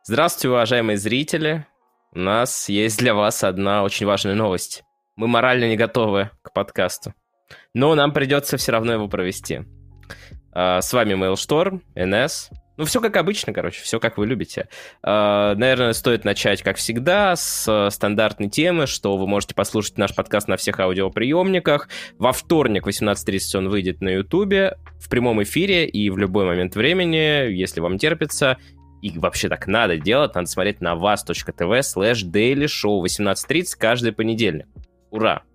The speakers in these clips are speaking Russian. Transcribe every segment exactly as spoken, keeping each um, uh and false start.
Здравствуйте, уважаемые зрители. У нас есть для вас одна очень важная новость. Мы морально не готовы к подкасту, но нам придется все равно его провести. С вами Mailstorm, эн эс. Ну, все как обычно, короче, все как вы любите. Наверное, стоит начать, как всегда, с стандартной темы, что вы можете послушать наш подкаст на всех аудиоприемниках. Во вторник в восемнадцать тридцать он выйдет на Ютубе в прямом эфире и в любой момент времени, если вам терпится. И вообще так надо делать, надо смотреть на вас.тв слэш daily show восемнадцать тридцать каждый понедельник. Ура!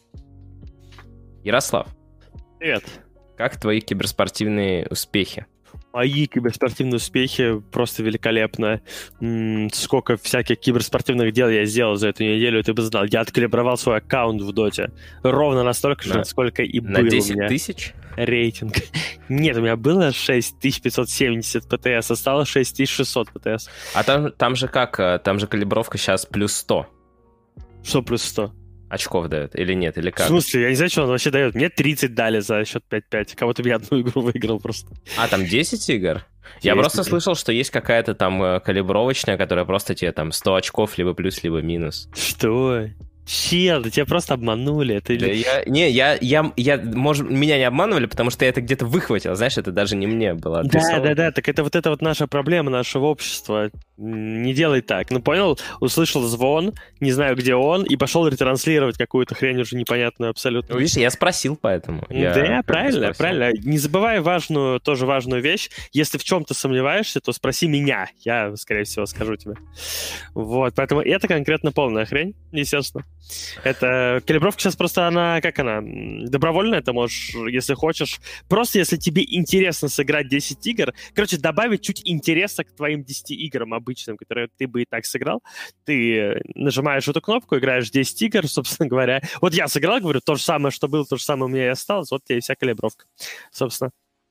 Ярослав. Привет. Как твои киберспортивные успехи? Мои киберспортивные успехи просто великолепно. М-м, сколько всяких киберспортивных дел я сделал за эту неделю, ты бы знал. Я откалибровал свой аккаунт в Доте. Ровно настолько же, на, насколько и на был десять у меня тысяч? Рейтинг. Нет, у меня было шесть тысяч пятьсот семьдесят ПТС, а стало шесть тысяч шестьсот ПТС. А там, там же как? Там же калибровка сейчас плюс сто. Что плюс сто? Очков дает или нет, или как? В смысле? Я не знаю, что он вообще дает. Мне тридцать дали за счет пять пять. Кого-то я одну игру выиграл просто. А, там десять игр? Я Есть просто игры. слышал, что есть какая-то там калибровочная, которая просто тебе там сто очков, либо плюс, либо минус. Что? Чел, да тебя просто обманули. Это... Да я, не, я, я, я, может, меня не обманывали, потому что я это где-то выхватил, знаешь, это даже не мне было Да, адресовано. да, да, так это вот это вот наша проблема нашего общества. Не делай так. Ну, понял, услышал звон, не знаю, где он, и пошел ретранслировать какую-то хрень уже непонятную абсолютно. Ну, видишь, я спросил поэтому. Я Да, правильно, спросил. правильно. Не забывай важную, тоже важную вещь. Если в чем-то сомневаешься, то спроси меня. Я, скорее всего, скажу тебе. Вот, поэтому это конкретно полная хрень, естественно. Это калибровка сейчас просто, она, как она, добровольная, ты можешь, если хочешь. Просто если тебе интересно сыграть десять игр, короче, добавить чуть интереса к твоим десяти играм обычным, которые ты бы и так сыграл, ты нажимаешь эту кнопку, играешь десять игр, собственно говоря. Вот я сыграл, говорю, то же самое, что было, то же самое у меня и осталось, вот тебе и вся калибровка, собственно.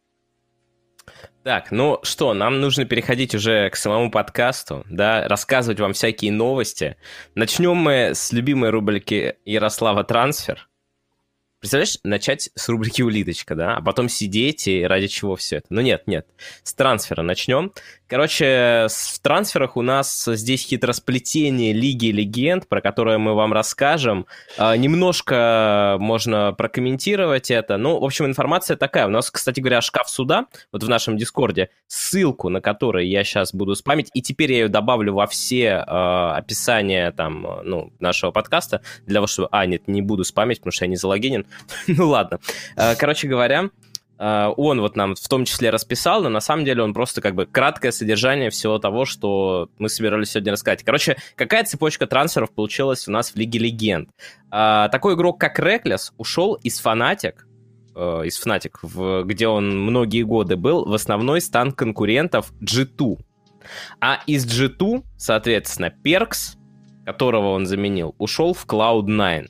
Так, ну что, нам нужно переходить уже к самому подкасту, да, рассказывать вам всякие новости. Начнем мы с любимой рубрики Ярослава «Трансфер». Представляешь, начать с рубрики «Улиточка», да, а потом сидеть и ради чего все это? Ну нет, нет, с трансфера начнем. Короче, в трансферах у нас здесь хитросплетение Лиги Легенд, про которое мы вам расскажем. Немножко можно прокомментировать это. Ну, в общем, информация такая. У нас, кстати говоря, шкаф суда, вот в нашем Дискорде, ссылку на который я сейчас буду спамить, и теперь я ее добавлю во все э, описания там, ну, нашего подкаста, для того, чтобы... А, нет, не буду спамить, потому что я не залогинен. Ну ладно. Короче говоря, он вот нам в том числе расписал, но на самом деле он просто как бы краткое содержание всего того, что мы собирались сегодня рассказать. Короче, какая цепочка трансферов получилась у нас в Лиге Легенд? Такой игрок, как Reckless, ушел из Fnatic, из Fnatic, где он многие годы был, в основной стан конкурентов джи ту. А из джи ту, соответственно, Perkz, которого он заменил, ушел в клауд найн.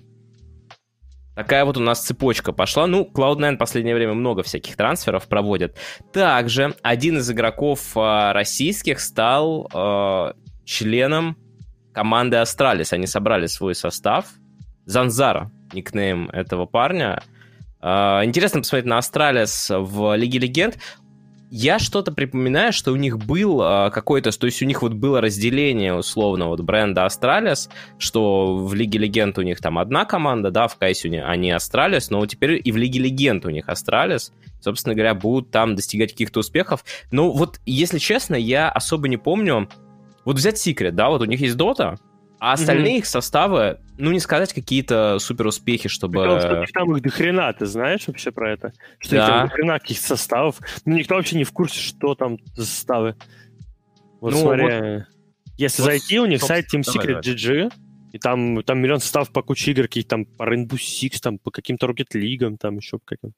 Такая вот у нас цепочка пошла. Ну, клауд найн в последнее время много всяких трансферов проводит. Также один из игроков э, российских стал э, членом команды Astralis. Они собрали свой состав. Занзара, никнейм этого парня. Э, интересно посмотреть на Astralis в Лиге Легенд. Я что-то припоминаю, что у них был э, какой-то... То есть у них вот было разделение, условно, вот бренда Astralis, что в Лиге Легенд у них там одна команда, да, в Кайсе они Astralis, но теперь и в Лиге Легенд у них Astralis, собственно говоря, будут там достигать каких-то успехов. Но вот, если честно, я особо не помню... Вот взять Secret, да, вот у них есть Dota, а остальные mm-hmm. их составы, ну, не сказать какие-то супер успехи, чтобы... Потому что у них там их дохрена, ты знаешь вообще про это? Что да. их там дохрена каких-то составов. Ну, никто вообще не в курсе, что там за составы. Вот ну, смотри, вот, если вот, зайти, у них стоп, сайт Team Secret джи джи, и там, там миллион составов по куче игр, каких там по Rainbow Six, там по каким-то Rocket League, там еще по каким-то.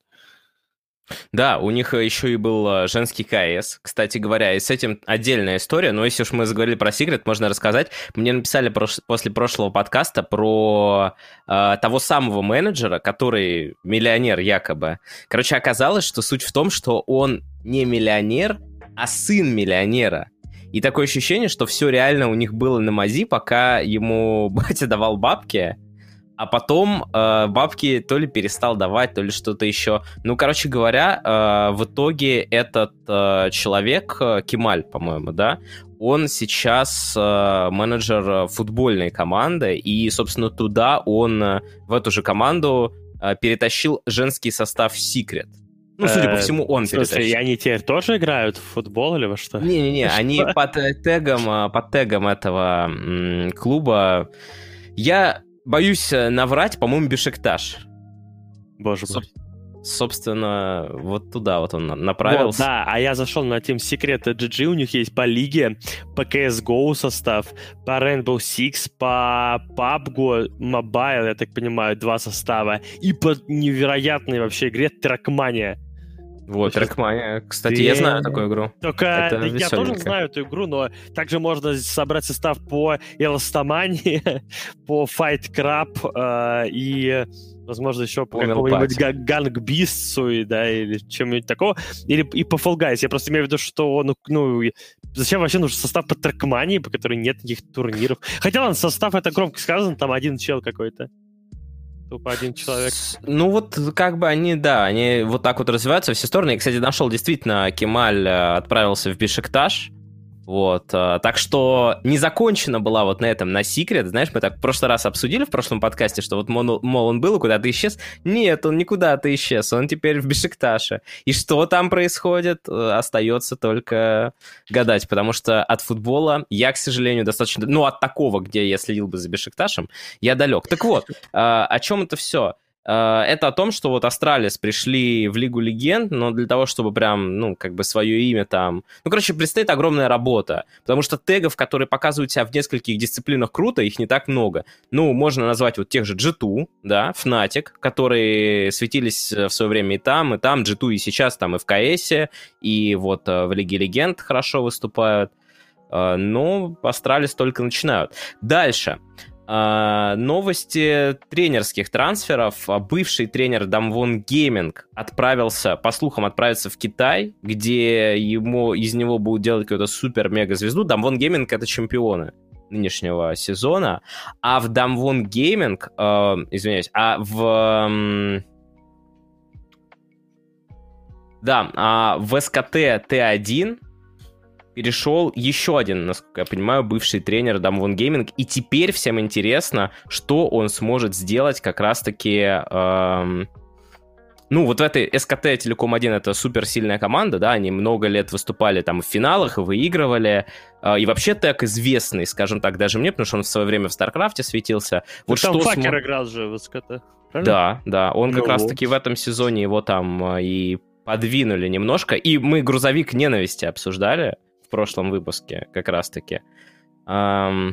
Да, у них еще и был женский КС, кстати говоря, и с этим отдельная история, но если уж мы заговорили про Secret, можно рассказать. Мне написали прош... после прошлого подкаста про э, того самого менеджера, который миллионер якобы. Короче, оказалось, что суть в том, что он не миллионер, а сын миллионера. И такое ощущение, что все реально у них было на мази, пока ему батя давал бабки, а потом э, бабки то ли перестал давать, то ли что-то еще. Ну, короче говоря, э, в итоге этот э, человек, э, Кемаль, по-моему, да, он сейчас э, менеджер футбольной команды, и, собственно, туда он, э, в эту же команду, э, перетащил женский состав Secret. Ну, судя по всему, он перетащил. В смысле, и они теперь тоже играют в футбол или во что? Не-не-не, они под тегом, под тегом этого м, клуба... Я боюсь наврать, по-моему, Бешикташ. Боже мой. Собственно, вот туда вот он направился. Вот, да, а я зашел на Team Secret джи джи, у них есть по лиге, по си эс гоу состав, по Rainbow Six, по пабг Mobile, я так понимаю, два состава, и по невероятной вообще игре Trackmania. Вот, Trackmania. Кстати, я знаю такую игру. Только я тоже знаю эту игру, но также можно собрать состав по Эластомании, по Fight Club и... возможно, еще по какому-нибудь гангбисту, да, или чем-нибудь такого, или и по Fall Guys. Я просто имею в виду, что, ну, ну зачем вообще нужен состав по Trackmania, по которой нет никаких турниров? Хотя, ладно, состав, это громко сказано, там один чел какой-то. Тупо один человек. Ну, вот как бы они, да, они вот так вот развиваются во все стороны. Я, кстати, нашел, действительно, Кемаль отправился в Бешикташ. Вот, так что не закончена была вот на этом, на Secret. Знаешь, мы так в прошлый раз обсудили в прошлом подкасте, что вот, мол, он был и куда-то исчез. Нет, он никуда-то исчез, он теперь в Бешикташе. И что там происходит, остается только гадать, потому что от футбола я, к сожалению, достаточно... Ну, от такого, где я следил бы за Бешикташем, я далек. Так вот, о чем это все? Это о том, что вот Астралис пришли в Лигу Легенд, но для того, чтобы прям, ну, как бы свое имя там... Ну, короче, предстоит огромная работа, потому что тегов, которые показывают себя в нескольких дисциплинах круто, их не так много. Ну, можно назвать вот тех же джи ту, да, Fnatic, которые светились в свое время и там, и там, джи ту и сейчас там и в КСе, и вот в Лиге Легенд хорошо выступают, но Астралис только начинают. Дальше. Uh, новости тренерских трансферов. Бывший тренер Damwon Gaming отправился, по слухам, отправиться в Китай, где ему, из него будут делать какую-то супер-мега-звезду. Damwon Gaming — это чемпионы нынешнего сезона. А в Damwon Gaming, uh, извиняюсь, а в... Um, да, а в эс ка тэ Т один перешел еще один, насколько я понимаю, бывший тренер Damwon Gaming, и теперь всем интересно, что он сможет сделать как раз-таки... Эм... Ну, вот в этой эс ка тэ Телеком один это суперсильная команда, да, они много лет выступали там в финалах и выигрывали, э, и вообще так известный, скажем так, даже мне, потому что он в свое время в Старкрафте светился. Вот там что Факер смо... играл же в эс ка тэ, правильно? Да, да, он ну, как раз-таки в этом сезоне его там и подвинули немножко, и мы «Грузовик ненависти» обсуждали в прошлом выпуске, как раз-таки. Um...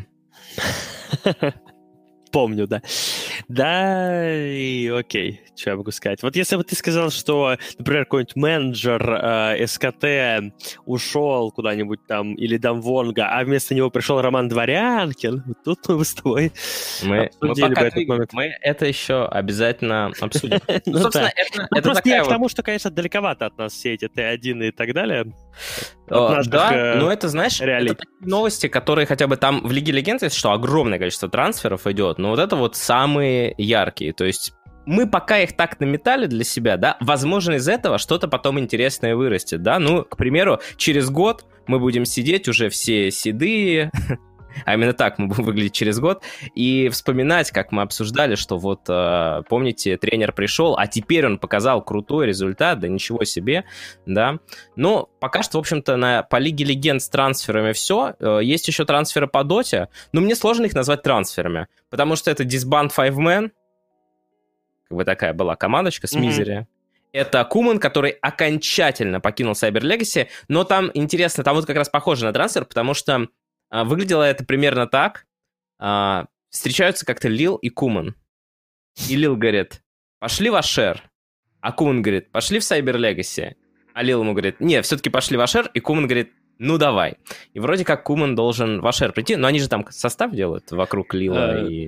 Помню, да. Да, и окей, что я могу сказать. Вот если бы ты сказал, что, например, какой-нибудь менеджер э, эс ка тэ ушел куда-нибудь там, или Дамвонга, а вместо него пришел Роман Дворянкин, вот тут мы с тобой мы, обсудили мы бы этот момент. Мы это еще обязательно обсудим. Ну, собственно, это, ну, это просто я к тому, что, конечно, далековато от нас все эти Т один и так далее. Да, но это, знаешь, это новости, которые хотя бы там в Лиге Легенд есть, что огромное количество трансферов идет, но вот это вот самые яркие, то есть мы пока их так наметали для себя, да, возможно, из этого что-то потом интересное вырастет, да, ну, к примеру, через год мы будем сидеть уже все седые, а именно так мы будем выглядеть через год, и вспоминать, как мы обсуждали, что вот, помните, тренер пришел, а теперь он показал крутой результат, да ничего себе, да. Но пока что, в общем-то, на, по Лиге Легенд с трансферами все. Есть еще трансферы по Доте, но мне сложно их назвать трансферами, потому что это Disband Five Man, как бы такая была командочка с Мизери. Mm-hmm. Это Куман, который окончательно покинул Cyber Legacy, но там интересно, там вот как раз похоже на трансфер, потому что выглядело это примерно так. А, встречаются как-то Лил и Куман. И Лил говорит, пошли в Ашер. А Куман говорит, пошли в Cyber Legacy. А Лил ему говорит, не, все-таки пошли в Ашер. И Куман говорит, ну давай. И вроде как Куман должен в Ашер прийти, но они же там состав делают вокруг Лила и...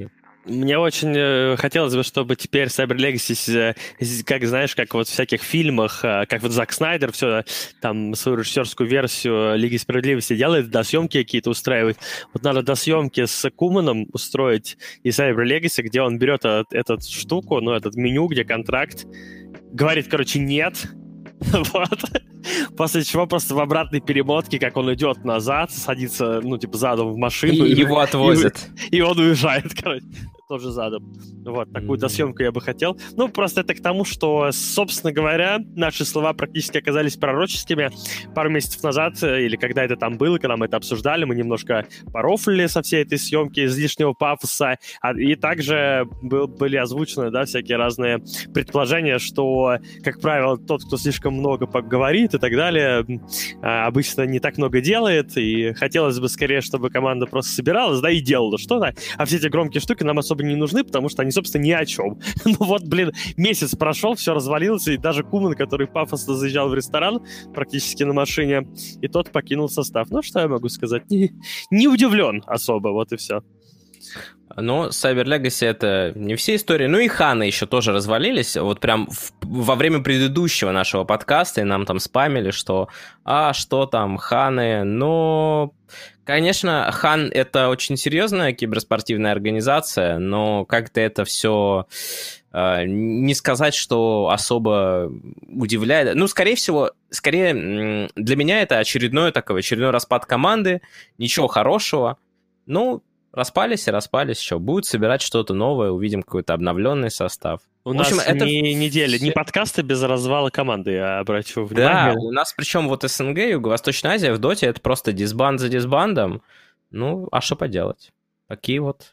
Мне очень э, хотелось бы, чтобы теперь Cyber Legacy, э, как, знаешь, как вот в всяких фильмах, э, как вот Зак Снайдер все, там, свою режиссерскую версию Лиги Справедливости делает, досъемки какие-то устраивает. Вот надо досъемки с Куманом устроить и Cyber Legacy, где он берет этот, этот штуку, ну, этот меню, где контракт, говорит, короче, нет, вот. После чего просто в обратной перемотке, как он идет назад, садится, ну, типа, задом в машину. И, и его отвозят. И, и он уезжает, короче, тоже задом. Вот, такую досъемку я бы хотел. Ну, просто это к тому, что, собственно говоря, наши слова практически оказались пророческими. Пару месяцев назад, или когда это там было, когда мы это обсуждали, мы немножко порофлили со всей этой съемки излишнего пафоса. И также был, были озвучены, да, всякие разные предположения, что, как правило, тот, кто слишком много поговорит и так далее, обычно не так много делает. И хотелось бы скорее, чтобы команда просто собиралась, да, и делала что-то. А все эти громкие штуки нам особо не нужны, потому что они, собственно, ни о чем. Ну вот, блин, месяц прошел, все развалилось, и даже Куман, который пафосно заезжал в ресторан практически на машине, и тот покинул состав. Ну, что я могу сказать? Не, не удивлен особо, вот и все. Но Cyber Legacy — это не все истории. Ну и Ханы еще тоже развалились. Вот прям в, во время предыдущего нашего подкаста и нам там спамили, что «А, что там, Ханы?» Но, конечно, Хан — это очень серьезная киберспортивная организация, но как-то это все... Не сказать, что особо удивляет. Ну, скорее всего, скорее для меня это очередной такой, очередной распад команды, ничего хорошего. Ну, распались и распались, что будут собирать что-то новое, увидим какой-то обновленный состав. У в общем, нас это не неделя, все... не подкасты без развала команды, я обращу внимание. Да, у нас причем вот СНГ, Юго-Восточная Азия в Доте это просто дисбанд за дисбандом. Ну, а что поделать? Такие вот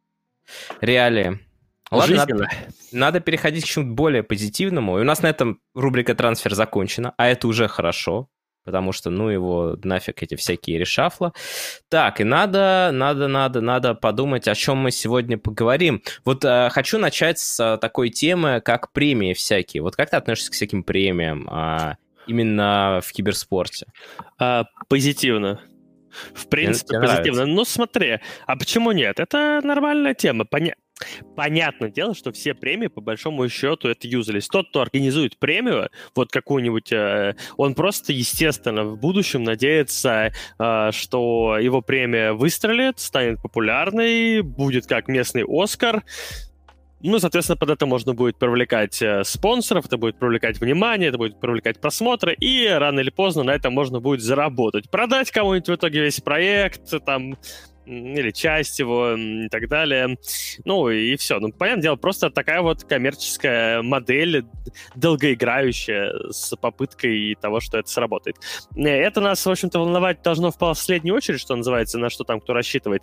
реалии. Ладно, надо, надо переходить к чему-то более позитивному. И у нас на этом рубрика «Трансфер» закончена, а это уже хорошо, потому что, ну, его нафиг эти всякие решафла. Так, и надо, надо, надо, надо подумать, о чем мы сегодня поговорим. Вот э, хочу начать с э, такой темы, как премии всякие. Вот как ты относишься к всяким премиям э, именно в киберспорте? А, позитивно. В принципе, Мне, мне позитивно. нравится. Ну, смотри, а почему нет? Это нормальная тема. Поня... Понятное дело, что все премии, по большому счету, это юзались. Тот, кто организует премию, вот какую-нибудь, э, он просто, естественно, в будущем надеется, э, что его премия выстрелит, станет популярной, будет как местный Оскар. Ну, соответственно, под это можно будет привлекать э, спонсоров, это будет привлекать внимание, это будет привлекать просмотры, и рано или поздно на этом можно будет заработать. Продать кому-нибудь в итоге весь проект, там, или часть его и так далее. Ну, и все. Ну, понятное дело, просто такая вот коммерческая модель, долгоиграющая, с попыткой того, что это сработает. Это нас, в общем-то, волновать должно в последнюю очередь, что называется, на что там кто рассчитывает.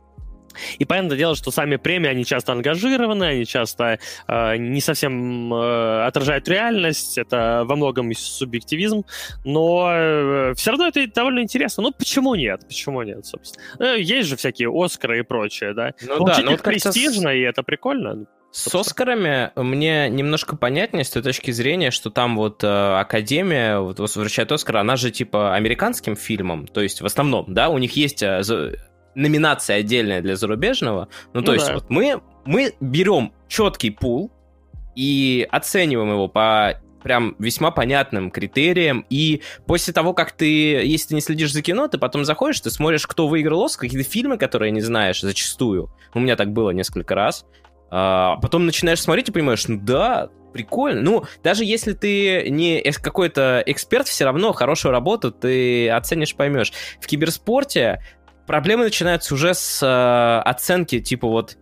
И понятное дело, что сами премии, они часто ангажированы, они часто э, не совсем э, отражают реальность, это во многом субъективизм, но э, все равно это довольно интересно. Ну, почему нет? Почему нет, собственно? Э, есть же всякие Оскары и прочее, да? Ну Получить да, но их вот престижно, с... и это прикольно. С Оскарами мне немножко понятнее с той точки зрения, что там вот э, Академия, вот, вручает Оскар, она же типа американским фильмом, то есть в основном, да, у них есть... Э, номинация отдельная для зарубежного. Ну, ну то есть, да. вот мы, мы берем четкий пул и оцениваем его по прям весьма понятным критериям. И после того, как ты, если ты не следишь за кино, ты потом заходишь, ты смотришь, кто выиграл Оскар, какие-то фильмы, которые не знаешь, зачастую. У меня так было несколько раз. А потом начинаешь смотреть и понимаешь, ну да, прикольно. Ну, даже если ты не какой-то эксперт, все равно хорошую работу ты оценишь, поймешь. В киберспорте проблемы начинаются уже с э, оценки типа вот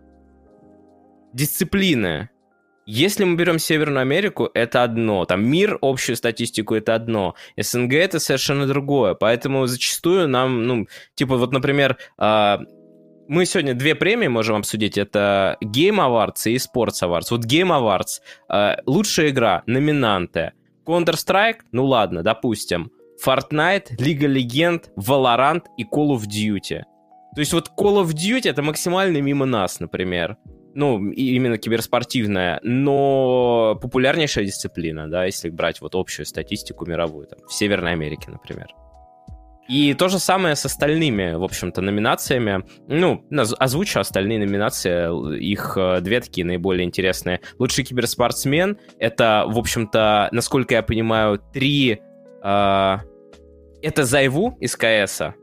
дисциплины. Если мы берем Северную Америку, это одно. Там мир, общую статистику, это одно. СНГ — это совершенно другое. Поэтому зачастую нам, ну, типа вот, например, э, мы сегодня две премии можем обсудить. Это Game Awards и Sports Awards. Вот Game Awards. Э, лучшая игра, номинанты. Counter-Strike, ну ладно, допустим. Fortnite, Лига Легенд, Valorant и Call of Duty. То есть вот Call of Duty — это максимально мимо нас, например. Ну, именно киберспортивная, но популярнейшая дисциплина, да, если брать вот общую статистику мировую, там, в Северной Америке, например. И то же самое с остальными, в общем-то, номинациями. Ну, озвучу остальные номинации, их две такие наиболее интересные. Лучший киберспортсмен — это, в общем-то, насколько я понимаю, три... Э, это Зайву из КСа.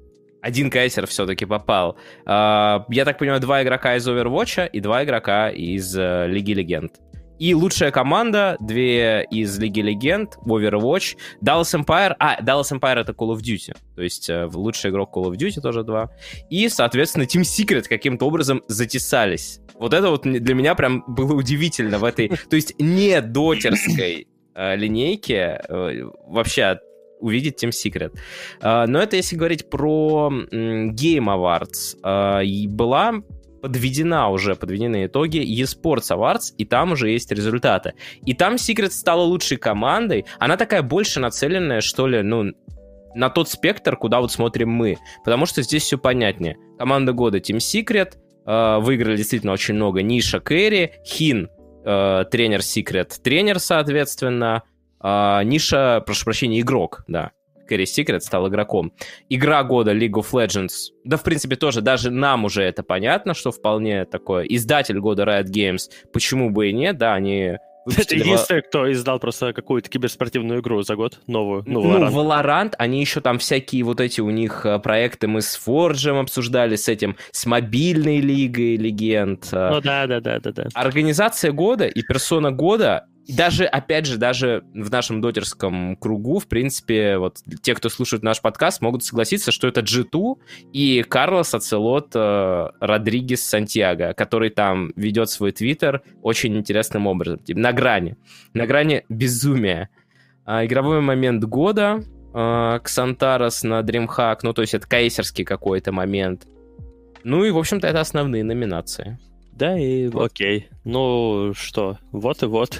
Один кайсер все-таки попал. Э, я так понимаю, два игрока из Overwatch и два игрока из э, Лиги Легенд. И лучшая команда, две из Лиги Легенд, Overwatch, Dallas Empire, а, Dallas Empire — это Call of Duty, то есть э, лучший игрок Call of Duty тоже два, и, соответственно, Team Secret каким-то образом затесались. Вот это вот для меня прям было удивительно в этой, то есть не дотерской э, линейке э, вообще увидеть Team Secret. Э, но это если говорить про э, Game Awards. Э, была... подведена уже, подведены итоги eSports Awards, и там уже есть результаты. И там Secret стала лучшей командой. Она такая больше нацеленная, что ли, ну, на тот спектр, куда вот смотрим мы. Потому что здесь все понятнее. Команда года Team Secret, э, выиграли действительно очень много. Ниша Кэрри, Хин, э, тренер Secret, тренер, соответственно. Э, Ниша, прошу прощения, игрок, да. Кэрри Secret стал игроком. Игра года League of Legends. Да, в принципе, тоже даже нам уже это понятно, что вполне такое. Издатель года Riot Games. Почему бы и нет, да, они... Это единственный, кто издал просто какую-то киберспортивную игру за год, новую. Ну, Valorant. Ну, Valorant, они еще там всякие вот эти у них проекты мы с Forge обсуждали, с этим, с мобильной лигой Легенд. Ну, да-да-да-да-да. Организация года и персона года. Даже, опять же, даже в нашем дотерском кругу, в принципе, вот те, кто слушает наш подкаст, могут согласиться, что это джи два и Карлос Ацелот э, Родригес Сантьяго, который там ведет свой твиттер очень интересным образом. Типа, на грани. На грани безумия. А, игровой момент года. Э, Ксантарос на DreamHack. Ну, то есть это кейсерский какой-то момент. Ну и, в общем-то, это основные номинации. Да, и окей. Ну что, вот и вот.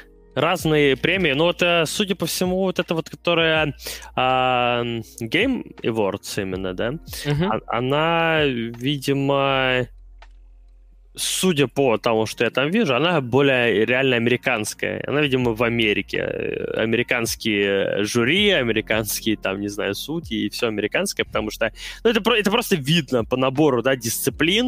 Разные премии. Ну, вот, судя по всему, вот это вот, которая а, Game Awards именно, да? Uh-huh. Она, видимо, судя по тому, что я там вижу, она более реально американская. Она, видимо, в Америке. Американские жюри, американские, там, не знаю, судьи, и все американское, потому что ну, это, это просто видно по набору, да, дисциплин,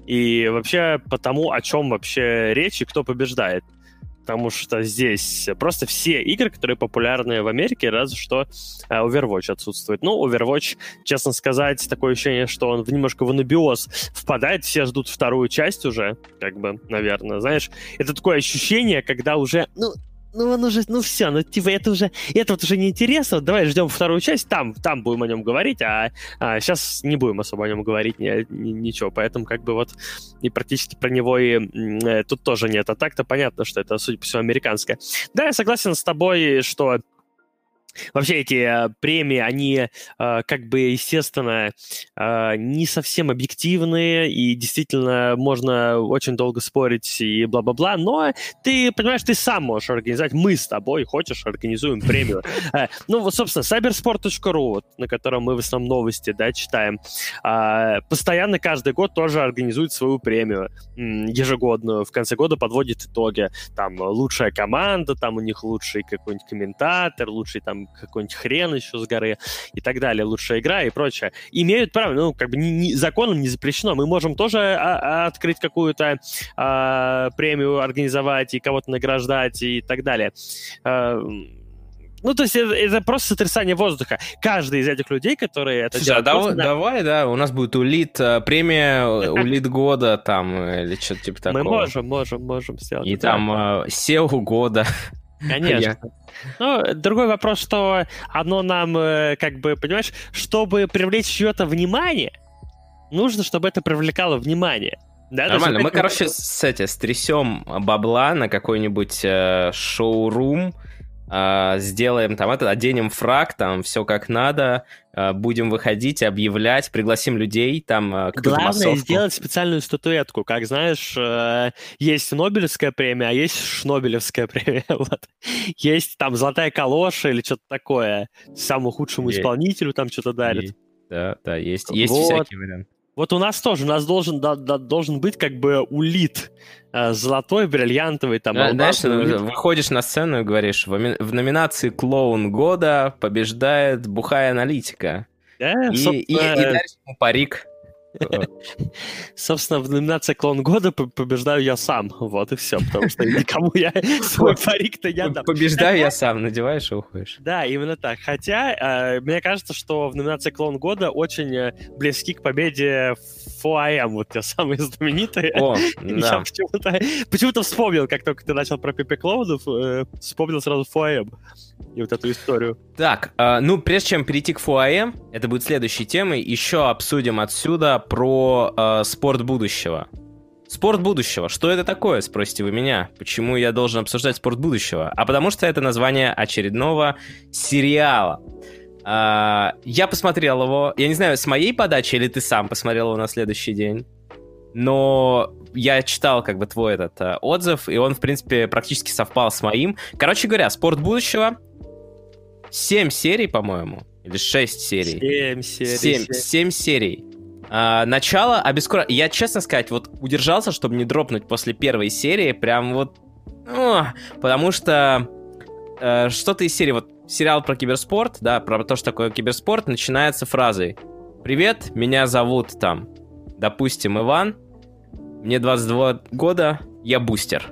и вообще по тому, о чем вообще речь и кто побеждает. Потому что здесь просто все игры, которые популярны в Америке, разве что Overwatch отсутствует. Ну, Overwatch, честно сказать, такое ощущение, что он немножко в анабиоз впадает, все ждут вторую часть уже, как бы, наверное, знаешь. Это такое ощущение, когда уже, ну, ну, он уже, ну, все, ну, типа, это уже, это вот уже неинтересно, вот давай ждем вторую часть, там, там будем о нем говорить, а, а сейчас не будем особо о нем говорить, ни, ни, ничего, поэтому, как бы, вот, и практически про него и э, тут тоже нет, а так-то понятно, что это, судя по всему, американское. Да, я согласен с тобой, что вообще эти э, премии, они э, как бы, естественно, э, не совсем объективные, и действительно можно очень долго спорить и бла-бла-бла, но ты, понимаешь, ты сам можешь организовать, мы с тобой, хочешь, организуем премию. Э, ну, вот, собственно, cybersport точка ру, вот, на котором мы в основном новости, да, читаем, э, постоянно каждый год тоже организует свою премию м, ежегодную, в конце года подводит итоги, там, лучшая команда, там у них лучший какой-нибудь комментатор, лучший там какой-нибудь хрен еще с горы и так далее, лучшая игра и прочее. Имеют право, ну, как бы не, не, законом не запрещено. Мы можем тоже а, а, открыть какую-то а, премию, организовать и кого-то награждать и так далее. А, ну, то есть это, это просто сотрясание воздуха. Каждый из этих людей, которые это Слушай, делают... А давай, давай, да, у нас будет улит, премия улит года там, или что-то типа такого. Мы можем, можем, можем сделать. И там сео года. Конечно. Ну, другой вопрос, что оно нам, как бы, понимаешь, чтобы привлечь чье-то внимание, нужно, чтобы это привлекало внимание. Да, нормально, мы, это... короче, с, эти, стрясем бабла на какой-нибудь э, шоурум, э, сделаем там это, оденем фрак, там все как надо, э, будем выходить, объявлять, пригласим людей, там э, главное массовку. Сделать специальную статуэтку, как знаешь, э, есть Нобелевская премия, а есть Шнобелевская премия, вот. Есть там золотая калоша или что-то такое, самому худшему есть. Исполнителю там что-то дарят. Есть. Да, да, есть, есть вот. Всякие варианты. Вот у нас тоже, у нас должен, да, да, должен быть как бы улит э, золотой, бриллиантовый, там... Да, знаешь, улит. Выходишь на сцену и говоришь, в, в номинации «Клоун года» побеждает бухая аналитика. Да, И, и, собственно, и дальше ему парик. собственно, в номинации «Клоун года» по- побеждаю я сам. Вот и все, потому что никому я свой парик-то не отдам. Побеждаю я сам, надеваешь и уходишь. Да, именно так. Хотя, э, мне кажется, что в номинации «Клоун года» очень э, близки к победе фор эй эм, вот те самые знаменитые. О, Я да. почему-то, почему-то вспомнил, как только ты начал про Пепе Клоунов, э, вспомнил сразу фор эй эм и вот эту историю. Так, э, ну, прежде чем перейти к фор эй эм, это будет следующей темой, еще обсудим отсюда про э, спорт будущего. Спорт будущего. Что это такое, спросите вы меня? Почему я должен обсуждать спорт будущего? А потому что это название очередного сериала. А, я посмотрел его, я не знаю, с моей подачи или ты сам посмотрел его на следующий день, но я читал как бы твой этот а, отзыв, и он, в принципе, практически совпал с моим. Короче говоря, спорт будущего. Семь серий, по-моему, или шесть серий. Семь серий. Семь, семь серий. А, начало обескураживает. Я, честно сказать, вот удержался, чтобы не дропнуть после первой серии, прям вот... О, потому что э, что-то из серии, вот сериал про киберспорт, да, про то, что такое киберспорт, начинается фразой: «Привет, меня зовут там, допустим, Иван, мне двадцать два года, я бустер».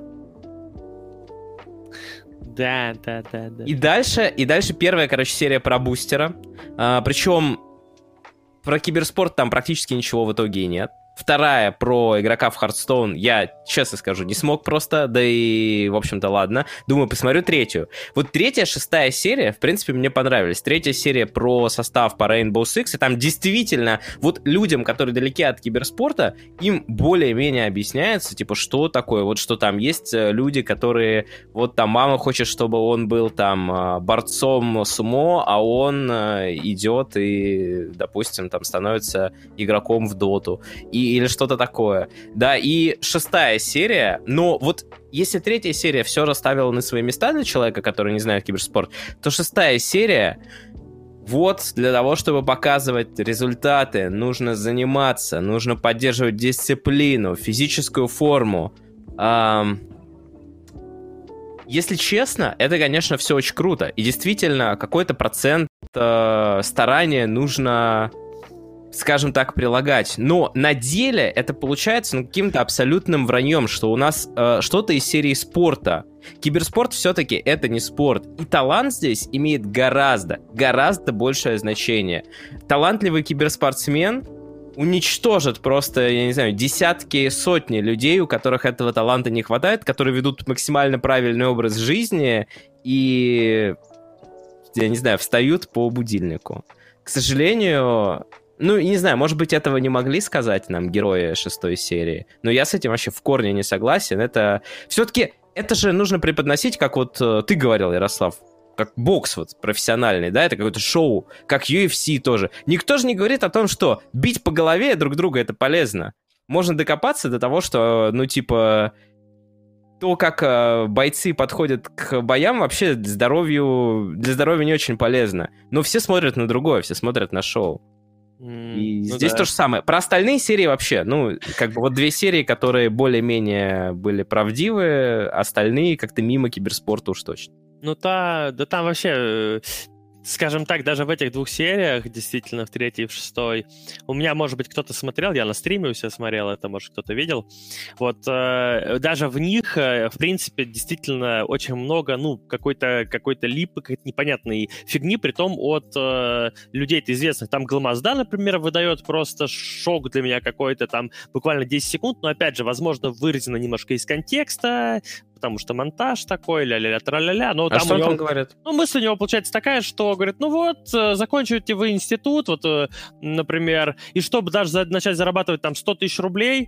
Да, да, да, да. И дальше, и дальше первая, короче, серия про бустера. А, причем про киберспорт там практически ничего в итоге и нет. Вторая про игрока в Hearthstone я, честно скажу, не смог просто, да и, в общем-то, ладно. Думаю, посмотрю третью. Вот третья, шестая серия, в принципе, мне понравились. Третья серия про состав по Rainbow Six, и там действительно, вот людям, которые далеки от киберспорта, им более-менее объясняется, типа, что такое, вот что там есть люди, которые, вот там мама хочет, чтобы он был там борцом сумо, а он идет и, допустим, там становится игроком в доту. И или что-то такое. Да, и шестая серия, но вот если третья серия все расставила на свои места для человека, который не знает киберспорт, то шестая серия, вот для того, чтобы показывать результаты, нужно заниматься, нужно поддерживать дисциплину, физическую форму. Ам... Если честно, это, конечно, все очень круто. И действительно, какой-то процент э, старания нужно, скажем так, прилагать. Но на деле это получается ну, каким-то абсолютным враньем, что у нас э, что-то из серии спорта. Киберспорт все-таки это не спорт. И талант здесь имеет гораздо, гораздо большее значение. Талантливый киберспортсмен уничтожит просто, я не знаю, десятки, сотни людей, у которых этого таланта не хватает, которые ведут максимально правильный образ жизни и, я не знаю, встают по будильнику. К сожалению... Ну, не знаю, может быть, этого не могли сказать нам герои шестой серии, но я с этим вообще в корне не согласен. Это все-таки, это же нужно преподносить, как вот ты говорил, Ярослав, как бокс вот профессиональный, да, это какое-то шоу, как ю эф си тоже. Никто же не говорит о том, что бить по голове друг друга это полезно. Можно докопаться до того, что, ну, типа... То, как э, бойцы подходят к боям, вообще для здоровью, для здоровья не очень полезно. Но все смотрят на другое, все смотрят на шоу. Mm, И ну здесь да. то же самое. Про остальные серии вообще, ну, как бы вот две серии, которые более-менее были правдивые, остальные как-то мимо киберспорта уж точно. Ну, та, да там вообще... Скажем так, даже в этих двух сериях, действительно, в третьей и в шестой, у меня, может быть, кто-то смотрел, я на стриме у себя смотрел, это, может, кто-то видел. Вот э, даже в них, э, в принципе, действительно очень много, ну, какой-то, какой-то липы, какой-то непонятной фигни, притом от э, людей-то известных. Там Гламазда, например, выдает просто шок для меня какой-то, там буквально десять секунд, но, опять же, возможно, вырезано немножко из контекста, потому что монтаж такой, ля-ля-ля, тра-ля-ля. Но а там что у него, он там говорит? Ну, мысль у него получается такая, что, говорит, ну вот, закончите вы институт, вот, например, и чтобы даже за, начать зарабатывать там сто тысяч рублей,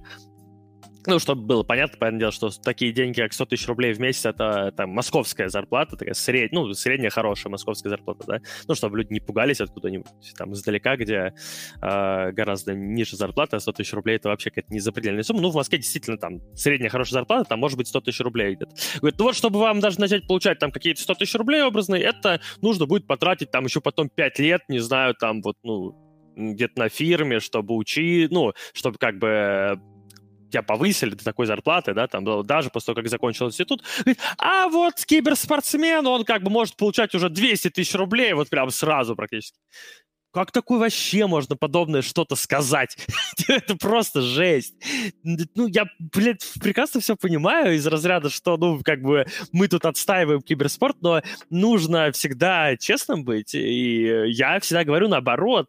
ну, чтобы было понятно, понятное дело, что такие деньги, как сто тысяч рублей в месяц, это там московская зарплата, такая сред... ну, средняя хорошая московская зарплата, да, ну, чтобы люди не пугались откуда-нибудь там издалека, где э, гораздо ниже зарплата, а сто тысяч рублей это вообще какая-то незапредельная сумма. Ну, в Москве действительно там средняя хорошая зарплата, там может быть сто тысяч рублей идет. Говорит, ну вот, чтобы вам даже начать получать там какие-то сто тысяч рублей образные, это нужно будет потратить там еще потом пять лет, не знаю, там вот, ну, где-то на фирме, чтобы учить, ну, чтобы как бы... тебя повысили до такой зарплаты, да, там, даже после того, как закончил институт, говорит, а вот киберспортсмен, он как бы может получать уже двести тысяч рублей, вот прям сразу практически. как такое вообще можно подобное что-то сказать? Это просто жесть. Ну, я, блядь, прекрасно все понимаю из разряда, что, ну, как бы мы тут отстаиваем киберспорт, но нужно всегда честным быть. И я всегда говорю наоборот.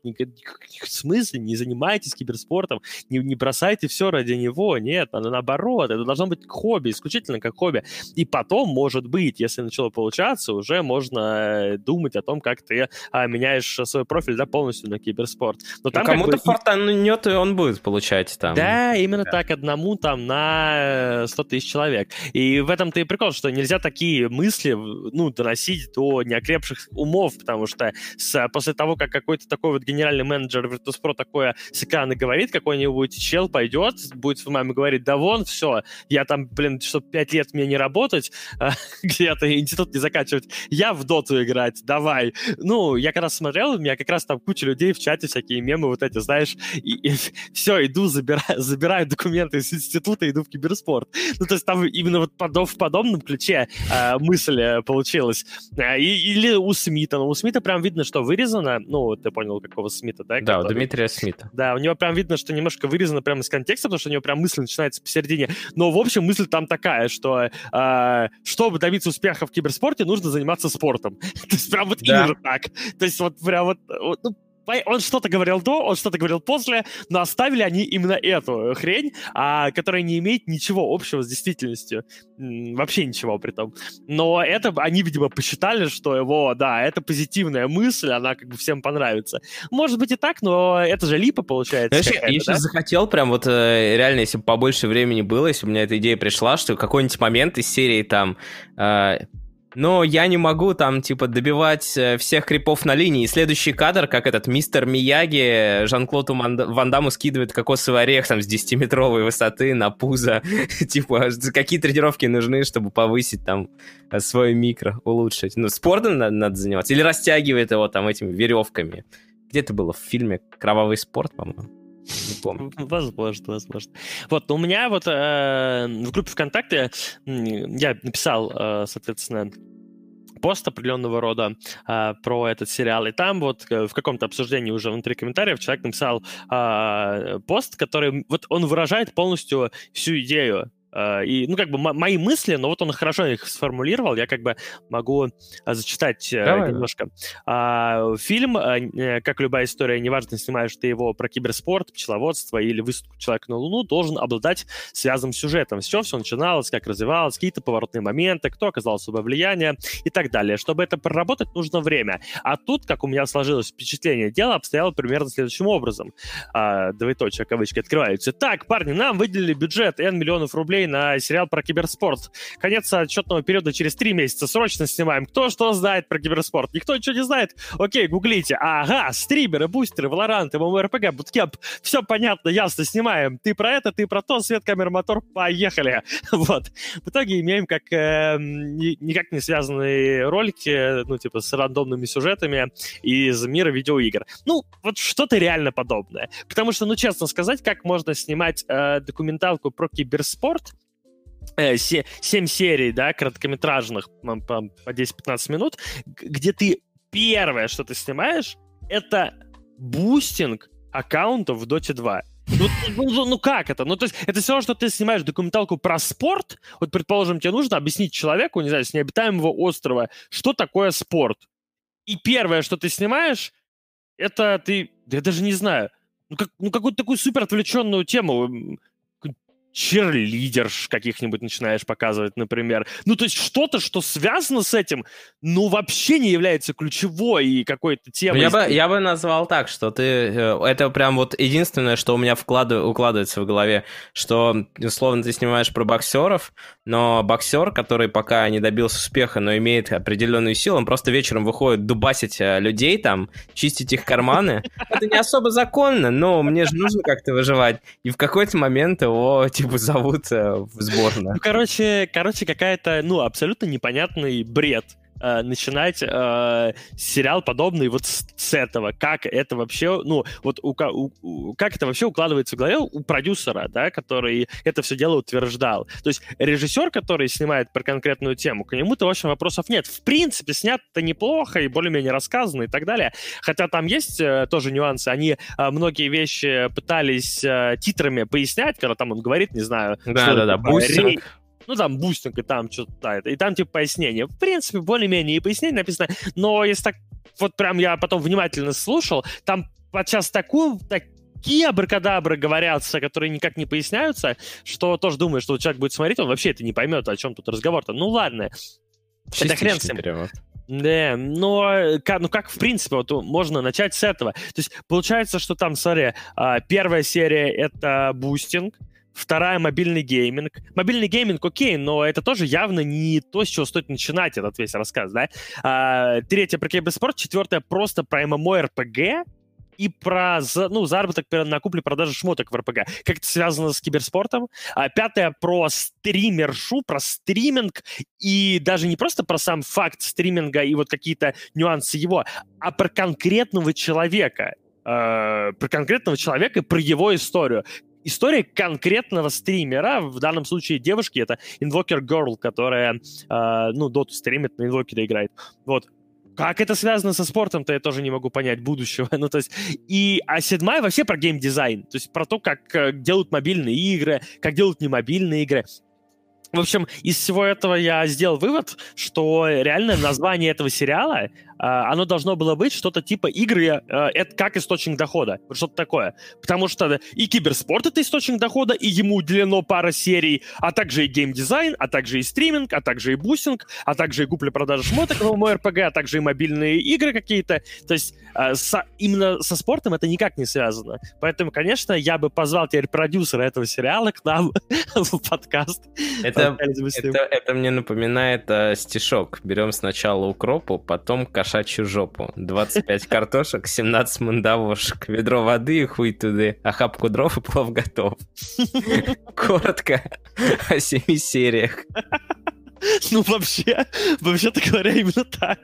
В смысле? Не занимайтесь киберспортом, не, не бросайте все ради него. Нет, надо наоборот. Это должно быть хобби, исключительно как хобби. И потом, может быть, если начало получаться, уже можно думать о том, как ты а, меняешь свой профиль, да, полностью на киберспорт. Но там ну, кому-то как бы... фартанет, и он будет получать там. Да, именно да. так, одному там на сто тысяч человек. И в этом-то и прикол, что нельзя такие мысли, ну, доносить до неокрепших умов, потому что с, после того, как какой-то такой вот генеральный менеджер Virtus.pro такое с экрана говорит, какой-нибудь чел пойдет, будет с вами говорить, да вон, все, я там, блин, чтобы пять лет мне не работать, где-то институт не заканчивать, я в доту играть, давай. Ну, я когда смотрел, у меня как раз там куча людей в чате, всякие мемы вот эти, знаешь, и, и все, иду, забираю, забираю документы из института, иду в киберспорт. Ну, то есть там именно вот подоб, в подобном ключе э, мысль э, получилась. Э, и, или у Смита. Ну, у Смита прям видно, что вырезано, ну, ты понял, какого Смита, да? Да, который... у Дмитрия Смита. Да, у него прям видно, что немножко вырезано прямо из контекста, потому что у него прям мысль начинается посередине. Но, в общем, мысль там такая, что э, чтобы добиться успеха в киберспорте, нужно заниматься спортом. То есть прям вот да. именно так. То есть вот прям вот... вот ну, он что-то говорил до, он что-то говорил после, но оставили они именно эту хрень, а, которая не имеет ничего общего с действительностью. Вообще ничего при том. Но это они, видимо, посчитали, что его, да, это позитивная мысль, она как бы всем понравится. Может быть и так, но это же липа получается. Знаешь, я сейчас да? захотел прям вот реально, если бы побольше времени было, если бы у меня эта идея пришла, что какой-нибудь момент из серии там... Э... Но я не могу там, типа, добивать всех крипов на линии. И следующий кадр, как этот мистер Мияги Жан-Клоду Ван Дамму скидывает кокосовый орех там с десятиметровой высоты на пузо. Типа, какие тренировки нужны, чтобы повысить там свой микро, улучшить. Ну, спортом надо, надо заниматься. Или растягивает его там этими веревками. Где это было? В фильме «Кровавый спорт», по-моему. Не помню. Возможно, возможно. Вот, у меня вот э, в группе ВКонтакте я написал, э, соответственно, пост определенного рода э, про этот сериал, и там вот э, в каком-то обсуждении уже внутри комментариев человек написал э, пост, который вот он выражает полностью всю идею. И, ну, как бы, м- мои мысли, но вот он хорошо их сформулировал, я как бы могу а, зачитать Давай, немножко. А, фильм, а, как любая история, неважно, снимаешь ты его про киберспорт, пчеловодство или высадку человека на Луну, должен обладать связанным сюжетом. С чего все начиналось, как развивалось, какие-то поворотные моменты, кто оказал особое влияние и так далее. Чтобы это проработать, нужно время. А тут, как у меня сложилось впечатление, дело обстояло примерно следующим образом. А, двоеточие, кавычки открываются. Так, парни, нам выделили бюджет N миллионов рублей на сериал про киберспорт. Конец отчетного периода через три месяца. Срочно снимаем. Кто что знает про киберспорт? Никто ничего не знает? Окей, гуглите. Ага, стримеры, бустеры, валоранты, MMORPG, буткемп. Все понятно, ясно, снимаем. Ты про это, ты про то, свет, камера, мотор, поехали. Вот. В итоге имеем как э, никак не связанные ролики, ну, типа, с рандомными сюжетами из мира видеоигр. Ну, вот что-то реально подобное. Потому что, ну, честно сказать, как можно снимать э, документалку про киберспорт, семь серий, да, короткометражных по десять-пятнадцать минут, где ты первое, что ты снимаешь, это бустинг аккаунтов в Доте два. Ну, ну, ну как это? Ну, то есть это все равно, что ты снимаешь документалку про спорт. Вот, предположим, тебе нужно объяснить человеку, не знаю, с необитаемого острова, что такое спорт. И первое, что ты снимаешь, это ты... Я даже не знаю. Ну, как, ну какую-то такую супер отвлеченную тему... черлидерш каких-нибудь начинаешь показывать, например. Ну, то есть что-то, что связано с этим, ну, вообще не является ключевой какой-то темой. Я бы, я бы назвал так, что ты... Это прям вот единственное, что у меня вкладывает, укладывается в голове, что, условно, ты снимаешь про боксеров, но боксер, который пока не добился успеха, но имеет определенную силу, он просто вечером выходит дубасить людей там, чистить их карманы. Это не особо законно, но мне же нужно как-то выживать. И в какой-то момент его, типа, зовут э, в сборную. Ну, короче, короче, какая-то, ну, абсолютно непонятный бред. э, начинать э, сериал подобный вот с, с этого. Как это вообще, ну, вот у, у, у, как это вообще укладывается в голове у продюсера, да, который это все дело утверждал. То есть режиссер, который снимает про конкретную тему, к нему-то, в общем, вопросов нет. В принципе, снято неплохо и более-менее рассказано и так далее. Хотя там есть э, тоже нюансы. Они э, многие вещи пытались э, титрами пояснять, когда там он говорит, не знаю... Да-да-да, бустинг. Ну, там бустинг, и там что-то, да, и там, типа, пояснение. В принципе, более-менее и пояснение написано, но если так, вот прям я потом внимательно слушал, там подчас такую, такие абракадабры говорятся, которые никак не поясняются, что тоже думаю, что человек будет смотреть, он вообще это не поймет, о чем тут разговор-то. Ну, ладно. Это хрен с ним. Перевод. Да, но как, ну как в принципе, вот можно начать с этого. То есть получается, что там, смотри, первая серия — это бустинг, вторая — мобильный гейминг. Мобильный гейминг окей, но это тоже явно не то, с чего стоит начинать этот весь рассказ, да? А, третья — про киберспорт, четвертая — просто про эм эм о эр пи джи и про, ну, заработок на купле-продаже шмоток в эр пи джи. Как это связано с киберспортом. А пятая — про стримершу, про стриминг, и даже не просто про сам факт стриминга и вот какие-то нюансы его, а про конкретного человека. Э, про конкретного человека и про его историю. История конкретного стримера, в данном случае девушки, это Invoker Girl, которая, э, ну, доту стримит, на Invoker играет. Вот. Как это связано со спортом-то, я тоже не могу понять будущего. Ну, то есть, и, а седьмая вообще про геймдизайн, то есть про то, как э, делают мобильные игры, как делают немобильные игры. В общем, из всего этого я сделал вывод, что реально название этого сериала, э, оно должно было быть что-то типа игры, э, это как источник дохода, вот что-то такое. Потому что и киберспорт — это источник дохода, и ему уделено пара серий, а также и геймдизайн, а также и стриминг, а также и бустинг, а также и купля-продажа шмоток в эм эм о эр пи джи, а также и мобильные игры какие-то. То есть э, со, именно со спортом это никак не связано. Поэтому, конечно, я бы позвал теперь продюсера этого сериала к нам в подкаст. Это, это, это мне напоминает э, стишок. Берем сначала укропу, потом кошачью жопу. двадцать пять картошек, семнадцать мандавошек, ведро воды и хуй туды, охапку дров и плов готов. Коротко о семи сериях. Ну, вообще, вообще-то говоря, именно так.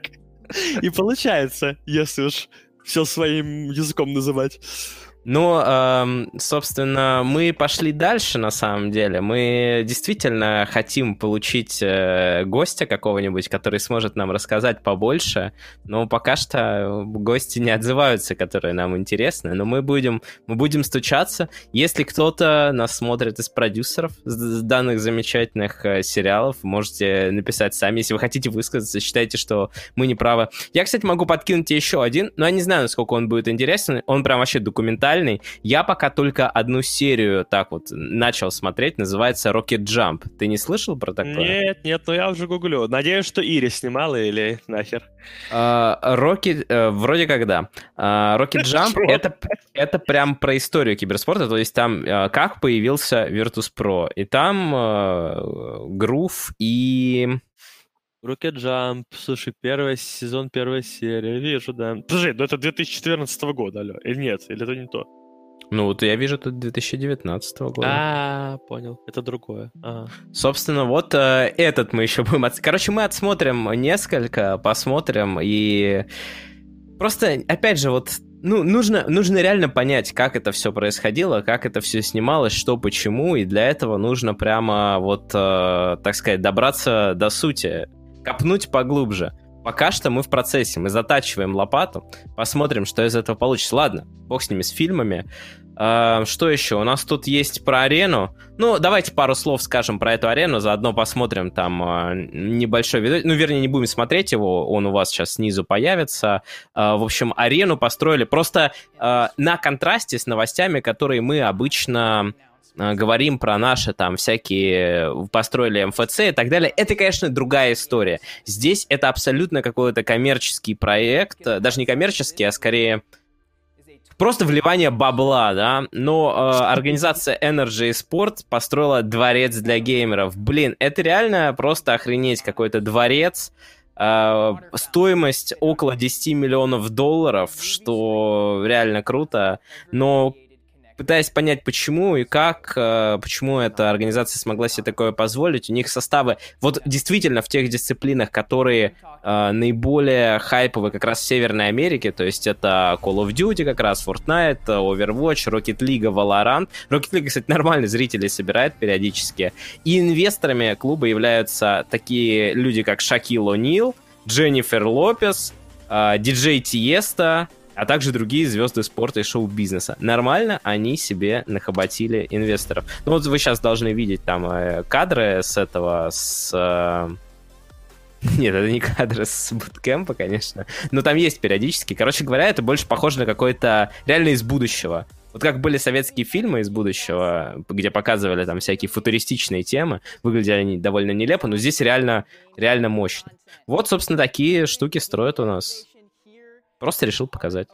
И получается, если уж все своим языком называть. Ну, эм, собственно, мы пошли дальше, на самом деле. Мы действительно хотим получить э, гостя какого-нибудь, который сможет нам рассказать побольше, но пока что гости не отзываются, которые нам интересны, но мы будем, мы будем стучаться. Если кто-то нас смотрит из продюсеров с данных замечательных э, сериалов, можете написать сами, если вы хотите высказаться, считаете, что мы не правы. Я, кстати, могу подкинуть еще один, но я не знаю, насколько он будет интересен. Он прям вообще документальный. Я пока только одну серию так вот начал смотреть, называется Rocket Jump. Ты не слышал про такое? Нет, нет, но я уже гуглю. Надеюсь, что Ири снимала или нахер? Uh, Rocket, uh, вроде как да. Uh, Rocket Jump это, это прям про историю киберспорта, то есть там uh, как появился Virtus.pro, и там uh, Groove и... Rocket Jump, слушай, первый сезон, первая серия, вижу, да. Подожди, ну это две тысячи четырнадцатого года, алло, или нет, или это не то? Ну, вот я вижу тут две тысячи девятнадцатого года. А, понял, это другое. Ага. Собственно, вот э, этот мы еще будем... От... Короче, мы отсмотрим несколько, посмотрим, и просто, опять же, вот ну, нужно, нужно реально понять, как это все происходило, как это все снималось, что, почему, и для этого нужно прямо вот, э, так сказать, добраться до сути, копнуть поглубже. Пока что мы в процессе, мы затачиваем лопату, посмотрим, что из этого получится. Ладно, бог с ними, с фильмами. А, что еще? У нас тут есть про арену. Ну, давайте пару слов скажем про эту арену, заодно посмотрим там а, небольшой видео. Ну, вернее, не будем смотреть его, он у вас сейчас снизу появится. А, в общем, арену построили просто а, на контрасте с новостями, которые мы обычно... говорим про наши там всякие, построили эм эф цэ и так далее, это, конечно, другая история. Здесь это абсолютно какой-то коммерческий проект, даже не коммерческий, а скорее просто вливание бабла, да, но э, организация Energy Sport построила дворец для геймеров. Блин, это реально просто охренеть, какой-то дворец, э, стоимость около десять миллионов долларов, что реально круто, но пытаясь понять, почему и как, почему эта организация смогла себе такое позволить. У них составы, вот действительно в тех дисциплинах, которые э, наиболее хайповые как раз в Северной Америке, то есть это Call of Duty как раз, Fortnite, Overwatch, Rocket League, Valorant. Rocket League, кстати, нормально зрителей собирает периодически. И инвесторами клуба являются такие люди, как Шакил О'Нил, Дженнифер Лопес, э, диджей Тиеста, а также другие звезды спорта и шоу-бизнеса. Нормально они себе нахоботили инвесторов. Ну вот вы сейчас должны видеть там э, кадры с этого, с... Э... Нет, это не кадры с буткемпа, конечно, но там есть периодически. Короче говоря, это больше похоже на какой-то реально из будущего. Вот как были советские фильмы из будущего, где показывали там всякие футуристичные темы, выглядели они довольно нелепо, но здесь реально, реально мощно. Вот, собственно, такие штуки строят у нас. Просто решил показать.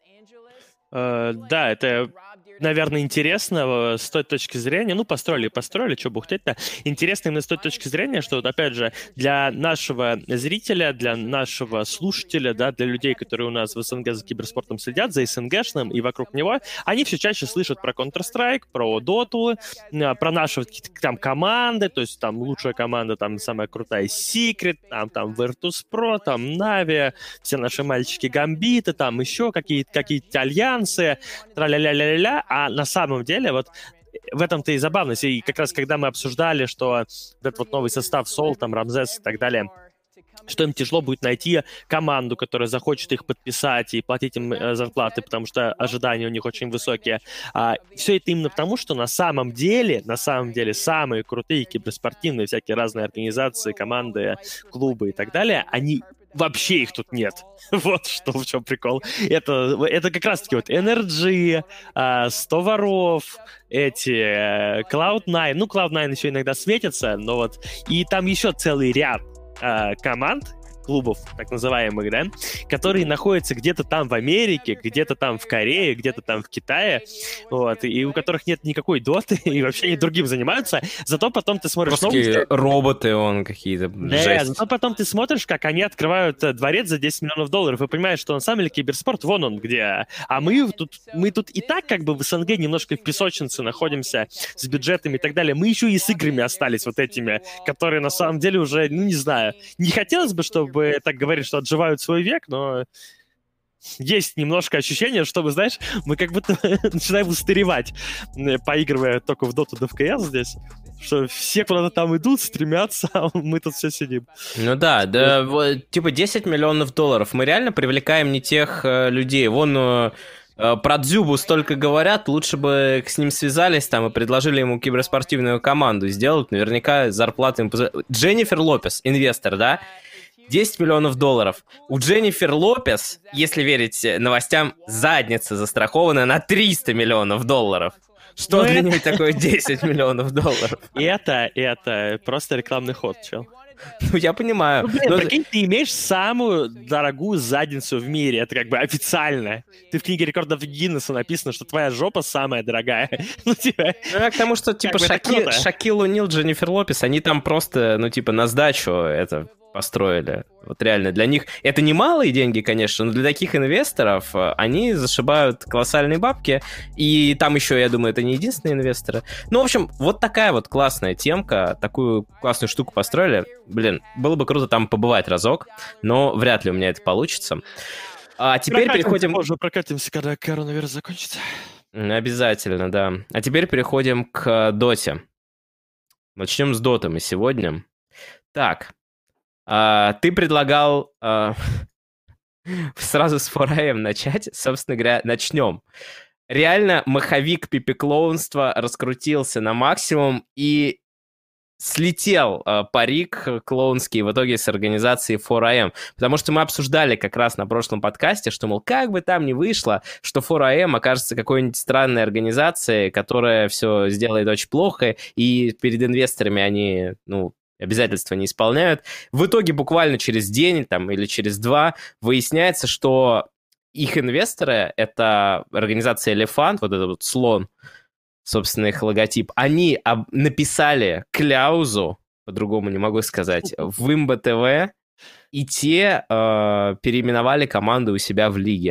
Uh, да, это, наверное, интересно с той точки зрения, ну, построили, построили, что бухтеть-то. Интересно именно с той точки зрения, что, вот, опять же, для нашего зрителя, для нашего слушателя, да, для людей, которые у нас в СНГ за киберспортом следят, за СНГшным и вокруг него, они все чаще слышат про Counter-Strike, про Dota, про наши какие-то там команды, то есть там лучшая команда, там самая крутая Secret, там, там Virtus.pro, там Na'Vi, все наши мальчики Гамбиты, там еще какие-то, какие-то альянсы, тра-ля-ля-ля-ля-ля, а на самом деле вот в этом-то и забавность. И как раз когда мы обсуждали, что вот этот вот новый состав Сол, там, Рамзес и так далее, что им тяжело будет найти команду, которая захочет их подписать и платить им э, зарплаты, потому что ожидания у них очень высокие. А, все это именно потому, что на самом деле, на самом деле, самые крутые киберспортивные всякие разные организации, команды, клубы и так далее, они вообще их тут нет. Вот что в чем прикол. Это, это как раз-таки вот эн эр джи, сто воров, эти клауд найн. Ну, клауд найн еще иногда светится, но вот... И там еще целый ряд а, команд, клубов, так называемых, да, которые находятся где-то там в Америке, где-то там в Корее, где-то там в Китае, вот, и у которых нет никакой доты, и вообще они другим занимаются, зато потом ты смотришь новости... роботы, он какие-то, да, жесть. Зато потом ты смотришь, как они открывают дворец за десять миллионов долларов, и понимаешь, что на самом деле киберспорт, вон он где, а мы тут, мы тут и так как бы в СНГ немножко в песочнице находимся с бюджетами и так далее, мы еще и с играми остались вот этими, которые на самом деле уже, ну не знаю, не хотелось бы, чтобы так говорить, что отживают свой век, но есть немножко ощущение, что, вы знаешь, мы как будто начинаем устаревать, поигрывая только в Доту да в КС здесь, что все куда-то там идут, стремятся, а мы тут все сидим. Ну да, да, вот, типа десять миллионов долларов. Мы реально привлекаем не тех э, людей. Вон... Э... Про Дзюбу столько говорят, лучше бы с ним связались там и предложили ему киберспортивную команду сделать, наверняка зарплаты им позволяют. Дженнифер Лопес, инвестор, да? десять миллионов долларов. У Дженнифер Лопес, если верить новостям, задница застрахована на триста миллионов долларов. Что для нее такое десять миллионов долларов? Это, это просто рекламный ход, чел. Ну, я понимаю. Ну, блин, но... прикинь, ты имеешь самую дорогую задницу в мире. Это как бы официально. Ты в книге рекордов Гиннесса написано, что твоя жопа самая дорогая. Ну, типа... Ну, я к тому, что, типа, Шаки... Шакил О'Нил, Дженнифер Лопес, они там просто, ну, типа, на сдачу это построили. Вот реально, для них... Это не малые деньги, конечно, но для таких инвесторов они зашибают колоссальные бабки. И там еще, я думаю, это не единственные инвесторы. Ну, в общем, вот такая вот классная темка. Такую классную штуку построили. Блин, было бы круто там побывать разок, но вряд ли у меня это получится. А теперь прокатимся переходим... Позже прокатимся, когда коронавирус закончится. Обязательно, да. А теперь переходим к Доте. Начнем с Доты мы сегодня. Так, а, ты предлагал а, сразу с фор эй эм начать. Собственно говоря, начнем. Реально, маховик пипиклоунства раскрутился на максимум и слетел э, парик клоунский в итоге с организацией фор эй эм. Потому что мы обсуждали как раз на прошлом подкасте, что, мол, как бы там ни вышло, что фор эй эм окажется какой-нибудь странной организацией, которая все сделает очень плохо, и перед инвесторами они, ну, обязательства не исполняют. В итоге буквально через день там, или через два выясняется, что их инвесторы, это организация Elephant, вот этот вот слон, собственно, их логотип, они об- написали кляузу, по-другому не могу сказать, в ИМБ ТВ, и те э, переименовали команду у себя в лиге.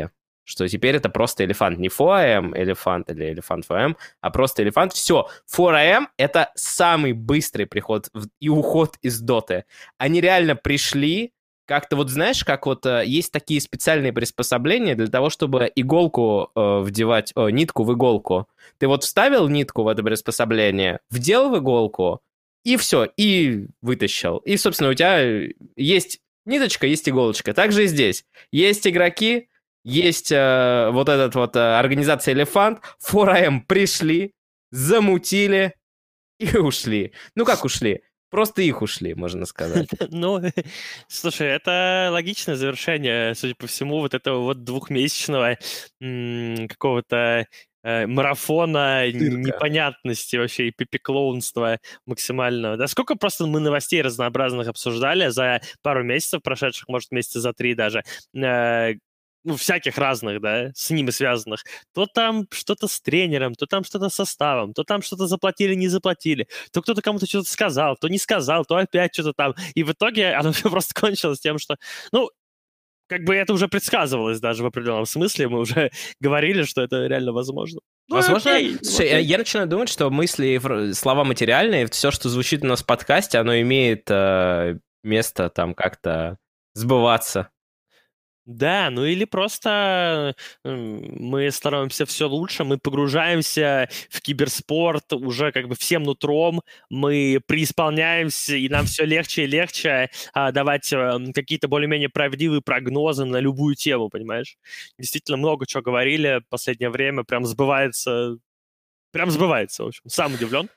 что теперь это просто элефант. Не фор эй эм элефант или элефант фор эй эм, а просто элефант. Все, фор эй эм — это самый быстрый приход и уход из доты. Они реально пришли, как-то вот знаешь, как вот э, есть такие специальные приспособления для того, чтобы иголку э, вдевать, о, нитку в иголку. Ты вот вставил нитку в это приспособление, вдел в иголку, и все, и вытащил. И, собственно, у тебя есть ниточка, есть иголочка. Так же и здесь. Есть игроки, есть э, вот этот вот э, организация Элефант, фор эй эм пришли, замутили и ушли. Ну как ушли? Просто их ушли, можно сказать. Ну, слушай, это логичное завершение, судя по всему, вот этого вот двухмесячного м, какого-то э, марафона Цирка. непонятности вообще и пипи-клоунства максимального. Да сколько просто мы новостей разнообразных обсуждали за пару месяцев прошедших, может, месяца за три даже, э, ну, всяких разных, да, с ними связанных. То там что-то с тренером, то там что-то с составом, то там что-то заплатили, не заплатили, то кто-то кому-то что-то сказал, то не сказал, то опять что-то там. И в итоге оно все просто кончилось тем, что, ну, как бы это уже предсказывалось даже в определенном смысле, мы уже говорили, что это реально возможно. Ну, Возможно, окей, слушай, окей. я начинаю думать, что мысли, слова материальные, все, что звучит у нас в подкасте, оно имеет э, место там как-то сбываться. Да, ну или просто мы становимся все лучше, мы погружаемся в киберспорт уже как бы всем нутром, мы преисполняемся, и нам все легче и легче а, давать а, какие-то более-менее правдивые прогнозы на любую тему, понимаешь? Действительно много чего говорили в последнее время, прям сбывается, прям сбывается, в общем, сам удивлен.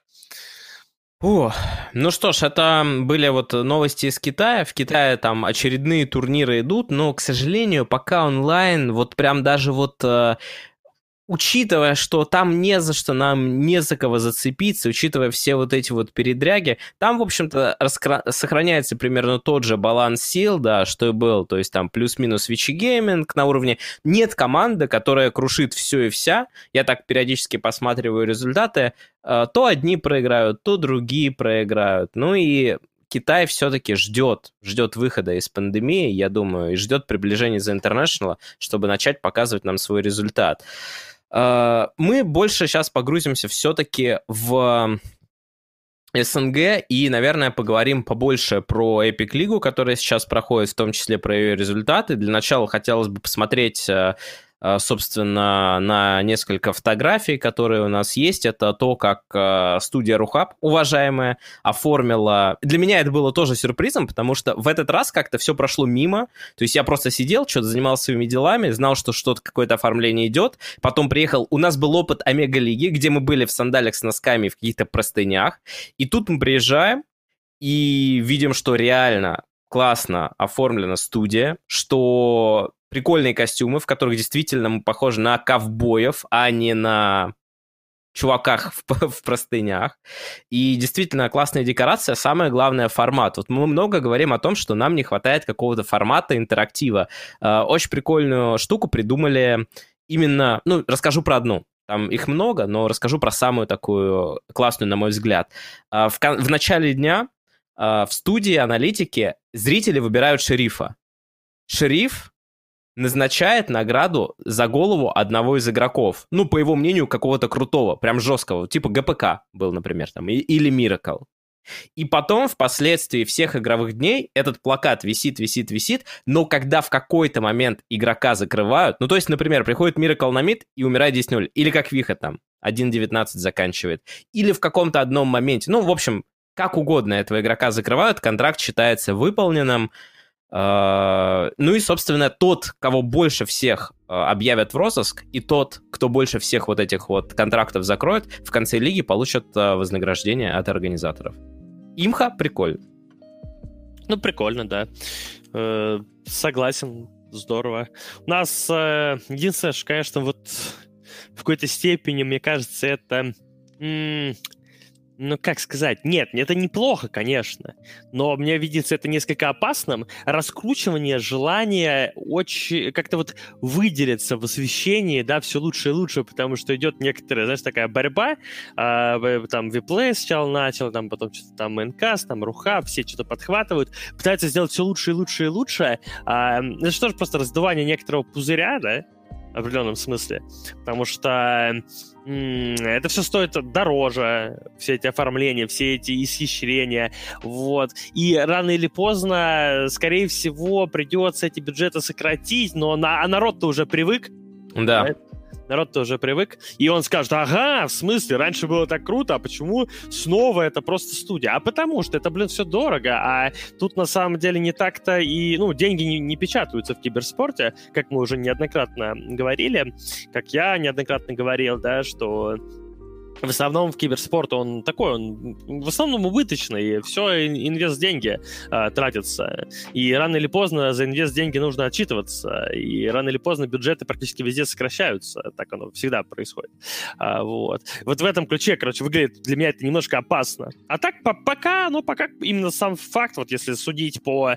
О, ну что ж, это были вот новости из Китая. В Китае там очередные турниры идут, но, к сожалению, пока онлайн, вот прям даже вот... Э, учитывая, что там не за что, нам не за кого зацепиться, учитывая все вот эти вот передряги, там, в общем-то, раскра... сохраняется примерно тот же баланс сил, да, что и был, то есть там плюс-минус Вичи Гейминг на уровне. Нет команды, которая крушит все и вся. Я так периодически посматриваю результаты. То одни проиграют, то другие проиграют. Ну и Китай все-таки ждет, ждет выхода из пандемии, я думаю, и ждет приближения The International, чтобы начать показывать нам свой результат. Мы больше сейчас погрузимся все-таки в СНГ и, наверное, поговорим побольше про Epic League, которая сейчас проходит, в том числе про ее результаты. Для начала хотелось бы посмотреть, собственно, на несколько фотографий, которые у нас есть. Это то, как студия Рухаб, уважаемая, оформила... Для меня это было тоже сюрпризом, потому что в этот раз как-то все прошло мимо. То есть я просто сидел, что-то занимался своими делами, знал, что что-то, какое-то оформление идет. Потом приехал... У нас был опыт Омега-лиги, где мы были в сандалях с носками в каких-то простынях. И тут мы приезжаем и видим, что реально классно оформлена студия, что... прикольные костюмы, в которых действительно мы похожи на ковбоев, а не на чуваках в, в простынях. И действительно классная декорация, самое главное — формат. Вот мы много говорим о том, что нам не хватает какого-то формата, интерактива. Очень прикольную штуку придумали именно... Ну, расскажу про одну. Там их много, но расскажу про самую такую классную, на мой взгляд. В, в начале дня в студии аналитики зрители выбирают шерифа. Шериф назначает награду за голову одного из игроков. Ну, по его мнению, какого-то крутого, прям жесткого. Типа ГПК был, например, там, или Miracle. И потом, впоследствии всех игровых дней, этот плакат висит, висит, висит, но когда в какой-то момент игрока закрывают, ну, то есть, например, приходит Miracle на мид и умирает десять ноль, или как Виха там, один девятнадцать заканчивает, или в каком-то одном моменте, ну, в общем, как угодно этого игрока закрывают, контракт считается выполненным. Uh, ну и, собственно, тот, кого больше всех uh, объявят в розыск, и тот, кто больше всех вот этих вот контрактов закроет, в конце лиги получат uh, вознаграждение от организаторов. Имха прикольно. Ну, прикольно, да. Э, согласен, здорово. У нас э, единственное, что, конечно, вот в какой-то степени, мне кажется, это... М- Ну, как сказать? Нет, это неплохо, конечно, но мне видится это несколько опасным. Раскручивание желания очень как-то вот выделиться в освещении, да, все лучше и лучше, потому что идет некоторая, знаешь, такая борьба. А, там Виплей сначала начал, там потом что-то там Энкас, там Руха, все что-то подхватывают, пытаются сделать все лучше и лучше и лучше. А, это что же просто раздувание некоторого пузыря, да? в определенном смысле, потому что м- это все стоит дороже, все эти оформления, все эти исхищрения, вот, и рано или поздно, скорее всего, придется эти бюджеты сократить, но на- а народ-то уже привык. Да. Right? Народ-то уже привык, и он скажет, ага, в смысле, раньше было так круто, а почему снова это просто студия? А потому что это, блин, все дорого, а тут на самом деле не так-то и, ну, деньги не, не печатаются в киберспорте, как мы уже неоднократно говорили, как я неоднократно говорил, да, что в основном в киберспорт он такой, он в основном убыточный, все инвест-деньги а, тратятся, и рано или поздно за инвест-деньги нужно отчитываться, и рано или поздно бюджеты практически везде сокращаются, так оно всегда происходит. А, вот. Вот в этом ключе, короче, выглядит для меня это немножко опасно. А так по- пока, ну пока именно сам факт, вот если судить по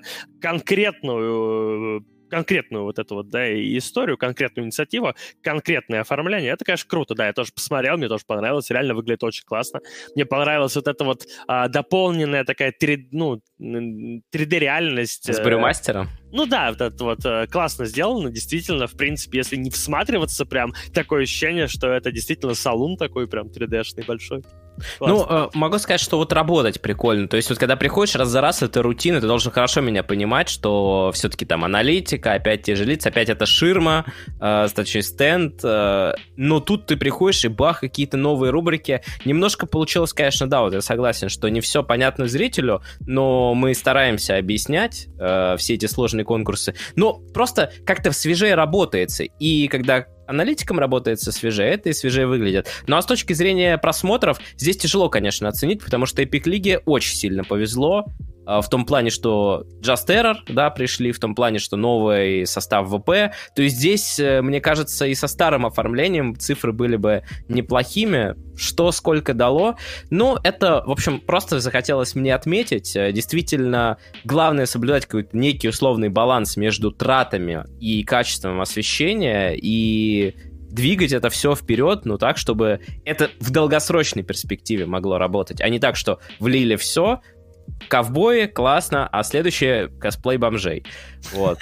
конкретную конкретную вот эту вот, да, историю, конкретную инициативу, конкретное оформление, это, конечно, круто, да, я тоже посмотрел, мне тоже понравилось, реально выглядит очень классно. Мне понравилась вот эта вот а, дополненная такая три дэ, ну, три дэ-реальность. С брюмастером? Ну да, вот это вот э, классно сделано, действительно, в принципе, если не всматриваться, прям такое ощущение, что это действительно салун такой прям три дэ-шный большой. Классно. Ну, э, могу сказать, что вот работать прикольно. То есть вот когда приходишь раз за раз, это рутина, ты должен хорошо меня понимать, что все-таки там аналитика, опять те же лица, опять это ширма, э, точнее стенд. Э, но тут ты приходишь и бах, какие-то новые рубрики. Немножко получилось, конечно, да, вот я согласен, что не все понятно зрителю, но мы стараемся объяснять э, все эти сложные конкурсы. Но просто как-то свежее работается. И когда аналитикам работается свежее, это и свежее выглядит. Ну а с точки зрения просмотров, здесь тяжело, конечно, оценить, потому что Epic League очень сильно повезло. В том плане, что Just Error, да, пришли, в том плане, что новый состав ВП. То есть здесь, мне кажется, и со старым оформлением цифры были бы неплохими. Что сколько дало. Но это, в общем, просто захотелось мне отметить. Действительно, главное соблюдать какой-то некий условный баланс между тратами и качеством освещения, и двигать это все вперед, ну так, чтобы это в долгосрочной перспективе могло работать, а не так, что влили все, ковбои, классно, а следующее косплей бомжей. Вот.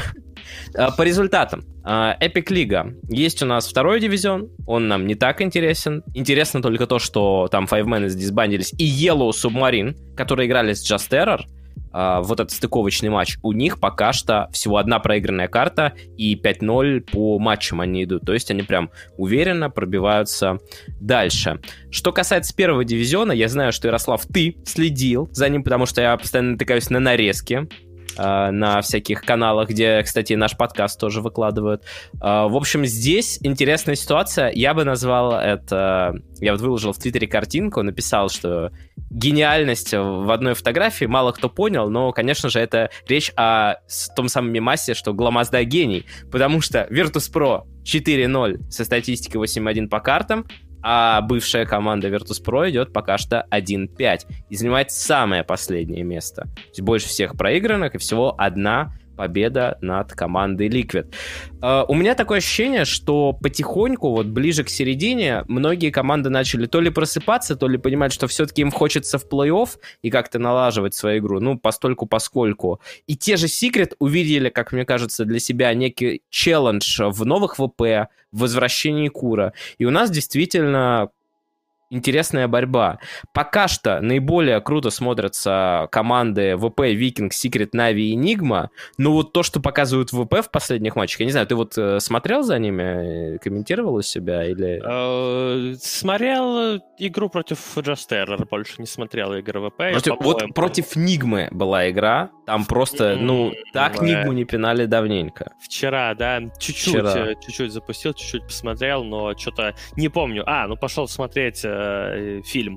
По результатам. Epic League. Есть у нас второй дивизион, он нам не так интересен. Интересно только то, что там Five Minutes дисбандились, и Yellow Submarine, которые играли с Just Error, вот этот стыковочный матч, у них пока что всего одна проигранная карта, и пять ноль по матчам они идут. То есть они прям уверенно пробиваются дальше. Что касается первого дивизиона, я знаю, что, Ярослав, ты следил за ним, потому что я постоянно натыкаюсь на нарезки на всяких каналах, где, кстати, наш подкаст тоже выкладывают. В общем, здесь интересная ситуация. Я бы назвал это... Я вот выложил в Твиттере картинку, написал, что гениальность в одной фотографии мало кто понял, но, конечно же, это речь о том самом мемасе, что Гламазда гений, потому что Virtus.pro четыре ноль со статистикой восемь один по картам, а бывшая команда Virtus.pro идет пока что один пять и занимает самое последнее место. То есть больше всех проигранных и всего одна победа над командой Liquid. Uh, у меня такое ощущение, что потихоньку, вот ближе к середине, многие команды начали то ли просыпаться, то ли понимать, что все-таки им хочется в плей-офф и как-то налаживать свою игру, ну, постольку-поскольку. И те же Secret увидели, как мне кажется, для себя некий челлендж в новых ВП, в возвращении Кура. И у нас действительно интересная борьба. Пока что наиболее круто смотрятся команды ВП, Викинг, Секрет, Нави и Enigma, но вот то, что показывают ВП в последних матчах, я не знаю, ты вот смотрел за ними, комментировал у себя или... Смотрел игру против Just Error, больше не смотрел игры ВП. Против, вот против Нигмы была игра, там просто, ну, так Нигму не пинали давненько. Вчера, да, чуть-чуть, Вчера. чуть-чуть запустил, чуть-чуть посмотрел, но что-то не помню. А, ну пошел смотреть фильм.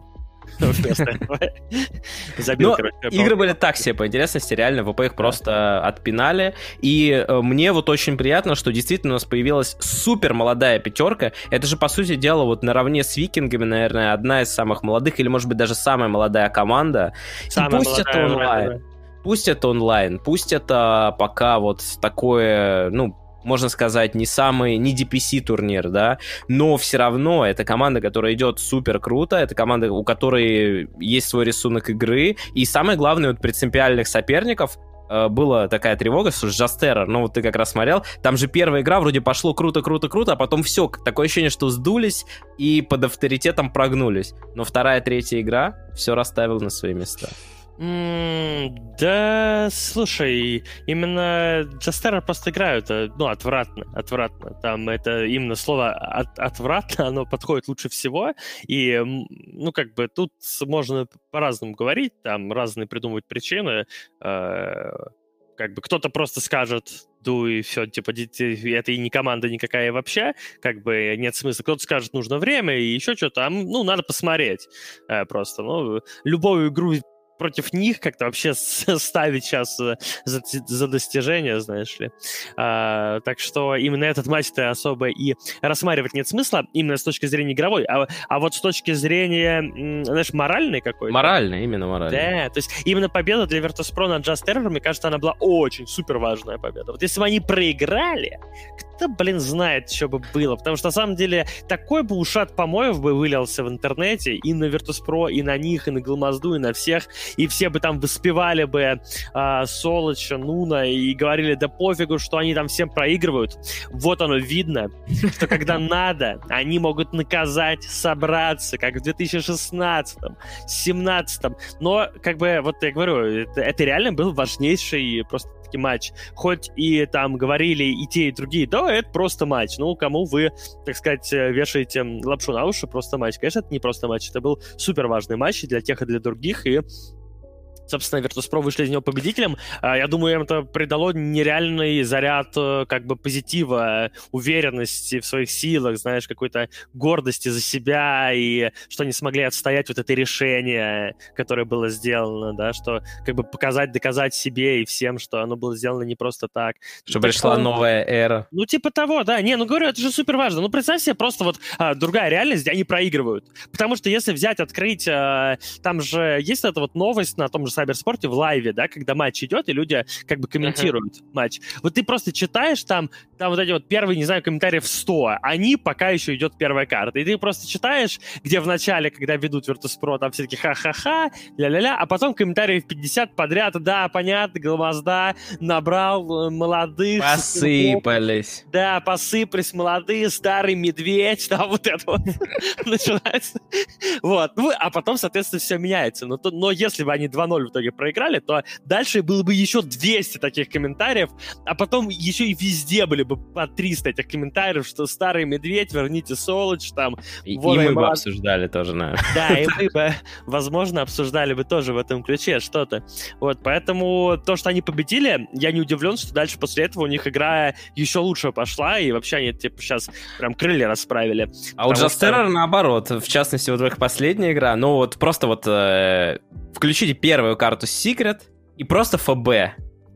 Забил, короче, игры были так себе по интересности, реально, ВП их просто отпинали. И мне вот очень приятно, что действительно у нас появилась супер молодая пятерка. Это же, по сути дела, вот наравне с Викингами, наверное, одна из самых молодых, или, может быть, даже самая молодая команда. Самая и пусть это онлайн. Да. Пусть это онлайн, пусть это пока вот такое, ну, можно сказать, не самый, не ди пи си-турнир, да, но все равно это команда, которая идет супер круто, это команда, у которой есть свой рисунок игры, и самое главное, вот принципиальных соперников э, была такая тревога, что Just Terror, ну вот ты как раз смотрел, там же первая игра вроде пошло круто-круто-круто, а потом все, такое ощущение, что сдулись и под авторитетом прогнулись. Но вторая, третья игра все расставила на свои места. Mm, да, слушай, именно Just Terror просто играют, ну, отвратно, отвратно. Там это именно слово от, отвратно, оно подходит лучше всего. И, ну, как бы тут можно по-разному говорить, там разные придумывать причины. Э, как бы кто-то просто скажет, ду и все, типа, это и не команда никакая вообще, как бы нет смысла. Кто-то скажет, нужно время и еще что-то, а, ну, надо посмотреть э, просто. Ну, любую игру против них как-то вообще ставить сейчас за, за достижение, знаешь ли. А, так что именно этот матч-то особо и рассматривать нет смысла, именно с точки зрения игровой. А, а вот с точки зрения, знаешь, моральной какой-то... Моральной, именно моральной. Да, то есть именно победа для Virtus.pro над Just Terror, мне кажется, она была очень супер важная победа. Вот если бы они проиграли, кто, блин, знает, что бы было. Потому что, на самом деле, такой бы ушат помоев бы вылился в интернете и на Virtus.pro, и на них, и на Глмазду, и на всех. И все бы там воспевали бы а, Солоча, Нуна и говорили, да пофигу, что они там всем проигрывают. Вот оно видно, что когда надо, они могут наказать, собраться, как в две тысячи шестнадцатом, семнадцатом. Но, как бы, вот я говорю, это, это реально был важнейший просто таки матч. Хоть и там говорили и те, и другие, да, это просто матч. Ну, кому вы, так сказать, вешаете лапшу на уши, просто матч. Конечно, это не просто матч, это был супер важный матч и для тех, и для других, и собственно, Virtus.pro вышли из него победителем. Я думаю, им это придало нереальный заряд как бы позитива, уверенности в своих силах, знаешь, какой-то гордости за себя, и что они смогли отстоять вот это решение, которое было сделано, да, что как бы показать, доказать себе и всем, что оно было сделано не просто так. Чтобы пришла что... новая эра. Ну, типа того, да. Не, ну, говорю, это же супер важно. Ну, представь себе просто вот а, другая реальность, где они проигрывают. Потому что если взять, открыть, а, там же есть эта вот новость на том же Cybersport в лайве, да, когда матч идет, и люди как бы комментируют uh-huh. матч. Вот ты просто читаешь там, там вот эти вот первые, не знаю, комментариев сто, они пока еще идет первая карта. И ты просто читаешь, где в начале, когда ведут Virtus.pro, там все таки ха-ха-ха, ля-ля-ля, а потом комментариев пятьдесят подряд, да, понятно, Глмазда набрал молодых. Посыпались. Да, посыпались молодые, старый медведь, там вот это вот начинается. Вот. Ну, а потом, соответственно, все меняется. Но, но если бы они два ноль в итоге проиграли, то дальше было бы еще двести таких комментариев, а потом еще и везде были бы по триста этих комментариев, что старый медведь, верните Солоч, там... И, вот, и мы бы мало... обсуждали тоже, наверное. Да, и мы бы, возможно, обсуждали бы тоже в этом ключе что-то. Вот, поэтому то, что они победили, я не удивлен, что дальше после этого у них игра еще лучше пошла, и вообще они, типа, сейчас прям крылья расправили. А у Just Terror что... наоборот, в частности, вот их последняя игра, ну вот просто вот э, включите первую карту Secret и просто эф бэ.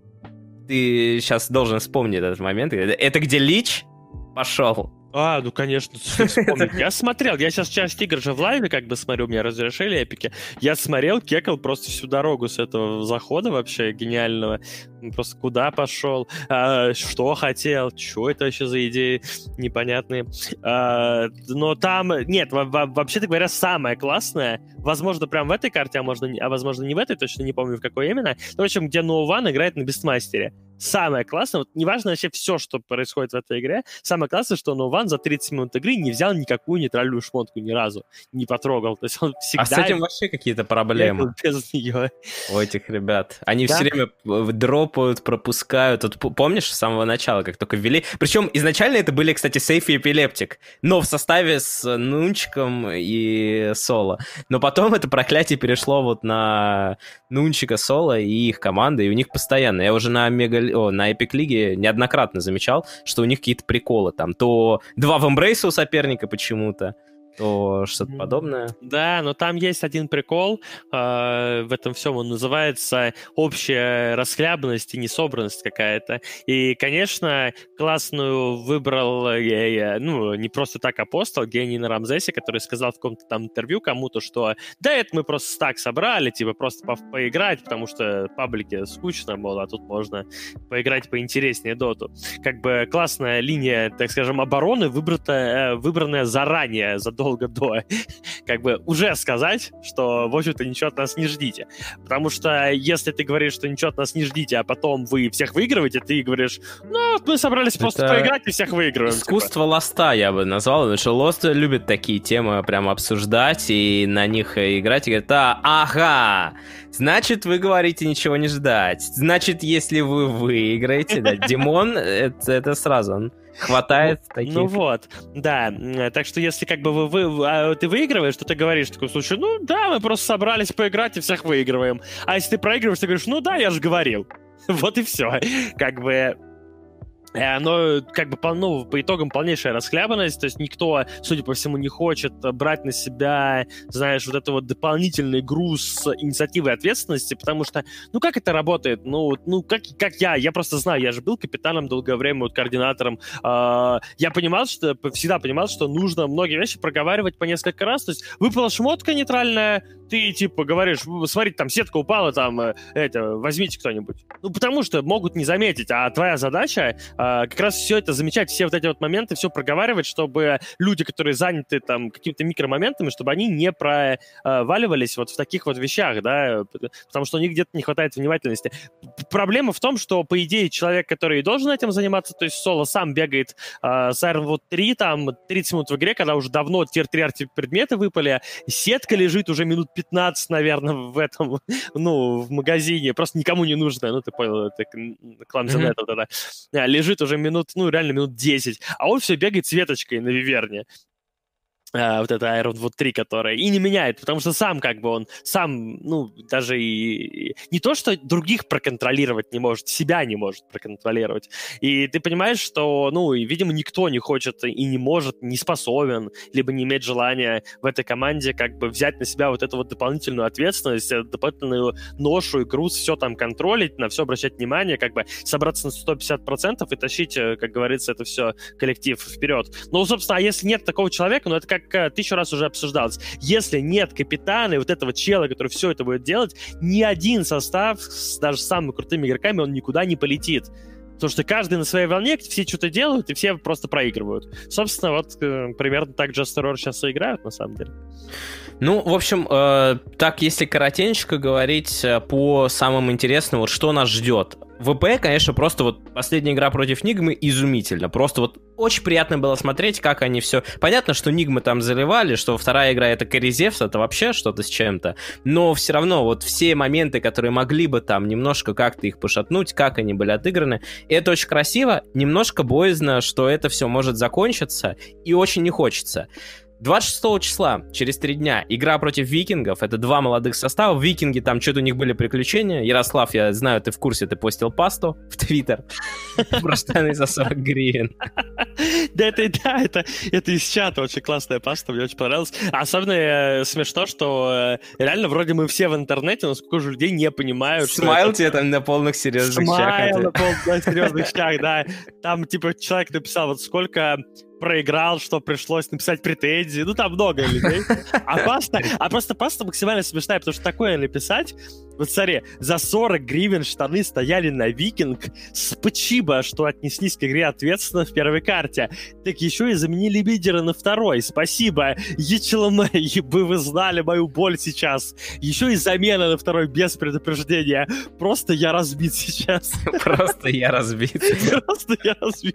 Ты сейчас должен вспомнить этот момент. Это где Лич пошел. А, ну, конечно, я смотрел, я сейчас часть игр же в лайве как бы смотрю, мне разрешили эпики. Я смотрел, кекал просто всю дорогу с этого захода вообще гениального. Просто куда пошел, а, что хотел, что это вообще за идеи непонятные. А, но там, нет, вообще-то говоря, самое классное, возможно, прям в этой карте, а, можно, а возможно не в этой, точно не помню в какой именно, в общем, где No One играет на Бестмастере. Самое классное, вот неважно вообще все, что происходит в этой игре, самое классное, что No One за тридцать минут игры не взял никакую нейтральную шмотку ни разу, не потрогал. То есть он всегда... А с этим вообще какие-то проблемы без нее. У этих ребят. Они да? все время дропают, пропускают. Вот помнишь, с самого начала, как только ввели... Причем изначально это были, кстати, Сейф и Эпилептик, но в составе с Нунчиком и Соло. Но потом это проклятие перешло вот на Нунчика, Соло и их команды, и у них постоянно. Я уже на Мега... О, на Epic League неоднократно замечал, что у них какие-то приколы там. То два в эмбрейса у соперника почему-то, то что-то подобное. Да, но там есть один прикол э, в этом всем, он называется общая расхлябанность и несобранность какая-то. И, конечно, классную выбрал, э, ну, не просто так Апостол, гений на Рамзесе, который сказал в каком-то там интервью кому-то, что да, это мы просто так собрали, типа просто по- поиграть, потому что в паблике скучно, мол, а тут можно поиграть поинтереснее доту. Как бы классная линия, так скажем, обороны, выбрата, э, выбранная заранее, задолго задолго до, как бы уже сказать, что, в общем-то, ничего от нас не ждите. Потому что если ты говоришь, что ничего от нас не ждите, а потом вы всех выигрываете, ты говоришь, ну, мы собрались это просто поиграть и всех выигрываем. Искусство типа. Лоста я бы назвал, потому что Лост любит такие темы прям обсуждать и на них играть, и говорит, а, ага, значит, вы говорите ничего не ждать. Значит, если вы выиграете, да, Димон, это, это сразу он хватает ну, таких. Ну вот, да. Так что если как бы вы, вы, ты выигрываешь, то ты говоришь в таком случае, ну да, мы просто собрались поиграть и всех выигрываем. А если ты проигрываешь, ты говоришь, ну да, я же говорил. Вот и все. Как бы... Оно как бы ну, по итогам полнейшая расхлябанность, то есть никто, судя по всему, не хочет брать на себя, знаешь, вот это вот дополнительный груз инициативы и ответственности, потому что, ну как это работает? Ну, ну как, как я, я просто знаю, я же был капитаном долгое время, вот координатором, э, я понимал, что, всегда понимал, что нужно многие вещи проговаривать по несколько раз, то есть выпала шмотка нейтральная, ты типа говоришь, смотри, там сетка упала, там, это, возьмите кто-нибудь. Ну потому что могут не заметить, а твоя задача как раз все это замечать, все вот эти вот моменты, все проговаривать, чтобы люди, которые заняты там какими-то микромоментами, чтобы они не проваливались вот в таких вот вещах, да, потому что у них где-то не хватает внимательности. Проблема в том, что, по идее, человек, который должен этим заниматься, то есть соло сам бегает э, с Iron вот три, там, тридцать минут в игре, когда уже давно тир-три предметы выпали, сетка лежит уже минут пятнадцать, наверное, в этом, ну, в магазине, просто никому не нужно, ну, ты понял, это кланзенет, mm-hmm. вот это, лежит уже минут, ну, реально минут десять, а он все бегает с веточкой на виверне. Uh, вот это Iron вот три, которая, и не меняет, потому что сам как бы он, сам, ну, даже и, и не то, что других проконтролировать не может, себя не может проконтролировать. И ты понимаешь, что, ну, и, видимо, никто не хочет и не может, не способен, либо не имеет желания в этой команде как бы взять на себя вот эту вот дополнительную ответственность, дополнительную ношу и груз, все там контролить, на все обращать внимание, как бы собраться на сто пятьдесят процентов и тащить, как говорится, это все коллектив вперед. Ну, собственно, а если нет такого человека, ну, это как как тысячу раз уже обсуждалось. Если нет капитана и вот этого чела, который все это будет делать, ни один состав, даже с самыми крутыми игроками, он никуда не полетит. Потому что каждый на своей волне, все что-то делают, и все просто проигрывают. Собственно, вот э, примерно так Just Roar сейчас и играют, на самом деле. Ну, в общем, э, так, если коротенько говорить по самым интересным, вот что нас ждет. ВП, конечно, просто вот последняя игра против Нигмы изумительно. Просто вот очень приятно было смотреть, как они все... Понятно, что Нигмы там заливали, что вторая игра — это Коризевс, это вообще что-то с чем-то. Но все равно вот все моменты, которые могли бы там немножко как-то их пошатнуть, как они были отыграны, это очень красиво. Немножко боязно, что это все может закончиться, и очень не хочется. двадцать шестого числа, через три дня, игра против Викингов. Это два молодых состава. Викинги, там что-то у них были приключения. Ярослав, я знаю, ты в курсе, ты постил пасту в Твиттер. Про штаны за сорок гривен. Да, это да, это это из чата очень классная паста, мне очень понравилась. Особенно смешно, что реально вроде мы все в интернете, но сколько же людей не понимают. Смайл тебе там на полных серьезных щах. Смайл на полных серьезных щах, да. Там типа человек написал, вот сколько... проиграл, что пришлось написать претензии. Ну, там много людей. А, паста, а просто паста максимально смешная, потому что такое написать... Вот смотри, за сорок гривен штаны стояли на Викинг. Спасибо, что отнеслись к игре ответственно в первой карте. Так еще и заменили лидера на второй. Спасибо. ЕЧЛМ, бы вы знали мою боль сейчас. Еще и замена на второй без предупреждения. Просто я разбит сейчас. Просто я разбит. Просто я разбит.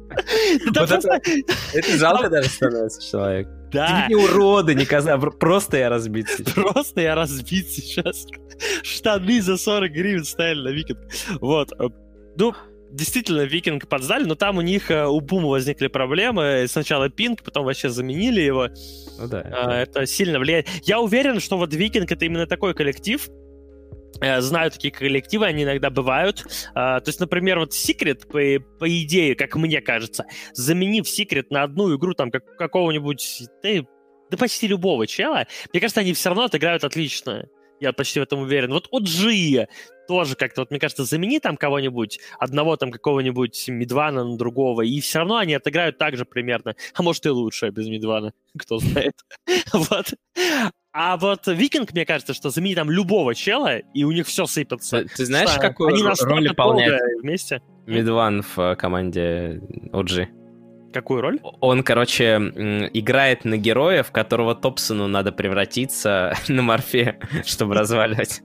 Это жалко даже становится человек. Да. Не уроды, не коза, просто я разбит сейчас. Просто я разбит сейчас. Штаны за сорок гривен стояли на Викинг. Вот. Ну, действительно, Викинг подсдали, но там у них, у Бума возникли проблемы. Сначала пинг, потом вообще заменили его. Ну да. Это, это сильно влияет. Я уверен, что вот Викинг — это именно такой коллектив. Знаю такие коллективы, они иногда бывают. Uh, то есть, например, вот Secret, по, по идее, как мне кажется, заменив Secret на одну игру там как, какого-нибудь, да, да почти любого чела, мне кажется, они все равно отыграют отлично. Я почти в этом уверен. Вот о джи тоже как-то, вот мне кажется, замени там кого-нибудь, одного там какого-нибудь Мидвана на другого, и все равно они отыграют так же примерно. А может и лучше без Мидвана, кто знает. Вот. А вот Викинг, мне кажется, что замени там любого чела, и у них все сыпется. Ты знаешь, что какую они роль выполняет вместе? Мидван в команде о джи? Какую роль? Он, короче, играет на героя, в которого Топсону надо превратиться на морфе, чтобы разваливать.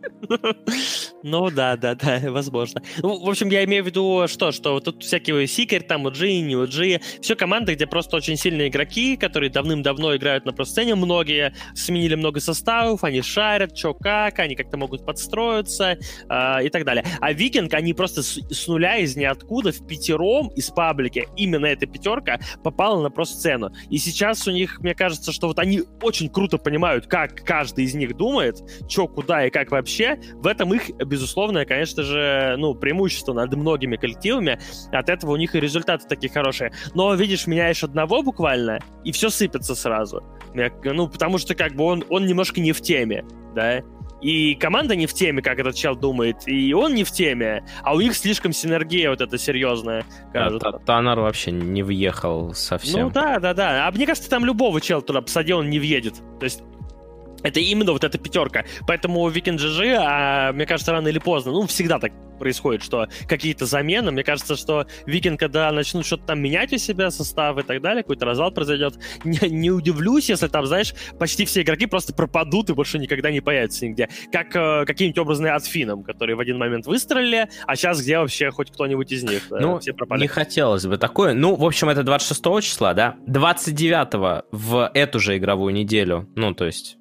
Ну да, да, да, возможно. Ну, в общем, я имею в виду, что, что тут всякие Секрет, там, о джи, не о джи, все команды, где просто очень сильные игроки, которые давным-давно играют на про-сцене, многие сменили много составов, они шарят, что как, они как-то могут подстроиться э, и так далее. А Викинг, они просто с, с нуля, из ниоткуда, в пятером из паблики, именно эта пятерка попала на про-сцену. И сейчас у них, мне кажется, что вот они очень круто понимают, как каждый из них думает, что, куда и как вообще. В этом их, безусловно, конечно же, ну, преимущество над многими коллективами. От этого у них и результаты такие хорошие. Но, видишь, меняешь одного буквально, и все сыпется сразу. Ну, потому что как бы он, он немножко не в теме, да. И команда не в теме, как этот чел думает, и он не в теме, а у них слишком синергия вот эта серьезная, кажется. Да, Таннер вообще не въехал совсем. Ну да, да, да. А мне кажется, там любого чела туда посадил, он не въедет. То есть это именно вот эта пятерка. Поэтому Weekend джи джи, а, мне кажется, рано или поздно, ну, всегда так происходит, что какие-то замены. Мне кажется, что Weekend, когда начнут что-то там менять у себя, составы и так далее, какой-то развал произойдет, не, не удивлюсь, если там, знаешь, почти все игроки просто пропадут и больше никогда не появятся нигде. Как э, какие-нибудь образные от Финном, которые в один момент выстрелили, а сейчас где вообще хоть кто-нибудь из них? Ну, все пропали. Не хотелось бы такое. Ну, в общем, это двадцать шестого числа, да? двадцать девятого в эту же игровую неделю, ну, то есть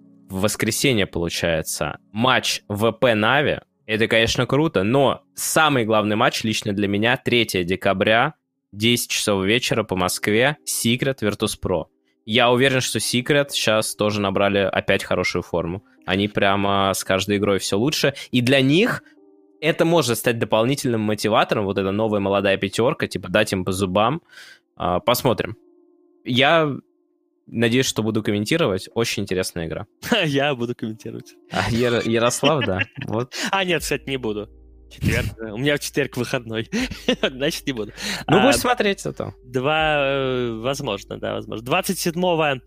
в воскресенье, получается, матч ВП Нави. Это, конечно, круто, но самый главный матч лично для меня третьего декабря, десять часов вечера по Москве, Secret Virtus.pro. Я уверен, что Secret сейчас тоже набрали опять хорошую форму. Они прямо с каждой игрой все лучше. И для них это может стать дополнительным мотиватором, вот эта новая молодая пятерка, типа дать им по зубам. Посмотрим. Я... Надеюсь, что буду комментировать. Очень интересная игра. Я буду комментировать. А Яр- Ярослав, да. Вот. А нет, кстати, не буду. Четверг. У меня в четверг выходной. Значит, не буду. Ну, будешь смотреть зато. Два, возможно, да, возможно. двадцать седьмого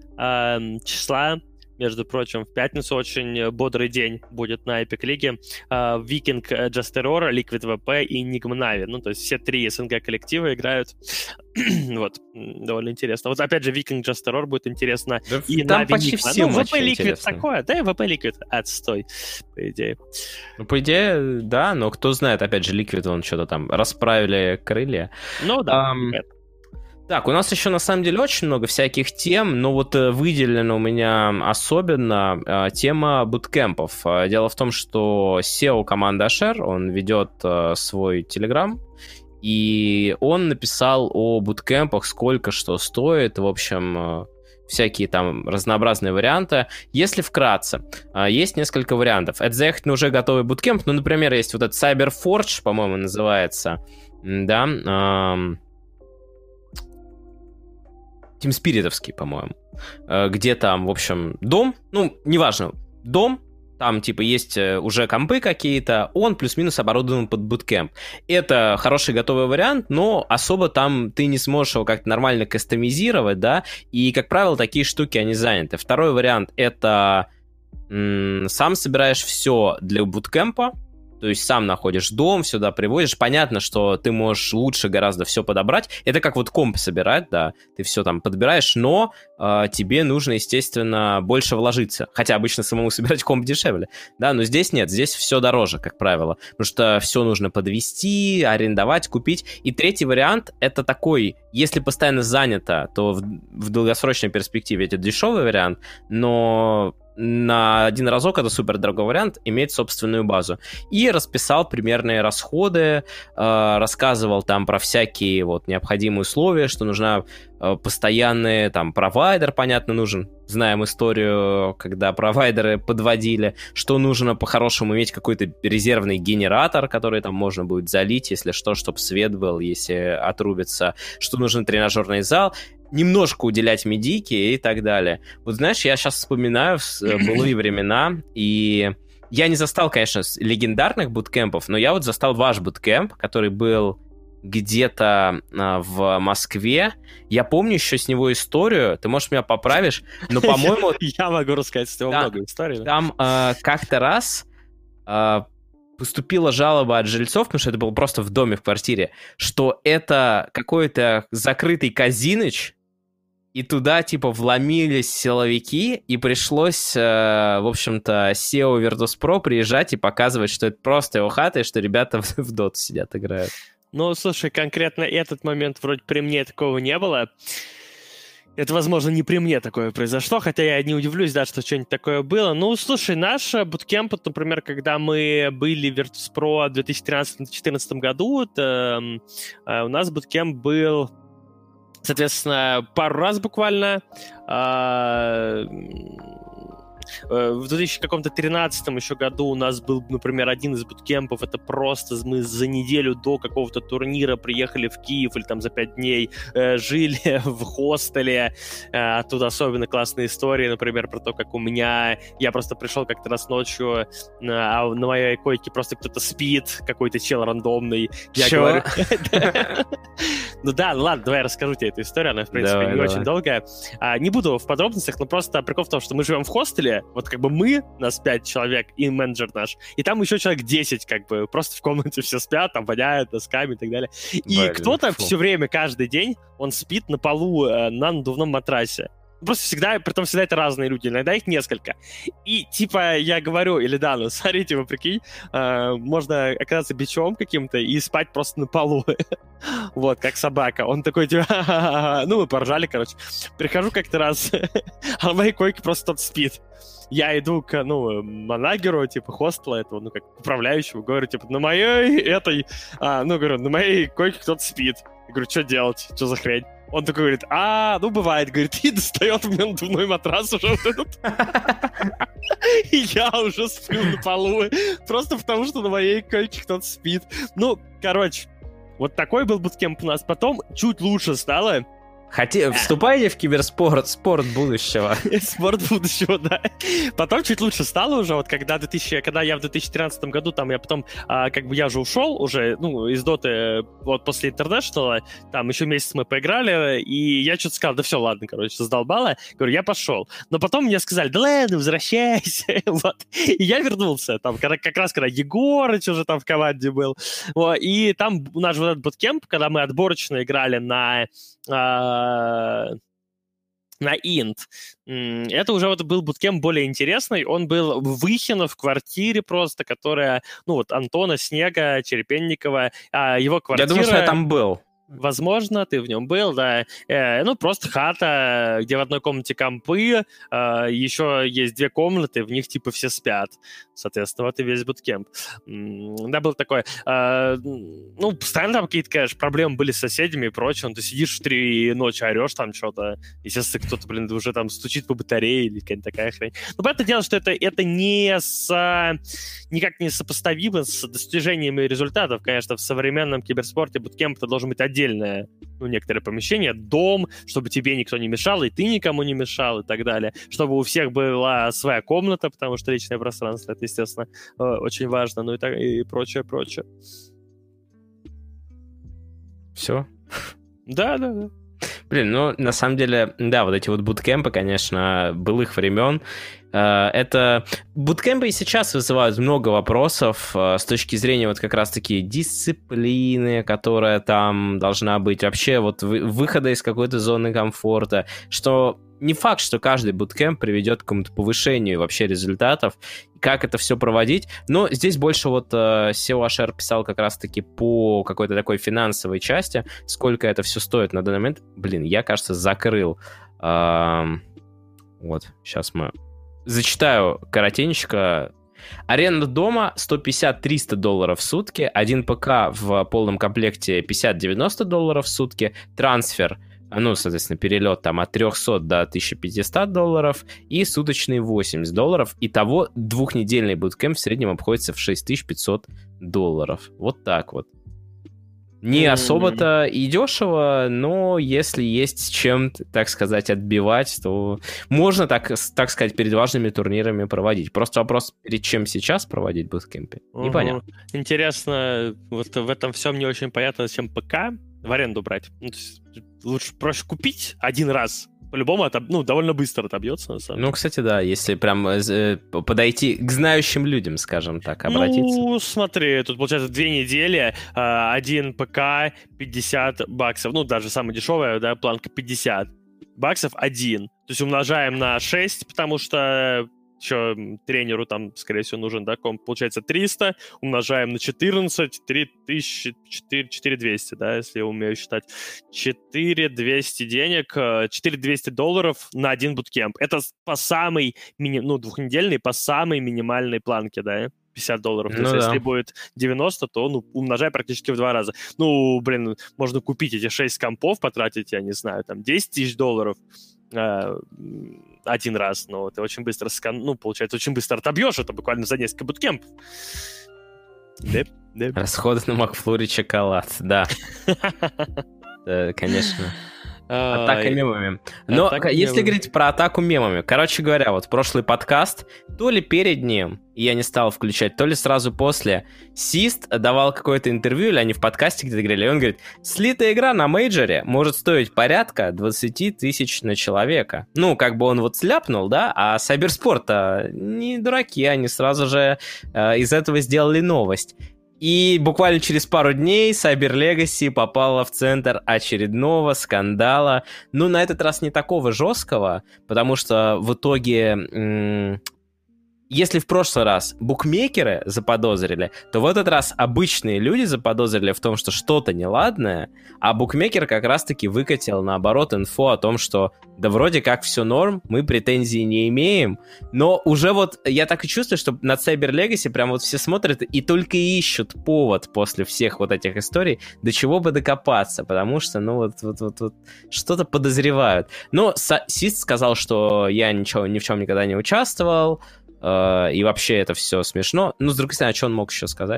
числа, между прочим, в пятницу очень бодрый день будет на Epic League. Викинг, Just Terror, Liquid ви пи и Enigma Na'Vi. Ну, то есть все три СНГ коллектива играют. Вот, довольно интересно. Вот опять же, Викинг, Just Terror будет интересно. Да, и там Na'Vi, почти Enigma. Все ну, матчи ви пи Liquid интересны. Такое, да, и ви пи Liquid отстой, по идее. Ну, по идее, да, но кто знает, опять же, Liquid, он что-то там расправили крылья. Ну, да, um, Так, у нас еще на самом деле очень много всяких тем, но вот э, выделена у меня особенно э, тема буткемпов. Э, дело в том, что сео команды Ашер, он ведет э, свой телеграм, и он написал о буткемпах, сколько что стоит, в общем, э, всякие там разнообразные варианты. Если вкратце, э, есть несколько вариантов. Это заехать на уже готовый буткемп, ну, например, есть вот этот Cyberforge, по-моему, называется, да, э, Тимспиритовский, по-моему, где там, в общем, дом, ну, неважно, дом, там, типа, есть уже компы какие-то, он плюс-минус оборудован под буткемп. Это хороший готовый вариант, но особо там ты не сможешь его как-то нормально кастомизировать, да, и, как правило, такие штуки, они заняты. Второй вариант — это м- сам собираешь все для буткемпа, то есть сам находишь дом, сюда привозишь. Понятно, что ты можешь лучше гораздо все подобрать. Это как вот комп собирать, да, ты все там подбираешь, но э, тебе нужно, естественно, больше вложиться. Хотя обычно самому собирать комп дешевле, да, но здесь нет, здесь все дороже, как правило, потому что все нужно подвести, арендовать, купить. И третий вариант — это такой, если постоянно занято, то в, в долгосрочной перспективе это дешевый вариант, но на один разок это супер дорогой вариант, иметь собственную базу. И расписал примерные расходы, э, рассказывал там про всякие вот необходимые условия, что нужна э, постоянный там провайдер, понятно, нужен. Знаем историю, когда провайдеры подводили, что нужно по-хорошему иметь какой-то резервный генератор, который там можно будет залить, если что, чтобы свет был, если отрубится, что нужен тренажерный зал, немножко уделять медике и так далее. Вот знаешь, я сейчас вспоминаю былые времена, и я не застал, конечно, легендарных буткемпов, но я вот застал ваш буткемп, который был где-то а, в Москве. Я помню еще с него историю, ты, может, меня поправишь, но, по-моему... Я могу рассказать с него много историй. Там как-то раз поступила жалоба от жильцов, потому что это было просто в доме, в квартире, что это какой-то закрытый казиныч, и туда, типа, вломились силовики, и пришлось, э, в общем-то, сео Virtus.pro приезжать и показывать, что это просто его хата, и что ребята в, в доту сидят, играют. Ну, слушай, конкретно этот момент вроде при мне такого не было. Это, возможно, не при мне такое произошло, хотя я не удивлюсь, да, что что-нибудь такое было. Ну, слушай, наш буткемп, например, когда мы были в Virtus.pro в две тысячи тринадцатом - две тысячи четырнадцатом году, это, э, у нас буткемп был, соответственно, пару раз буквально. Э, В две тысячи тринадцатом еще году у нас был, например, один из буткемпов. Это просто мы за неделю до какого-то турнира приехали в Киев, или там за пять дней э, жили в хостеле. Э, оттуда особенно классные истории, например, про то, как у меня... Я просто пришел как-то раз ночью, э, а на моей койке просто кто-то спит, какой-то чел рандомный. Я Чё? говорю... Ну да, ладно, давай я расскажу тебе эту историю. Она, в принципе, не очень долгая. Не буду в подробностях, но просто прикол в том, что мы живем в хостеле. Вот как бы мы, нас пять человек, и менеджер наш, и там еще человек десять, как бы, просто в комнате все спят, там воняют носками и так далее. И Блин, кто-то фу. все время, каждый день, он спит на полу э, на надувном матрасе. Просто всегда, притом всегда это разные люди, иногда их несколько. И типа я говорю Илидану, смотрите, вы прикинь, э, можно оказаться бичом каким-то и спать просто на полу. Вот, как собака. Он такой, типа, ну, мы поржали, короче. Прихожу как-то раз, а на моей койке просто тот спит. Я иду к, ну, манагеру, типа, хостела этого, ну, как управляющему, говорю, типа, на моей этой, а, ну, говорю, на моей койке кто-то спит. Я говорю, что делать? Что за хрень? Он такой говорит, а, ну, бывает, говорит, и достает у меня надувной матрас уже вот этот. И я уже сплю на полу, просто потому что на моей койке кто-то спит. Ну, короче, вот такой был буткемп у нас. Потом чуть лучше стало. Хоте... Вступайте в киберспорт, спорт будущего. Спорт будущего, да. Потом чуть лучше стало уже, вот когда, две тысячи, когда я в две тысячи тринадцатом году, там я потом, а, как бы я же ушел уже, ну, из доты, вот после International, там еще месяц мы поиграли, и я что-то сказал, да все, ладно, короче, задолбало, говорю, я пошел. Но потом мне сказали, да ладно, возвращайся, вот. И я вернулся, там, когда, как раз, когда Егорыч уже там в команде был, вот, и там у нас же вот этот буткемп, когда мы отборочно играли на... на Инт. Это уже вот был буткемп более интересный. Он был в Выхино, в квартире просто, которая, ну вот, Антона Снега, Черепенникова, его квартира... Я думаю, что я там был. Возможно, ты в нем был, да. Э, ну, просто хата, где в одной комнате компы, э, еще есть две комнаты, в них, типа, все спят. Соответственно, вот и весь буткемп. М-м, да, был такой... Э, ну, постоянно там какие-то, конечно, проблемы были с соседями и прочее. Ну, ты сидишь в три ночи, орешь там что-то. Естественно, кто-то, блин, уже там стучит по батарее или какая-то такая хрень. Но понятное дело, что это, это не с... никак не сопоставимо с достижениями результатов. Конечно, в современном киберспорте буткемп это должен быть отдельное, ну, некоторое помещение, дом, чтобы тебе никто не мешал, и ты никому не мешал, и так далее. Чтобы у всех была своя комната, потому что личное пространство, это, естественно, очень важно, ну и, так, и прочее, прочее. Все? Да, да, да. Блин, ну, на самом деле, да, вот эти вот буткемпы, конечно, былых времен, это... Буткемпы и сейчас вызывают много вопросов с точки зрения вот как раз-таки дисциплины, которая там должна быть, вообще вот выхода из какой-то зоны комфорта, что не факт, что каждый буткемп приведет к какому-то повышению вообще результатов, как это все проводить, но здесь больше вот сео Ашер писал как раз-таки по какой-то такой финансовой части, сколько это все стоит на данный момент. Блин, я, кажется, закрыл. Вот, сейчас мы... Зачитаю коротенько. Аренда дома сто пятьдесят - триста долларов в сутки. Один ПК в полном комплекте пятьдесят - девяносто долларов в сутки. Трансфер, ну, соответственно, перелет там от трехсот до тысячи пятисот долларов. И суточные восемьдесят долларов. Итого двухнедельный буткемп в среднем обходится в шесть тысяч пятьсот долларов. Вот так вот. Не особо-то и дешево, но если есть с чем, так сказать, отбивать, то можно, так, так сказать, перед важными турнирами проводить. Просто вопрос, перед чем сейчас проводить буткемпы, угу. Непонятно. Интересно, вот в этом всем не очень понятно, зачем ПК в аренду брать. Ну, то есть лучше проще купить один раз по-любому отоб... ну, довольно быстро отобьется, на самом деле. Ну, кстати, да, если прям э, подойти к знающим людям, скажем так, обратиться. Ну, смотри, тут, получается, две недели, э, один ПК, пятьдесят баксов, ну, даже самая дешевая, да, планка пятьдесят баксов один. То есть умножаем на шесть, потому что еще тренеру там, скорее всего, нужен, да, комп, получается триста, умножаем на четырнадцать, три тысячи, четыре тысячи двести, да, если я умею считать. четыре тысячи двести денег, четыре тысячи двести долларов на один буткемп. Это по самой, мини... ну, двухнедельной, по самой минимальной планке, да, пятьдесят долларов. То ну, есть, да. если будет девяносто, то, ну, умножай практически в два раза. Ну, блин, можно купить эти шесть компов, потратить, я не знаю, там, десять тысяч долларов, э, один раз, но ты очень быстро скан... ну, получается, очень быстро отобьешь это буквально за несколько буткемпов. Деп, деп. Расходы на Макфлури шоколад, да. Конечно. Атака мемами. Но Атака если мемами. говорить про атаку мемами, короче говоря, вот прошлый подкаст, то ли перед ним, и я не стал включать, то ли сразу после, Сист давал какое-то интервью, или они в подкасте где-то говорили, и он говорит, слитая игра на мейджоре может стоить порядка двадцать тысяч на человека. Ну, как бы он вот сляпнул, да, а Сайберспорт-то не дураки, они сразу же э, из этого сделали новость. И буквально через пару дней Cyber Legacy попала в центр очередного скандала. Ну, на этот раз не такого жесткого, потому что в итоге... М- Если в прошлый раз букмекеры заподозрили, то в этот раз обычные люди заподозрили в том, что что-то неладное, а букмекер как раз-таки выкатил, наоборот, инфу о том, что да вроде как все норм, мы претензий не имеем, но уже вот я так и чувствую, что на Cyber Legacy прям вот все смотрят и только ищут повод после всех вот этих историй, до чего бы докопаться, потому что, ну, вот, вот, вот, вот что-то подозревают. Но Сист сказал, что я ничего, ни в чем никогда не участвовал, и вообще это все смешно. Ну, с другой стороны, а что он мог еще сказать?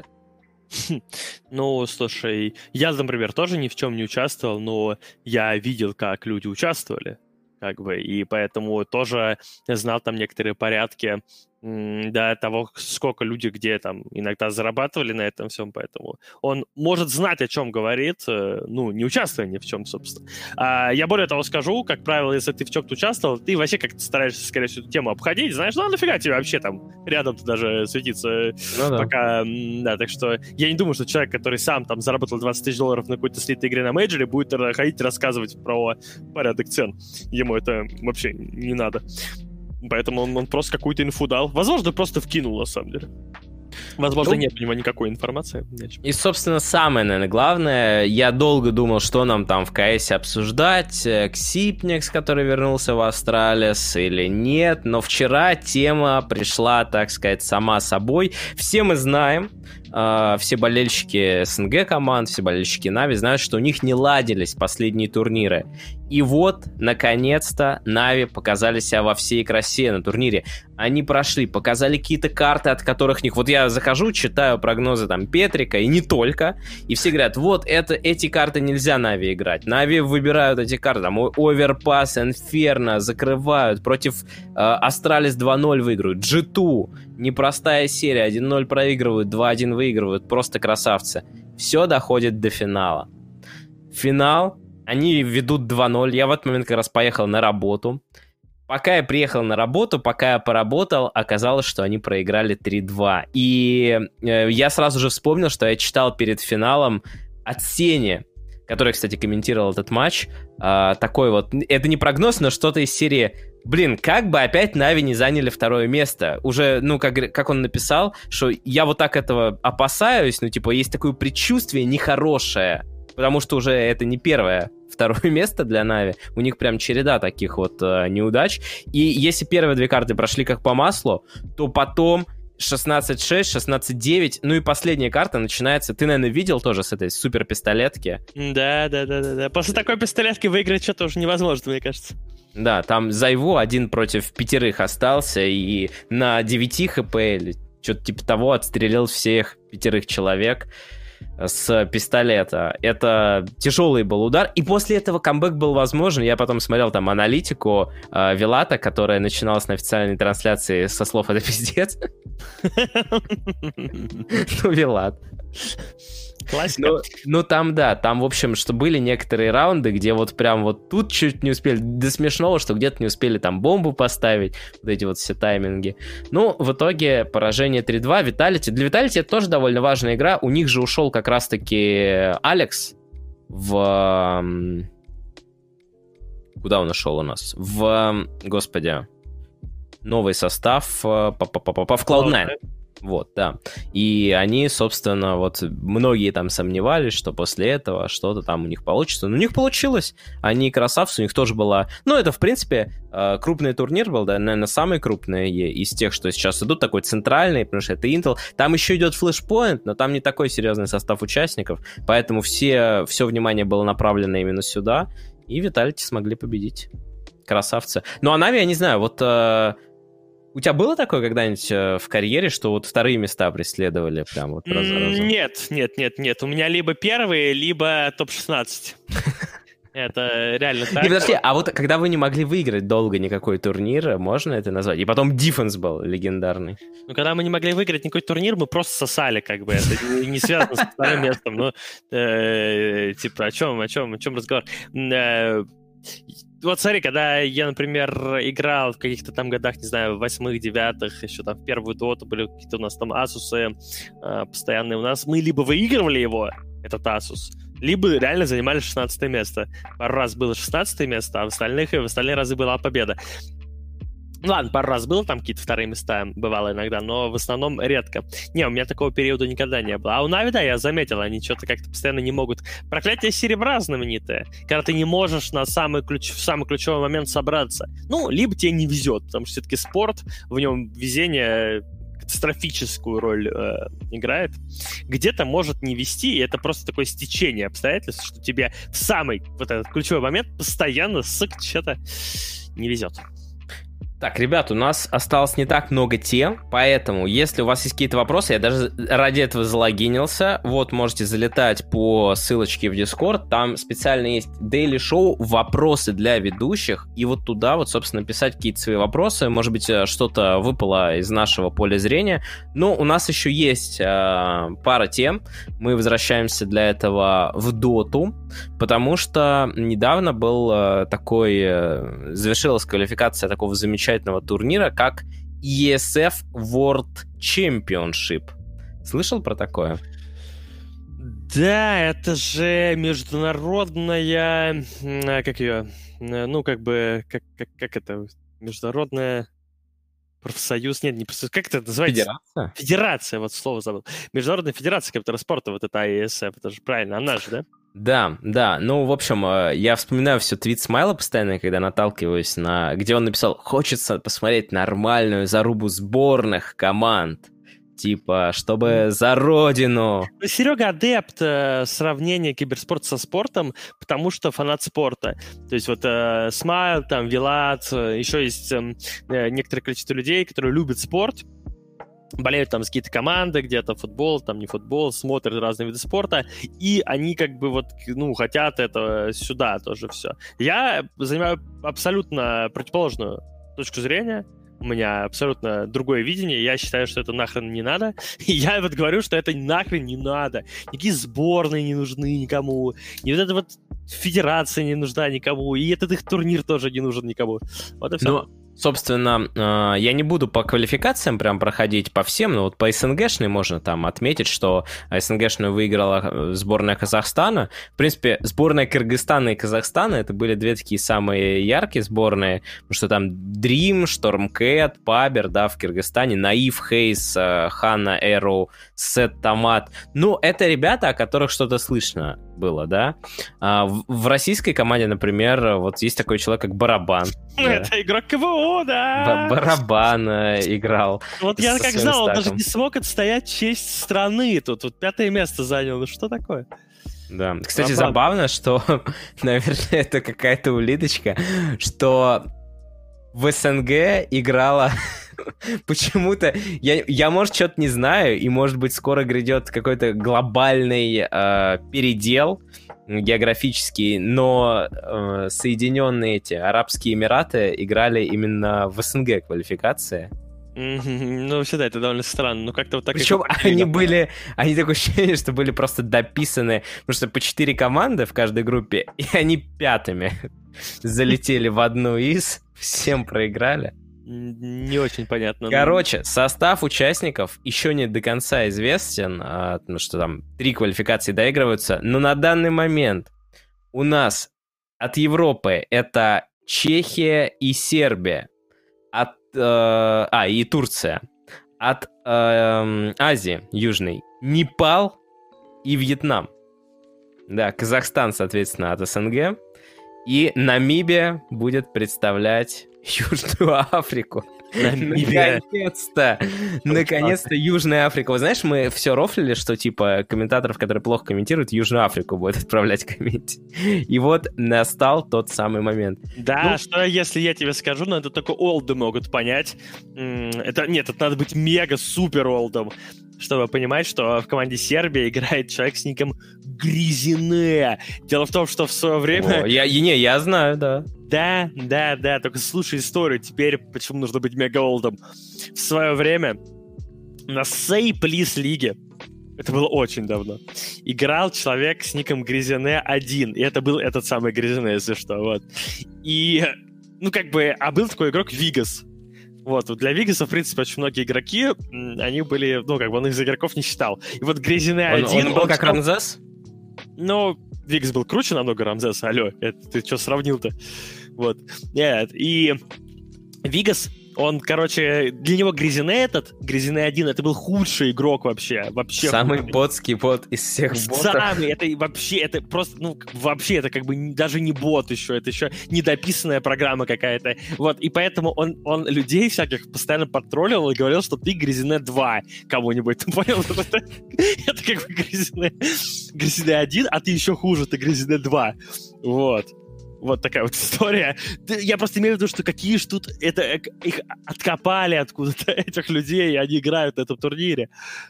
Ну, слушай, я, например, тоже ни в чем не участвовал, но я видел, как люди участвовали, как бы, и поэтому тоже знал там некоторые порядки м, до того, сколько люди где там иногда зарабатывали на этом всем, поэтому он может знать, о чем говорит, э, ну, не участвуя ни в чем, собственно. А я более того скажу, как правило, если ты в чем-то участвовал, ты вообще как-то стараешься, скорее всего, эту тему обходить, знаешь, ну, а нафига тебе вообще там рядом-то даже светиться, ну, да. пока, да, так что я не думаю, что человек, который сам там заработал двадцать тысяч долларов на какой-то слитой игре на мейджоре, будет ходить и рассказывать про порядок цен. Ему это вообще не надо. Поэтому он, он просто какую-то инфу дал. Возможно, просто вкинул, на самом деле. Возможно, ну, нет у него никакой информации. И, собственно, самое, наверное, главное, я долго думал, что нам там в КС обсуждать, Ксипникс, который вернулся в Астралис или нет, но вчера тема пришла, так сказать, сама собой. Все мы знаем, Uh, все болельщики СНГ команд, все болельщики Нави знают, что у них не ладились последние турниры. И вот, наконец-то, Нави показали себя во всей красе на турнире. Они прошли, показали какие-то карты, от которых них... Вот я захожу, читаю прогнозы там Петрика, и не только, и все говорят, вот, это, эти карты нельзя Нави играть. Нави выбирают эти карты, там, Оверпасс, Инферно, закрывают, против Астралис uh, два ноль выиграют, джи ту, непростая серия, один ноль проигрывают, два один выигрывают, просто красавцы. Все доходит до финала. Финал, они ведут два ноль, я в этот момент как раз поехал на работу. Пока я приехал на работу, пока я поработал, оказалось, что они проиграли три два. И э, я сразу же вспомнил, что я читал перед финалом от Сени, который, кстати, комментировал этот матч, э, такой вот, это не прогноз, но что-то из серии... Блин, как бы опять Нави не заняли второе место. Уже, ну, как, как он написал, что я вот так этого опасаюсь, ну, типа, есть такое предчувствие нехорошее, потому что уже это не первое, второе место для Нави. У них прям череда таких вот э, неудач. И если первые две карты прошли как по маслу, то потом шестнадцать шесть, шестнадцать девять, ну и последняя карта начинается, ты, наверное, видел тоже с этой супер пистолетки. Да, да, да, да, да. После такой пистолетки выиграть что-то уже невозможно, мне кажется. Да, там Зайву один против пятерых остался, и на девяти хп или что-то типа того отстрелил всех пятерых человек с пистолета. Это тяжелый был удар, и после этого камбэк был возможен. Я потом смотрел там аналитику э, Вилата, которая начиналась на официальной трансляции со слов «это пиздец». Ну, Вилат. Классика. Ну, ну, там, да, там, в общем, что были некоторые раунды, где вот прям вот тут чуть не успели, до смешного, что где-то не успели там бомбу поставить, вот эти вот все тайминги. Ну, в итоге поражение три-два, Vitality. Для Vitality это тоже довольно важная игра, у них же ушел как раз-таки Алекс в... Куда он ушел у нас? В, господи, новый состав, в клауд найн. Вот, да. И они, собственно, вот многие там сомневались, что после этого что-то там у них получится. Но у них получилось. Они красавцы, у них тоже была... Ну, это, в принципе, крупный турнир был, да, наверное, самый крупный из тех, что сейчас идут, такой центральный, потому что это Intel. Там еще идет Flashpoint, но там не такой серьезный состав участников, поэтому все, все внимание было направлено именно сюда, и Vitality смогли победить. Красавцы. Ну, а Na'Vi, я не знаю, вот... У тебя было такое когда-нибудь э, в карьере, что вот вторые места преследовали прям вот раз за разом? Нет, нет, нет, нет. У меня либо первые, либо топ шестнадцать. Это реально так. Не, подожди, а вот когда вы не могли выиграть долго никакой турнир, можно это назвать? И потом дефенс был легендарный. Ну, когда мы не могли выиграть никакой турнир, мы просто сосали, как бы. Это не связано с вторым местом. Ну, типа, о чем, о чем, о чем разговор? Вот смотри, когда я, например, играл в каких-то там годах, не знаю, в восьмых, девятых, еще там в первую доту были какие-то у нас там асусы э, постоянные у нас, мы либо выигрывали его, этот асус, либо реально занимали шестнадцатое место. Пару раз было шестнадцатое место, а в остальных, в остальные разы была победа. Ну ладно, пару раз было, там какие-то вторые места бывало иногда, но в основном редко. Не, у меня такого периода никогда не было. А у Na'Vi, да, я заметил, они что-то как-то постоянно не могут. Проклятие серебра знаменитое, когда ты не можешь на самый ключ... в самый ключевой момент собраться. Ну, либо тебе не везет, потому что все-таки спорт, в нем везение катастрофическую роль э, играет. Где-то может не вести, и это просто такое стечение обстоятельств, что тебе в самый вот этот ключевой момент постоянно, сука, что-то не везет. Так, ребят, у нас осталось не так много тем, поэтому, если у вас есть какие-то вопросы, я даже ради этого залогинился, вот, можете залетать по ссылочке в Discord, там специально есть Daily Show, вопросы для ведущих, и вот туда вот, собственно, писать какие-то свои вопросы, может быть, что-то выпало из нашего поля зрения, но у нас еще есть э, пара тем, мы возвращаемся для этого в Доту, потому что недавно был э, такой, э, завершилась квалификация такого замечательного турнира, как и эс эф World Championship. Слышал про такое? Да, это же международная... Как ее? Ну, как бы... Как, как, как это? Международная... Профсоюз? Нет, не профсоюз. Как это называется? Федерация? Федерация, вот слово забыл. Международная федерация компьютерного спорта, вот это ай эс эф, это же правильно, она же, да? Да, да, ну, в общем, я вспоминаю все твит Смайла постоянно, когда наталкиваюсь на... Где он написал, хочется посмотреть нормальную зарубу сборных команд. Типа, чтобы за родину. Ну, Серега адепт э, сравнения киберспорта со спортом, потому что фанат спорта. То есть вот э, Смайл, там, Вилат, э, еще есть э, некоторое количество людей, которые любят спорт, болеют там за какие-то команды, где-то футбол, там не футбол, смотрят разные виды спорта, и они как бы вот, ну, хотят это сюда тоже все. Я занимаю абсолютно противоположную точку зрения, у меня абсолютно другое видение, я считаю, что это нахрен не надо, и я вот говорю, что это нахрен не надо, никакие сборные не нужны никому, и вот эта вот федерация не нужна никому, и этот их турнир тоже не нужен никому. Вот и все. Но... Собственно, я не буду по квалификациям прям проходить по всем, но вот по СНГшной можно там отметить, что СНГшную выиграла сборная Казахстана. В принципе, сборная Кыргызстана и Казахстана — это были две такие самые яркие сборные, потому что там Dream, Stormcat, Пабер, да, в Кыргызстане, Наив, Хейс, Хана, Эроу, Сет, Томат. Ну, это ребята, о которых что-то слышно было, да. А в, в российской команде, например, вот есть такой человек, как Барабан. Это да. Игрок КВО, да. Барабан э, играл. Вот я как знал, он даже не смог отстоять честь страны. Тут вот пятое место занял. Ну что такое? Да. Кстати, Барабан. Забавно, что, наверное, это какая-то улиточка, что в СНГ играла... Почему-то я, я, может, что-то не знаю, и, может быть, скоро грядет какой-то глобальный э, передел географический, но э, Соединенные эти Арабские Эмираты играли именно в СНГ квалификации. Ну, всегда это довольно странно. Ну, как-то вот так... Причем они были... Они такое ощущение, что были просто дописаны, потому что по четыре команды в каждой группе, и они пятыми залетели в одну из, всем проиграли. Не очень понятно. Короче, состав участников еще не до конца известен, а, ну что там, три квалификации доигрываются, но на данный момент у нас от Европы это Чехия и Сербия, от, э, а, и Турция, от э, Азии Южной Непал и Вьетнам. Да, Казахстан, соответственно, от СНГ, и Намибия будет представлять Южную Африку. Намибия. Наконец-то! Наконец-то Южная Африка. Вы знаешь, мы все рофлили, что типа комментаторов, которые плохо комментируют, Южную Африку будет отправлять комментить. И вот настал тот самый момент. Да, ну, что если я тебе скажу, но это только олды могут понять. Это, нет, это надо быть мега-супер олдом, чтобы понимать, что в команде Сербии играет человек с ником Гризине. Дело в том, что в свое время... О, я, не, я знаю, да. Да, да, да, только слушай историю теперь, почему нужно быть мега-олдом. В свое время на Say Please лиге, это было очень давно, играл человек с ником Гризине один, и это был этот самый Гризине, если что, вот. И, ну, как бы, а был такой игрок Вигас. Вот, для Вигаса, в принципе, очень многие игроки, они были, ну, как бы, он их за игроков не считал. И вот Гризине один... Он, он был он как стал... Рамзес? Ну, Вигас был круче намного Рамзеса, алло, это, ты что сравнил-то? Вот, нет, и Вигас, он, короче, для него Гризине этот, Гризине один, это был худший игрок вообще, вообще. Самый худший. Ботский бот из всех ботов. Самый, это вообще, это просто, ну, вообще, это как бы даже не бот еще, это еще недописанная программа какая-то, вот, и поэтому он, он людей всяких постоянно подтролливал и говорил, что ты Гризине два кого-нибудь, ты понял? Это, это как бы Гризине, Гризине один, а ты еще хуже, ты Гризине два, вот. Вот такая вот история. Я просто имею в виду, что какие ж тут... Это, их откопали откуда-то, этих людей, и они играют на этом турнире.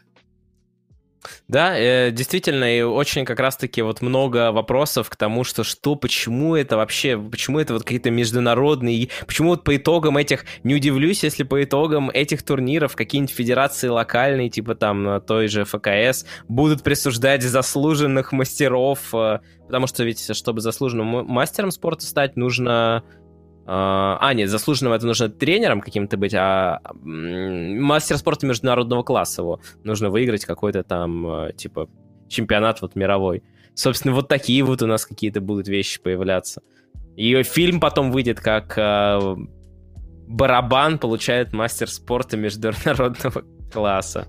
Да, э, действительно, и очень как раз-таки вот много вопросов к тому, что что, почему это вообще, почему это вот какие-то международные, почему вот по итогам этих, не удивлюсь, если по итогам этих турниров какие-нибудь федерации локальные, типа там той же эф ка эс, будут присуждать заслуженных мастеров, э, потому что ведь, чтобы заслуженным мастером спорта стать, нужно... А, нет, заслуженным это нужно тренером каким-то быть, а мастер спорта международного класса его нужно выиграть какой-то там, типа, чемпионат вот мировой. Собственно, вот такие вот у нас какие-то будут вещи появляться. И фильм потом выйдет, как а, барабан получает мастер спорта международного класса.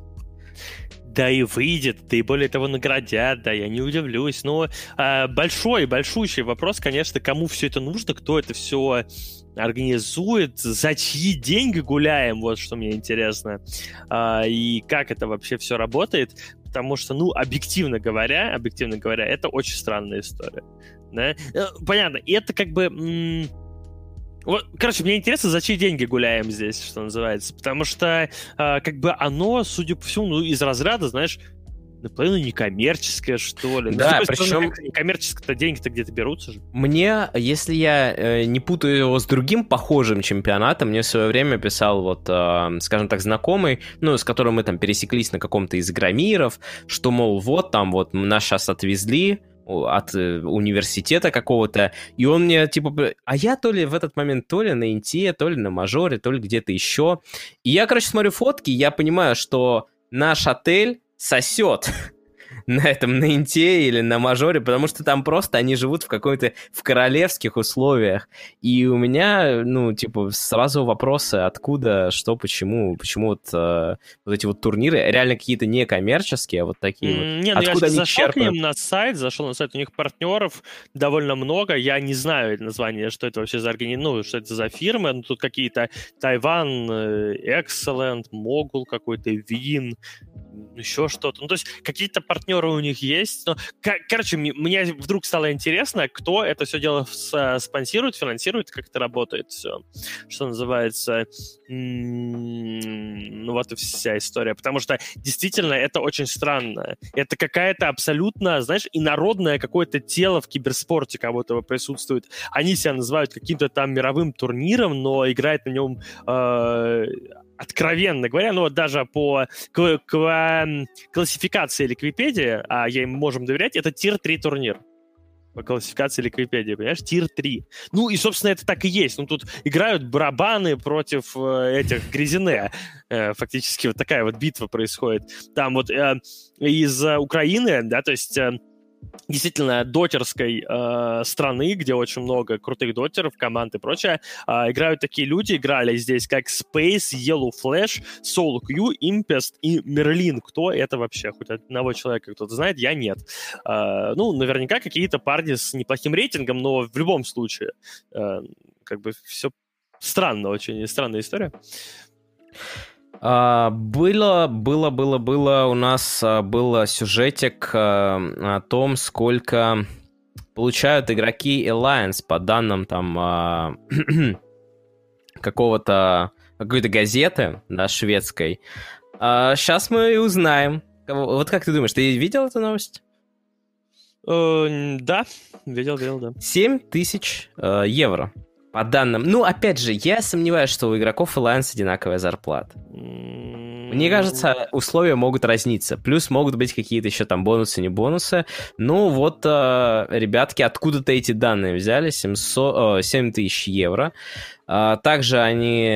Да и выйдет, да и более того наградят, да, я не удивлюсь. Но э, большой, большущий вопрос, конечно, кому все это нужно, кто это все организует, за чьи деньги гуляем, вот что мне интересно, э, и как это вообще все работает, потому что, ну, объективно говоря, объективно говоря, это очень странная история. Да? Понятно, и это как бы... М- Вот, короче, мне интересно, за чьи деньги гуляем здесь, что называется. Потому что, э, как бы оно, судя по всему, ну, из разряда, знаешь, наполовину некоммерческое, что ли. Да, ну, причем... Некоммерческое-то деньги-то где-то берутся же. Мне, если я э, не путаю его с другим похожим чемпионатом, мне в свое время писал вот, э, скажем так, знакомый, ну, с которым мы там пересеклись на каком-то из игромиров, что, мол, вот там вот нас сейчас отвезли от университета какого-то, и он мне, типа, а я то ли в этот момент, то ли на инте, то ли на мажоре, то ли где-то еще. И я, короче, смотрю фотки, и я понимаю, что наш отель сосет на этом, на инте или на мажоре, потому что там просто они живут в какой-то, в королевских условиях. И у меня, ну, типа, сразу вопросы, откуда, что, почему, почему вот, э, вот эти вот турниры реально какие-то некоммерческие, а вот такие mm, вот. Не, ну откуда я они зашел черпают? к ним на сайт, зашел на сайт, у них партнеров довольно много, я не знаю название, что это вообще за организация, ну, что это за фирмы, ну, тут какие-то Тайван, Excellent, Mogul какой-то, Вин, еще что-то. Ну, то есть какие-то партнеры у них есть. Но, короче, мне вдруг стало интересно, кто это все дело спонсирует, финансирует, как это работает все. Что называется. Ну, вот и вся история. Потому что действительно это очень странно. Это какая-то абсолютно, знаешь, инородное какое-то тело в киберспорте кого-то присутствует. Они себя называют каким-то там мировым турниром, но играет на нем... Э- откровенно говоря, ну вот даже по к- к- классификации Ликвипедии, а ей мы можем доверять, это тир три турнир. По классификации Ликвипедии, понимаешь? тир три. Ну, и, собственно, это так и есть. Ну, тут играют барабаны против э, этих Грязине. Э, фактически вот такая вот битва происходит. Там вот э, из э, Украины, да, то есть... Э, действительно дотерской э, страны, где очень много крутых дотеров, команд и прочее, э, играют такие люди, играли здесь как Space, Yellow Flash, Solo Q, Impest и Merlin. Кто это вообще? Хоть одного человека кто-то знает, я нет. Э, ну, наверняка какие-то парни с неплохим рейтингом, но в любом случае э, как бы все странно, очень странная история. Uh, было, было, было, было, у нас uh, был сюжетик uh, о том, сколько получают игроки Alliance по данным там uh, какого-то, какой-то газеты, да, шведской. Uh, сейчас мы и узнаем. Вот как ты думаешь, ты видел эту новость? Uh, да, видел, видел, да. семь тысяч uh, евро. По данным... Ну, опять же, я сомневаюсь, что у игроков Alliance одинаковая зарплата. Мне кажется, условия могут разниться. Плюс могут быть какие-то еще там бонусы, не бонусы. Ну, вот, э, ребятки, откуда-то эти данные взяли. семьсот, э, семь тысяч евро. А, также они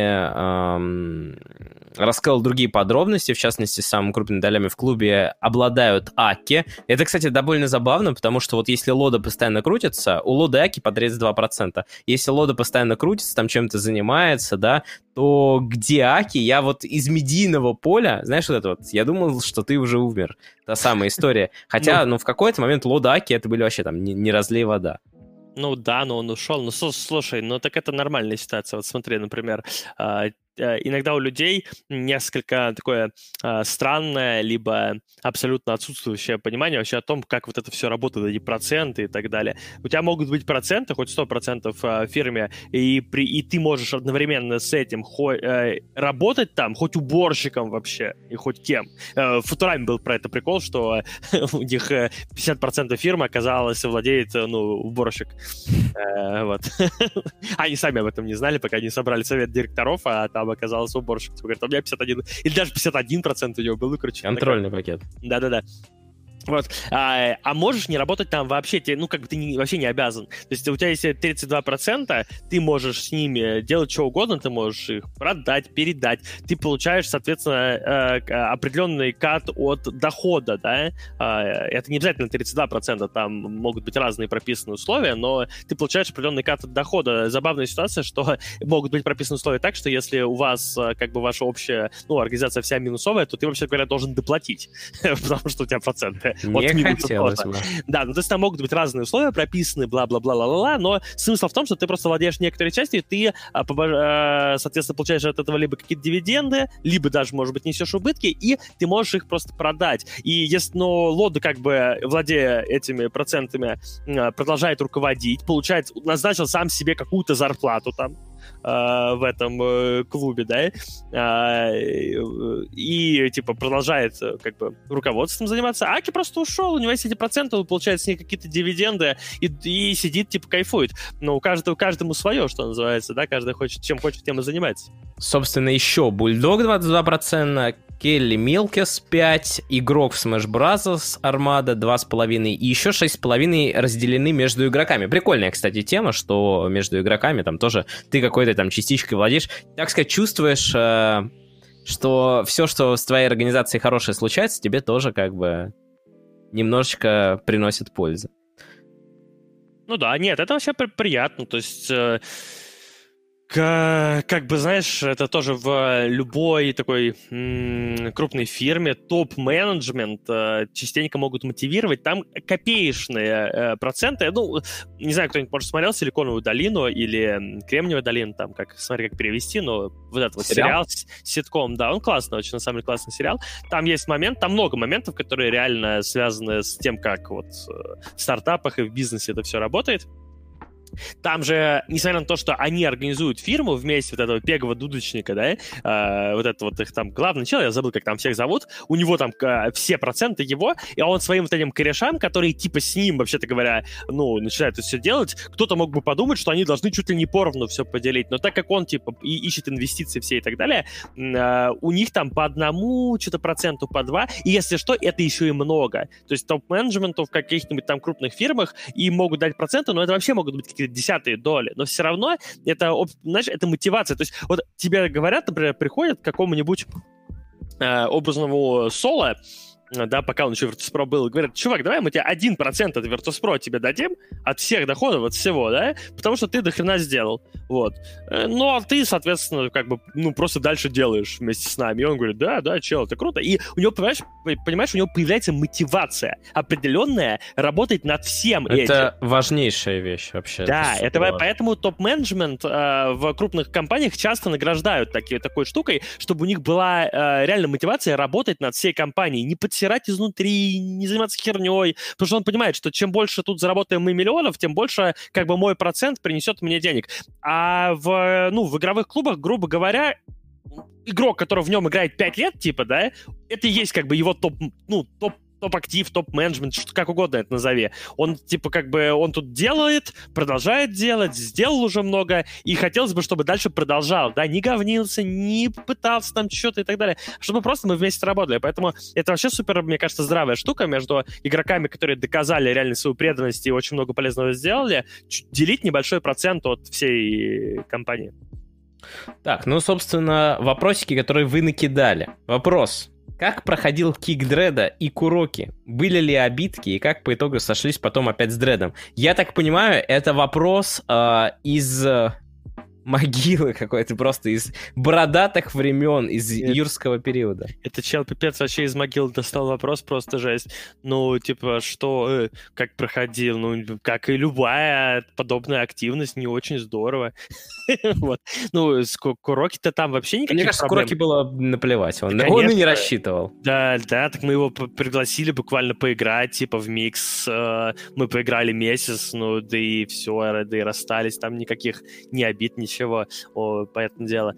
эм, рассказали другие подробности, в частности, самыми крупными долями в клубе обладают Аки. Это, кстати, довольно забавно, потому что вот если Лода постоянно крутится, у Лоды Аки по тридцать два процента. Если Лода постоянно крутится, там чем-то занимается, да, то где Аки? Я вот из медийного поля, знаешь, вот это вот, я думал, что ты уже умер. Та самая история. Хотя, ну, в какой-то момент Лода Аки это были вообще там не, не разлей вода. Ну да, но он ушел. Ну слушай, ну так это нормальная ситуация. Вот смотри, например, иногда у людей несколько такое странное, либо абсолютно отсутствующее понимание вообще о том, как вот это все работает, эти проценты и так далее. У тебя могут быть проценты, хоть сто процентов в фирме, и, при, и ты можешь одновременно с этим хоть, э, работать там, хоть уборщиком вообще, и хоть кем. Э, в Футураме был про это прикол, что у них пятьдесят процентов фирмы оказалось владеет, ну, уборщик. Э, вот. Они сами об этом не знали, пока не собрали совет директоров, а там оказался уборщик. Говорит, у меня пятьдесят один, или даже пятьдесят один процент у него был, короче. Контрольный такой пакет. Да-да-да. Вот. А, а можешь не работать там вообще, тебе, ну, как бы ты не, вообще не обязан. То есть у тебя есть тридцать два процента, ты можешь с ними делать что угодно, ты можешь их продать, передать. Ты получаешь, соответственно, определенный кат от дохода, да. Это не обязательно тридцать два процента, там могут быть разные прописанные условия, но ты получаешь определенный кат от дохода. Забавная ситуация, что могут быть прописаны условия так, что если у вас, как бы, ваша общая, ну, организация вся минусовая, то ты, вообще говоря, должен доплатить, потому что у тебя проценты. Не хотелось бы. Да, ну то есть там могут быть разные условия прописаны, бла-бла-бла-ла-ла-ла, но смысл в том, что ты просто владеешь некоторой частью, и ты, соответственно, получаешь от этого либо какие-то дивиденды, либо даже, может быть, несешь убытки, и ты можешь их просто продать. И если, ну, Лода, как бы, владея этими процентами, продолжает руководить, получает, назначил сам себе какую-то зарплату там, в этом э, клубе, да, э, и, типа, продолжает, как бы, руководством заниматься. Аки просто ушел, у него есть эти проценты, он получает с них какие-то дивиденды и, и сидит, типа, кайфует. Но у каждого, каждому свое, что называется, да, каждый хочет, чем хочет, тем и занимается. Собственно, еще Бульдог двадцать два процента, Келли Милкес пять, игрок в Smash Bros. Армада два с половиной и еще шесть с половиной разделены между игроками. Прикольная, кстати, тема, что между игроками там тоже ты какой-то там частичкой владеешь. Так сказать, чувствуешь, э, что все, что с твоей организацией хорошее случается, тебе тоже как бы немножечко приносит пользу. Ну да, нет, это вообще при- приятно, то есть... Э... Как бы, знаешь, это тоже в любой такой м- крупной фирме топ-менеджмент э, частенько могут мотивировать. Там копеечные э, проценты. Ну, не знаю, кто-нибудь, может, смотрел «Силиконовую долину» или «Кремниевую долину», там, как, смотри, как перевести, но вот этот вот сериал, сериал ситком, да, он классный, очень, на самом деле, классный сериал. Там есть момент, там много моментов, которые реально связаны с тем, как вот в стартапах и в бизнесе это все работает. Там же, несмотря на то, что они организуют фирму вместе, вот этого Пегова дудочника, да, э, вот это вот их там главный человек, я забыл, как там всех зовут, у него там э, все проценты его, и он своим вот этим корешам, которые типа с ним, вообще-то говоря, ну, начинают это все делать, кто-то мог бы подумать, что они должны чуть ли не поровну все поделить, но так как он типа и ищет инвестиции все и так далее, э, у них там по одному, что-то проценту, по два, и если что, это еще и много. То есть топ-менеджменту в каких-нибудь там крупных фирмах им могут дать проценты, но это вообще могут быть какие-то десятые доли, но все равно это, знаешь, это мотивация. То есть вот тебе говорят, например, приходят к какому-нибудь э, образному соло, да, пока он еще Virtus.pro был, говорят, чувак, давай мы тебе один процент от Virtus.pro тебе дадим, от всех доходов, от всего, да, потому что ты дохрена сделал, вот. Ну, а ты, соответственно, как бы, ну, просто дальше делаешь вместе с нами. И он говорит, да, да, чел, это круто. И у него, понимаешь, понимаешь, у него появляется мотивация определенная работать над всем это этим. Это важнейшая вещь вообще. Да, это, это поэтому топ-менеджмент э, в крупных компаниях часто награждают таки, такой штукой, чтобы у них была э, реально мотивация работать над всей компанией, не подсирать изнутри, не заниматься херней, потому что он понимает, что чем больше тут заработаем мы миллионов, тем больше как бы мой процент принесет мне денег. А в, ну, в игровых клубах, грубо говоря, игрок, который в нем играет пять лет, типа, да, это и есть как бы его топ, ну, топ топ-актив, топ-менеджмент, что как угодно это назови. Он, типа, как бы, он тут делает, продолжает делать, сделал уже много, и хотелось бы, чтобы дальше продолжал, да, не говнился, не пытался там что-то и так далее, чтобы просто мы вместе работали. Поэтому это вообще супер, мне кажется, здравая штука между игроками, которые доказали реально свою преданность и очень много полезного сделали, делить небольшой процент от всей компании. Так, ну, собственно, вопросики, которые вы накидали. Вопрос. Как проходил кик Дреда и Куроки? Были ли обидки и как по итогу сошлись потом опять с Дредом? Я так понимаю, это вопрос э, из э, могилы какой-то, просто из бородатых времен, из Нет. юрского периода. Это чел пипец вообще из могилы достал вопрос, просто жесть. Ну, типа, что, э, как проходил? Ну, как и любая подобная активность, не очень здорово. Вот. Ну, с Куроки-то там вообще никаких Мне кажется, проблем. Куроки было наплевать, он, Да, он и не конечно. рассчитывал. Да, да, так мы его пригласили буквально поиграть, типа, в микс. Мы поиграли месяц, ну, да и все, да и расстались. Там никаких ни обид, ничего, о, понятное дело.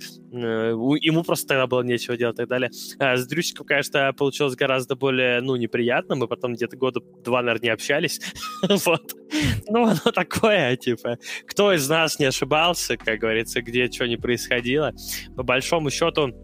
Ему просто тогда было нечего делать и так далее. А с Дрючиком, конечно, получилось гораздо более, ну, неприятно. Мы потом где-то года два, наверное, не общались. Вот. Ну, оно такое, типа. Кто из нас не ошибался, как говорится, где что не происходило. По большому счету,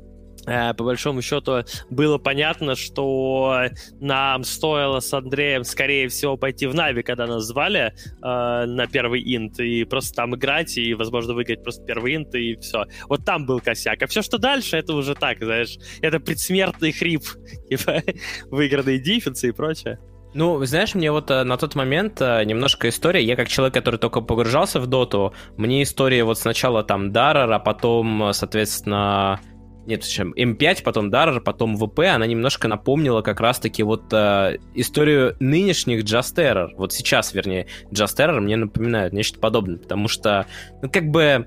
по большому счету, было понятно, что нам стоило с Андреем, скорее всего, пойти в Нави, когда нас звали э, на первый инт, и просто там играть, и, возможно, выиграть просто первый инт, и все. Вот там был косяк. А все, что дальше, это уже так, знаешь, это предсмертный хрип, типа, выигранные диффенсы и прочее. Ну, знаешь, мне вот на тот момент немножко история, я как человек, который только погружался в доту, мне история вот сначала там Даррер, а потом, соответственно... Нет, эм пять, потом Даррер, потом ВП, она немножко напомнила как раз-таки вот э, историю нынешних Just Terror. Вот сейчас, вернее, Just Terror мне напоминают нечто подобное, потому что, ну, как бы...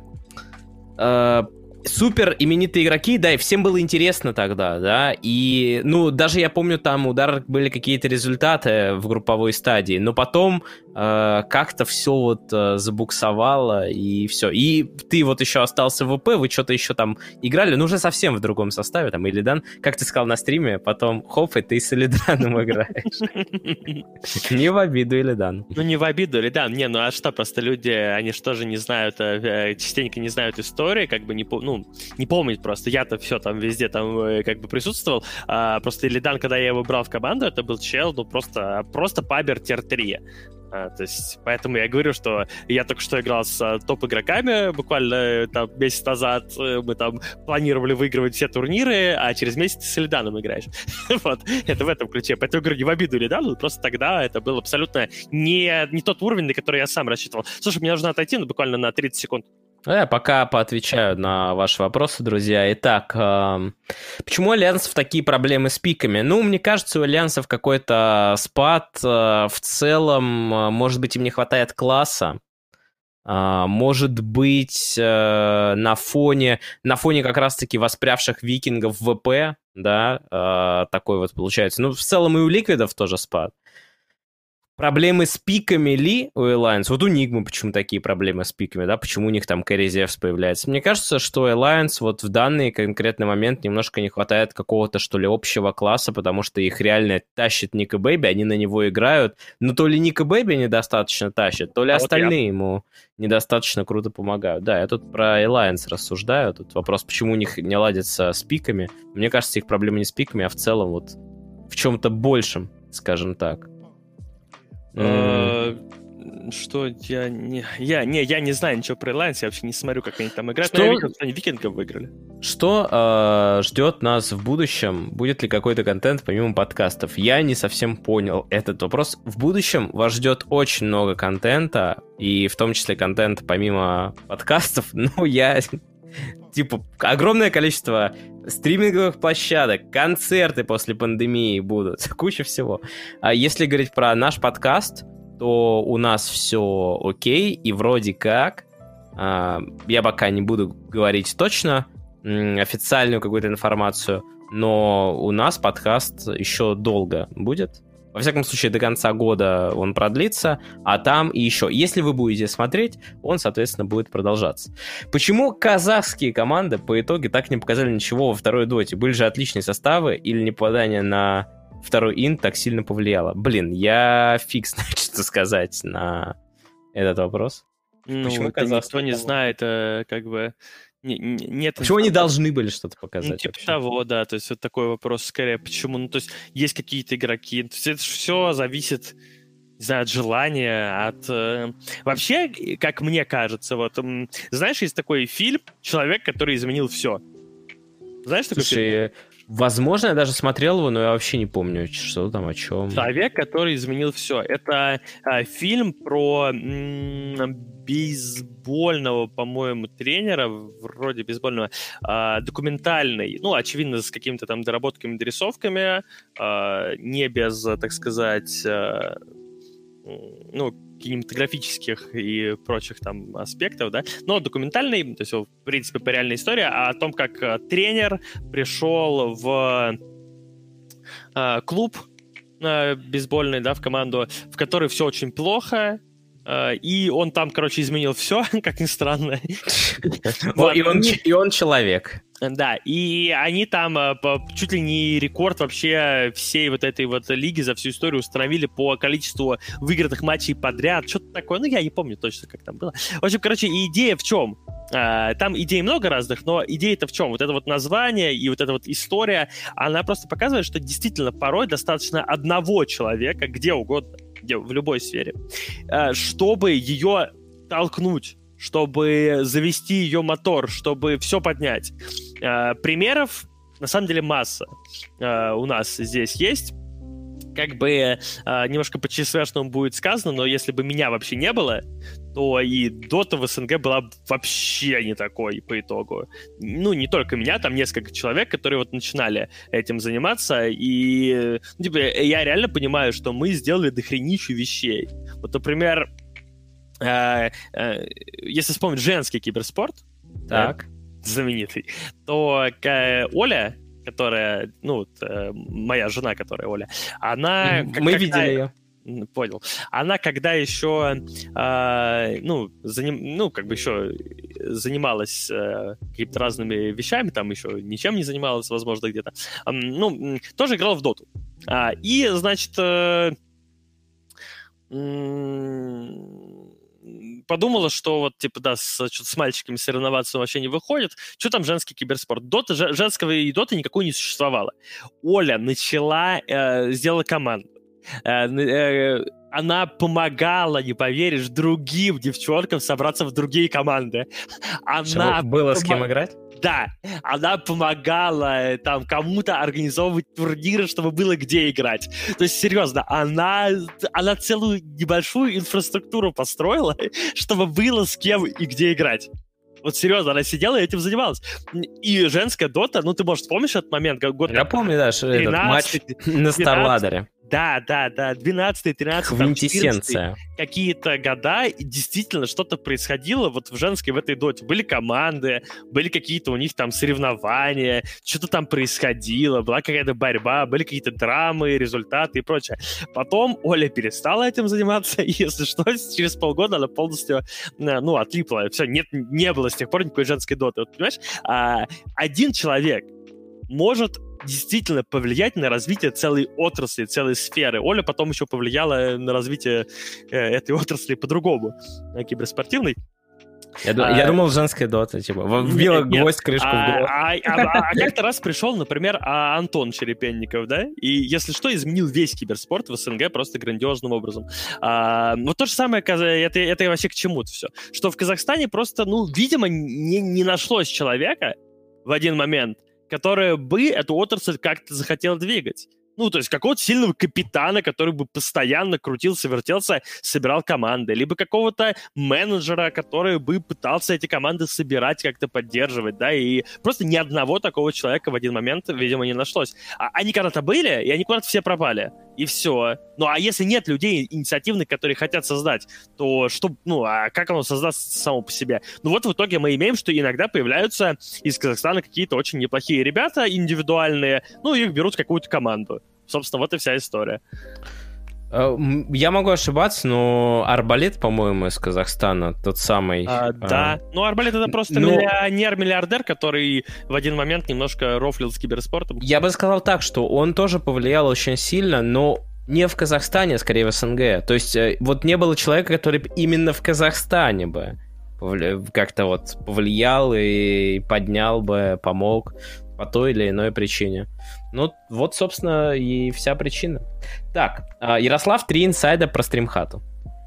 Э, супер именитые игроки, да, и всем было интересно тогда, да, и, ну, даже я помню, там у Даррер были какие-то результаты в групповой стадии, но потом э, как-то все вот э, забуксовало, и все. И ты вот еще остался в ВП, вы что-то еще там играли, ну, уже совсем в другом составе, там, Илидан, как ты сказал на стриме, потом, хоп, и ты с Илиданом играешь. Не в обиду Илидан. Ну, не в обиду Илидан, не, ну, а что, просто люди, они что же не знают, частенько не знают истории, как бы не, ну, не помнить просто. Я-то все там везде там как бы присутствовал. А, просто Илидан, когда я его брал в команду, это был чел, ну, просто, просто пабер тир три. А, то есть, поэтому я говорю, что я только что играл с а, топ-игроками, буквально там месяц назад мы там планировали выигрывать все турниры, а через месяц ты с Илиданом играешь. Вот, это в этом ключе. Поэтому я говорю, не в обиду Илидану, просто тогда это был абсолютно не, не тот уровень, на который я сам рассчитывал. Слушай, мне нужно отойти, ну, буквально на тридцать секунд. Я пока поотвечаю на ваши вопросы, друзья. Итак, э, почему у альянсов такие проблемы с пиками? Ну, мне кажется, у альянсов какой-то спад. Э, в целом, может быть, им не хватает класса. Э, может быть, э, на фоне, на фоне как раз-таки воспрявших викингов в ВП, да, э, такой вот получается. Ну, в целом и у ликвидов тоже спад. проблемы с пиками ли у Alliance? Вот у Нигмы почему такие проблемы с пиками, да? Почему у них там Кэрри Зевс появляется? Мне кажется, что Alliance вот в данный конкретный момент немножко не хватает какого-то, что ли, общего класса, потому что их реально тащит Ник и Бэйби, они на него играют, но то ли Ник и Бэйби недостаточно тащат, то ли а остальные вот ему недостаточно круто помогают. Да, я тут про Alliance рассуждаю, тут вопрос, почему у них не ладится с пиками. Мне кажется, их проблема не с пиками, а в целом вот в чем-то большем, скажем так. Mm. Что я не... Я не, я не знаю ничего про Alliance, я вообще не смотрю, как они там играют, что... но я видел, что они викингов выиграли. Что э, ждет нас в будущем? Будет ли какой-то контент помимо подкастов? Я не совсем понял этот вопрос. В будущем вас ждет очень много контента, и в том числе контент помимо подкастов, но я... Типа, огромное количество стриминговых площадок, концерты после пандемии будут, куча всего. А если говорить про наш подкаст, то у нас все окей, и вроде как, а, я пока не буду говорить точно м, официальную какую-то информацию, но у нас подкаст еще долго будет. Во всяком случае, до конца года он продлится, а там и еще. Если вы будете смотреть, он, соответственно, будет продолжаться. Почему казахские команды по итогу так не показали ничего во второй доте? Были же отличные составы, или непопадание на второй инт так сильно повлияло? Блин, я фиг знает, что сказать на этот вопрос. Ну, почему это никто не знает, как бы... Не, не, нет почему они должны были что-то показать? Ну, типа вообще? того, да, то есть вот такой вопрос скорее, почему, ну, то есть есть какие-то игроки, то есть это все зависит, не знаю, от желания, от... Э... Вообще, как мне кажется, вот, м, знаешь, есть такой фильм «Человек, который изменил все». Знаешь такой Слушай, фильм? Возможно, я даже смотрел его, но я вообще не помню, что там, о чем. «Человек, который изменил все». Это э, фильм про м, бейсбольного, по-моему, тренера, вроде бейсбольного, э, документальный, ну, очевидно, с какими-то там доработками, дорисовками, э, не без, так сказать, э, ну, кинематографических и прочих там аспектов, да, но документальный, то есть, в принципе, по реальной истории, а о том, как э, тренер пришел в э, клуб э, бейсбольный, да, в команду, в которой все очень плохо, э, и он там, короче, изменил все, как ни странно. И он человек. Да, и они там э, по, чуть ли не рекорд вообще всей вот этой вот лиги за всю историю установили по количеству выигранных матчей подряд, что-то такое, ну я не помню точно, как там было. В общем, короче, идея в чем? Э, там идей много разных, но идея-то в чем? Вот это вот название и вот эта вот история, она просто показывает, что действительно порой достаточно одного человека, где угодно, где, в любой сфере, э, чтобы ее толкнуть, чтобы завести ее мотор, чтобы все поднять. Э, примеров, на самом деле, масса э, у нас здесь есть. Как бы э, немножко по-ЧСВшному будет сказано, но если бы меня вообще не было, то и Дота в СНГ была вообще не такой по итогу. Ну, не только меня, там несколько человек, которые вот начинали этим заниматься, и ну, типа, я реально понимаю, что мы сделали дохренищу вещей. Вот, например, Uh, uh, если вспомнить женский киберспорт, так. Да, знаменитый, то uh, Оля, которая, ну, uh, моя жена, которая Оля, она... Мы когда, видели ее. Понял. Она когда еще, uh, ну, заним, ну, как бы еще занималась uh, какими-то разными вещами, там еще ничем не занималась, возможно, где-то, um, ну, тоже играла в доту. Uh, и, значит... Uh, подумала, что вот, типа, да, с, с мальчиками соревноваться вообще не выходит. Что там женский киберспорт? Дота, женского и доты никакой не существовало. Оля начала, э, сделала команду. Э, э, она помогала, не поверишь, другим девчонкам собраться в другие команды. Она было пом... с кем играть? Да, она помогала там кому-то организовывать турниры, чтобы было где играть. То есть, серьезно, она, она целую небольшую инфраструктуру построила, чтобы было с кем и где играть. Вот серьезно, она сидела и этим занималась. И женская дота, ну ты, может, помнишь этот момент? Как год, Я помню, да, что этот матч на Старладере. Да, да, да, двенадцатый, тринадцатый, Квинтэссенция. Какие-то года, и действительно что-то происходило вот в женской, в этой доте. Были команды, были какие-то у них там соревнования, что-то там происходило, была какая-то борьба, были какие-то драмы, результаты и прочее. Потом Оля перестала этим заниматься, и, если что, через полгода она полностью, ну, отлипла. Все, нет, не было с тех пор никакой женской доты. Вот, понимаешь, а, один человек может действительно повлиять на развитие целой отрасли, целой сферы. Оля потом еще повлияла на развитие э, этой отрасли по-другому, э, киберспортивной. Я, а, я думал, женская дота, типа, вбила гвоздь, крышку а, в гроб. А, а, а, а как-то раз пришел, например, Антон Черепенников, да, и, если что, изменил весь киберспорт в СНГ просто грандиозным образом. А, ну, то же самое, это, это вообще к чему-то все. Что в Казахстане просто, ну, видимо, не, не нашлось человека в один момент, который бы эту отрасль как-то захотел двигать. Ну, то есть какого-то сильного капитана, который бы постоянно крутился, вертелся, собирал команды. Либо какого-то менеджера, который бы пытался эти команды собирать, как-то поддерживать, да, и просто ни одного такого человека в один момент, видимо, не нашлось. А они когда-то были, и они куда-то все пропали. И все. Ну, а если нет людей инициативных, которые хотят создать, то что, ну, а как оно создастся само по себе? Ну, вот в итоге мы имеем, что иногда появляются из Казахстана какие-то очень неплохие ребята индивидуальные, ну, их берут в какую-то команду. Собственно, вот и вся история. Я могу ошибаться, но Арбалет, по-моему, из Казахстана, тот самый. А, да, а... ну Арбалет это просто но... миллионер-миллиардер, который в один момент немножко рофлил с киберспортом. Я бы сказал так, что он тоже повлиял очень сильно, но не в Казахстане, а скорее в СНГ. То есть вот не было человека, который именно в Казахстане бы как-то вот повлиял и поднял бы, помог по той или иной причине. Ну, вот, собственно, и вся причина. Так, Ярослав, три инсайда про стримхату.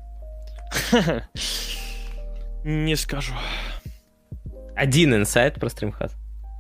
Не скажу. Один инсайд про стримхат.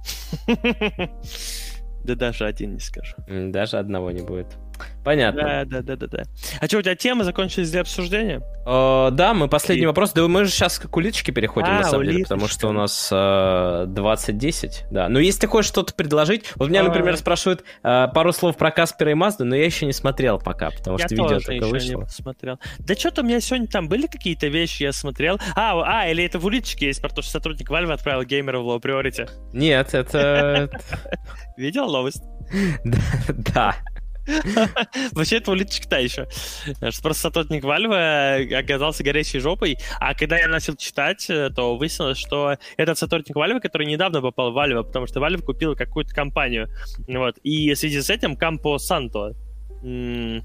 Да даже один не скажу. Даже одного не будет. Понятно. Да, да, да, да, да. А что, у тебя темы закончились для обсуждения? О, да, мы последний И... вопрос. Да мы же сейчас к улиточке переходим, а, на самом улиточка. деле, потому что у нас э, двадцать десять. Да. Но если ты хочешь что-то предложить, вот меня, например, спрашивают э, пару слов про Каспера и Мазду, но я еще не смотрел пока, потому я что видео только вышло. Не смотрел. Да что-то у меня сегодня там были какие-то вещи, я смотрел. А, а или это в улиточке есть про то, что сотрудник Valve отправил геймера в Low Priority? Нет, это... Видел новость? Да. Вообще, это улиточка-то еще. Что просто сотрудник Valve оказался горячей жопой, а когда я начал читать, то выяснилось, что этот сотрудник Valve, который недавно попал в Valve, потому что Valve купил какую-то компанию. Вот. И в связи с этим Campo Santo. М-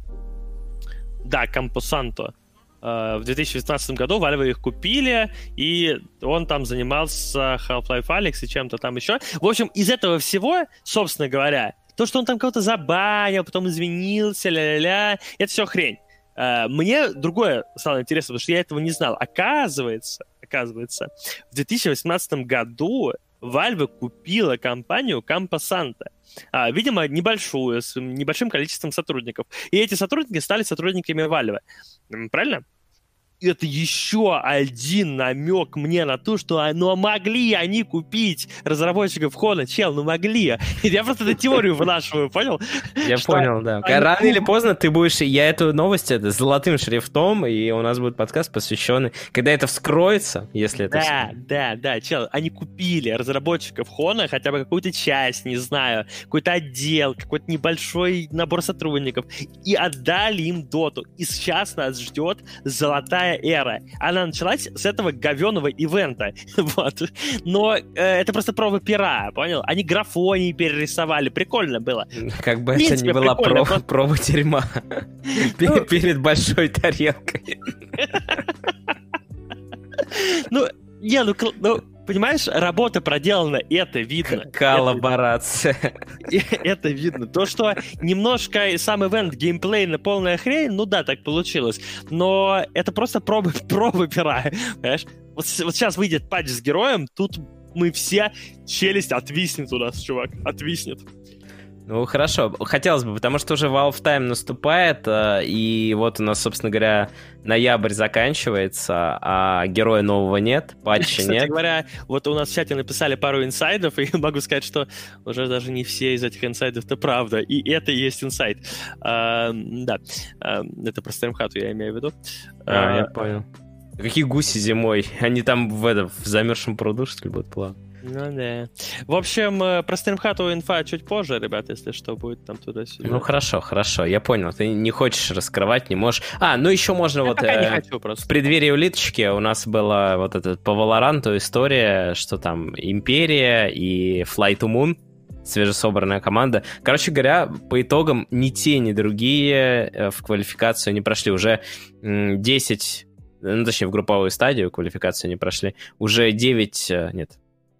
да, Campo Santo. В две тысячи девятнадцатом году Valve их купили, и он там занимался Half-Life Alyx и чем-то там еще. В общем, из этого всего, собственно говоря, то, что он там кого-то забанил, потом извинился, ля-ля-ля, это все хрень. Мне другое стало интересно, потому что я этого не знал. Оказывается, оказывается, в две тысячи восемнадцатом году Valve купила компанию Campo Santo. А, видимо, небольшую, с небольшим количеством сотрудников. И эти сотрудники стали сотрудниками Valve. Правильно? Это еще один намек мне на то, что ну, могли они купить разработчиков Хона. Чел, ну могли. Я просто эту теорию вынашиваю, понял? Я понял, да. Рано или поздно ты будешь... Я эту новость это, золотым шрифтом, и у нас будет подкаст, посвященный... Когда это вскроется, если это... Да, да, да, чел, они купили разработчиков Хона, хотя бы какую-то часть, не знаю, какой-то отдел, какой-то небольшой набор сотрудников, и отдали им доту. И сейчас нас ждет золотая эра. Она началась с этого говёного ивента. Вот. Но э, это просто проба пера, понял? Они графонии перерисовали. Прикольно было. Как бы это ни была проба, просто... проба тюрьма. Перед большой тарелкой. Ну, не, ну, ну, понимаешь, работа проделана, это видно. Коллаборация. Это, это видно. То, что немножко сам ивент геймплейно полная хрень, ну да, так получилось. Но это просто пробы, пробы пера, понимаешь? Вот, вот сейчас выйдет патч с героем, тут мы все, челюсть отвиснет у нас, чувак, отвиснет. Ну, хорошо. Хотелось бы, потому что уже Valve Time наступает, и вот у нас, собственно говоря, ноябрь заканчивается, а героя нового нет, патча Кстати нет. Кстати говоря, вот у нас в чате написали пару инсайдов, и могу сказать, что уже даже не все из этих инсайдов-то правда, и это и есть инсайд. А, да, а, это про стримхату я имею в виду. А, а, я понял. Какие гуси зимой? Они там в, это, в замерзшем пруду, что ли, будут плавать? Ну да. В общем, про стримхату инфа чуть позже, ребят, если что, будет там туда-сюда. Ну хорошо, хорошо, я понял. Ты не хочешь раскрывать, не можешь. А, ну еще можно я вот... Я э, не хочу просто. В преддверии улиточки у нас была вот эта по Valorant'у история, что там Империя и Fly to Moon, свежесобранная команда. Короче говоря, по итогам ни те, ни другие в квалификацию не прошли. Уже десять, ну точнее в групповую стадию квалификацию не прошли. Уже девять, нет...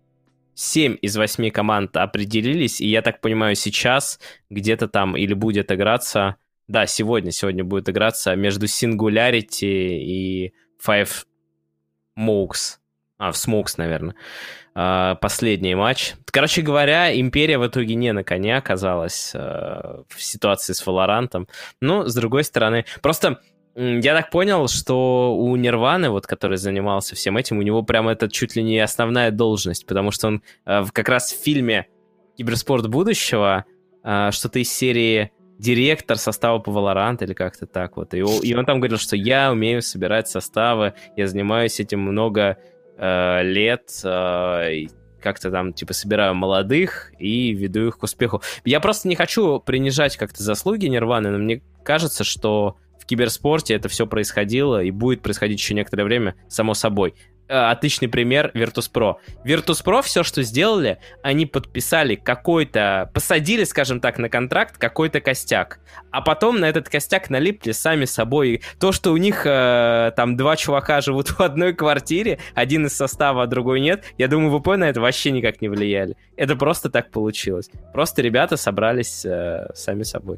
семь из восьми команд определились, и я так понимаю, сейчас где-то там или будет играться... Да, сегодня, сегодня будет играться между Singularity и Five Smokes. А, в Smokes, наверное. Последний матч. Короче говоря, Империя в итоге не на коне оказалась в ситуации с Valorant'ом. Но, с другой стороны... Просто... Я так понял, что у Нирваны, вот, который занимался всем этим, у него прям это чуть ли не основная должность, потому что он э, как раз в фильме «Киберспорт будущего» э, что-то из серии «Директор состава по Valorant» или как-то так вот. И, и он там говорил, что я умею собирать составы, я занимаюсь этим много э, лет, э, и как-то там, типа, собираю молодых и веду их к успеху. Я просто не хочу принижать как-то заслуги Нирваны, но мне кажется, что в киберспорте это все происходило и будет происходить еще некоторое время, само собой. Отличный пример Virtus.pro. Virtus.pro все, что сделали, они подписали какой-то, посадили, скажем так, на контракт какой-то костяк, а потом на этот костяк налипли сами собой. То, что у них э, там два чувака живут в одной квартире, один из состава, а другой нет, я думаю, ви пи на это вообще никак не влияли. Это просто так получилось. Просто ребята собрались э, сами собой.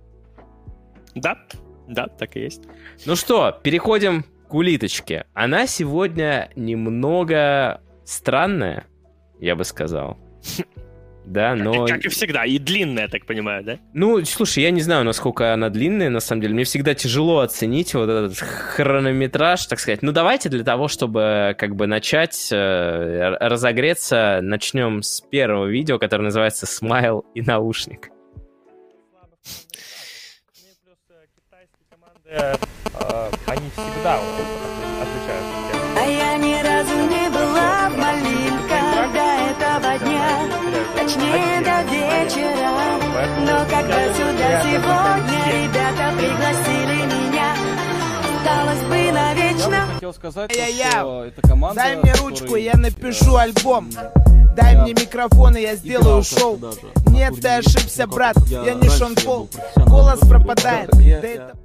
Да, да, так и есть. Ну что, переходим к улиточке. Она сегодня немного странная, я бы сказал. Да, но... Как и всегда, и длинная, так понимаю, да? Ну, слушай, я не знаю, насколько она длинная, на самом деле. Мне всегда тяжело оценить вот этот хронометраж, так сказать. Ну, давайте для того, чтобы как бы начать э, разогреться, начнем с первого видео, которое называется «Смайл и наушник». Они всегда отличаются. А я ни разу не была в малинках до этого дня, точнее до вечера. Но когда сюда сегодня ребята пригласили меня, осталось бы навечно. Хотел сказать, Я-я. что эта команда, Дай мне ручку, который- я напишу альбом. Дай мне микрофон, и я сделаю шоу. Нет, ты ошибся, брат, я не Шон Пол. Голос пропадает. Да это...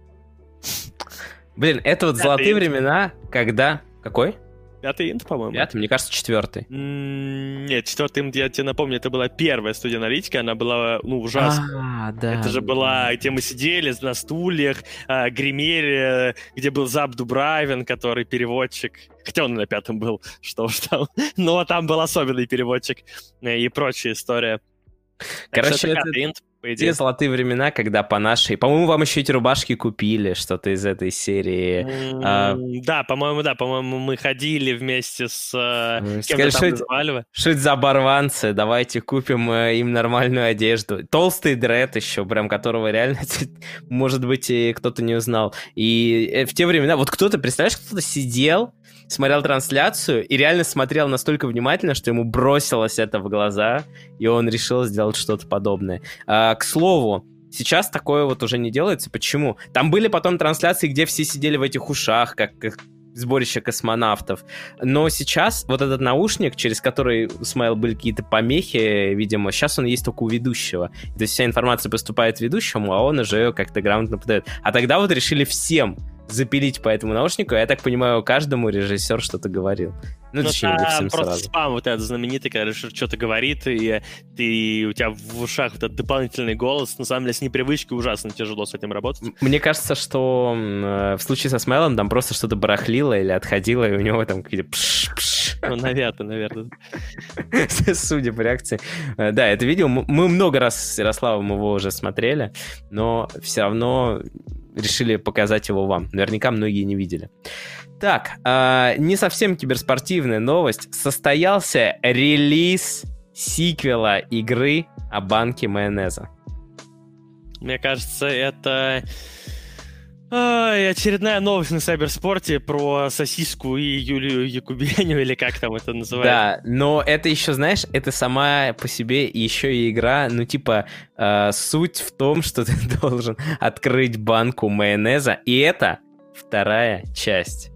Блин, это вот Пятый золотые инт. времена, когда... Какой? Пятый инт, по-моему. Пятый, мне кажется, четвертый. М, Нет, четвертый инт, я тебе напомню, это была первая студия аналитика, она была, ну, ужасная. А, да. Это же была, где мы сидели на стульях, а, гримере, где был Зап Дубравин, который переводчик. Хотя он и на пятом был, что уж там. Но там был особенный переводчик э, и прочая история. Так Короче, что это пятый инт, по те идее. золотые времена, когда по нашей... По-моему, вам еще эти рубашки купили, что-то из этой серии. М, а- Да, по-моему, да, по-моему, мы ходили вместе с э, М, кем-то скажи, там что это- называли вы. Что это за оборванцы? Давайте купим э, им нормальную одежду. Толстый дред еще, прям которого реально, может быть, и кто-то не узнал. И э, в те времена... Вот кто-то, представляешь, кто-то сидел, смотрел трансляцию и реально смотрел настолько внимательно, что ему бросилось это в глаза, и он решил сделать что-то подобное. А, к слову, сейчас такое вот уже не делается. Почему? Там были потом трансляции, где все сидели в этих ушах, как, как сборище космонавтов. Но сейчас вот этот наушник, через который у Смайл были какие-то помехи, видимо, сейчас он есть только у ведущего. То есть вся информация поступает ведущему, а он уже ее как-то грамотно подает. А тогда вот решили всем запилить по этому наушнику. Я так понимаю, каждому режиссер что-то говорил. Ну, Ну, точнее, не там всем просто сразу. спам вот этот знаменитый, когда режиссер что-то говорит, и ты, у тебя в ушах вот этот дополнительный голос. На самом деле, с непривычки ужасно тяжело с этим работать. М- Мне кажется, что м, в случае со Смайлом там просто что-то барахлило или отходило, и у него там какие-то пш-пш. Ну, наверное, наверное. Судя по реакции. Э, Да, это видео, м- мы много раз с Ярославом его уже смотрели, но все равно решили показать его вам. Наверняка многие не видели. Так, а, не совсем киберспортивная новость. Состоялся релиз сиквела игры о банке майонеза. Мне кажется, это ай, очередная новость на Сайберспорте про сосиску и Юлию Якубеню, или как там это называется. Да, но это еще, знаешь, это сама по себе еще и игра, ну, типа, э, суть в том, что ты должен открыть банку майонеза, и это вторая часть.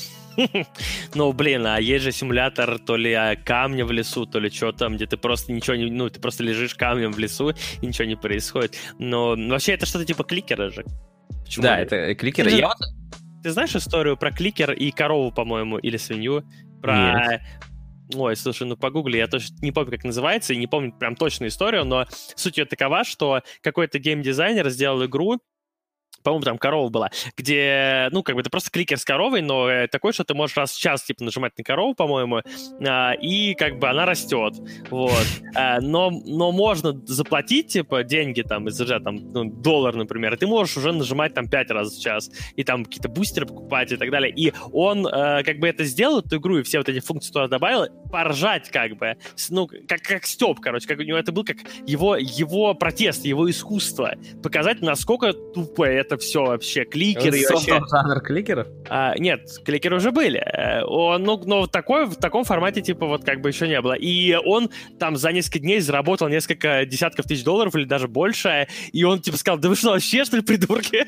Ну, блин, а есть же симулятор то ли а, камня в лесу, то ли что там, где ты просто ничего не... Ну, ты просто лежишь камнем в лесу, и ничего не происходит. Но вообще это что-то типа кликера же. Почему Да, нет? это кликеры. Ты, Я же- ты знаешь историю про кликер и корову, по-моему, или свинью? Про... Ой, слушай, ну погугли, я точно не помню, как называется, и не помню прям точную историю, но суть ее такова, что какой-то геймдизайнер сделал игру, по-моему, там корова была, где, ну, как бы это просто кликер с коровой, но э, такой, что ты можешь раз в час, типа, нажимать на корову, по-моему, а, и как бы она растет, вот. А, но, но можно заплатить, типа, деньги, там, из уже, там, ну, доллар, например, и ты можешь уже нажимать, там, пять раз в час, и там какие-то бустеры покупать и так далее. И он, э, как бы, это сделал, эту игру, и все вот эти функции туда добавил, поржать, как бы, с- ну, как, как Степ, короче, как у него это был, как его, его протест, его искусство, показать, насколько тупо это все вообще, кликеры и вообще... жанр кликеров? А, нет, кликеры уже были. Э, Он, ну, но такой, в таком формате, типа, вот как бы еще не было. И он там за несколько дней заработал несколько десятков тысяч долларов или даже больше. И он, типа, сказал, да вы что, вообще, что ли, придурки?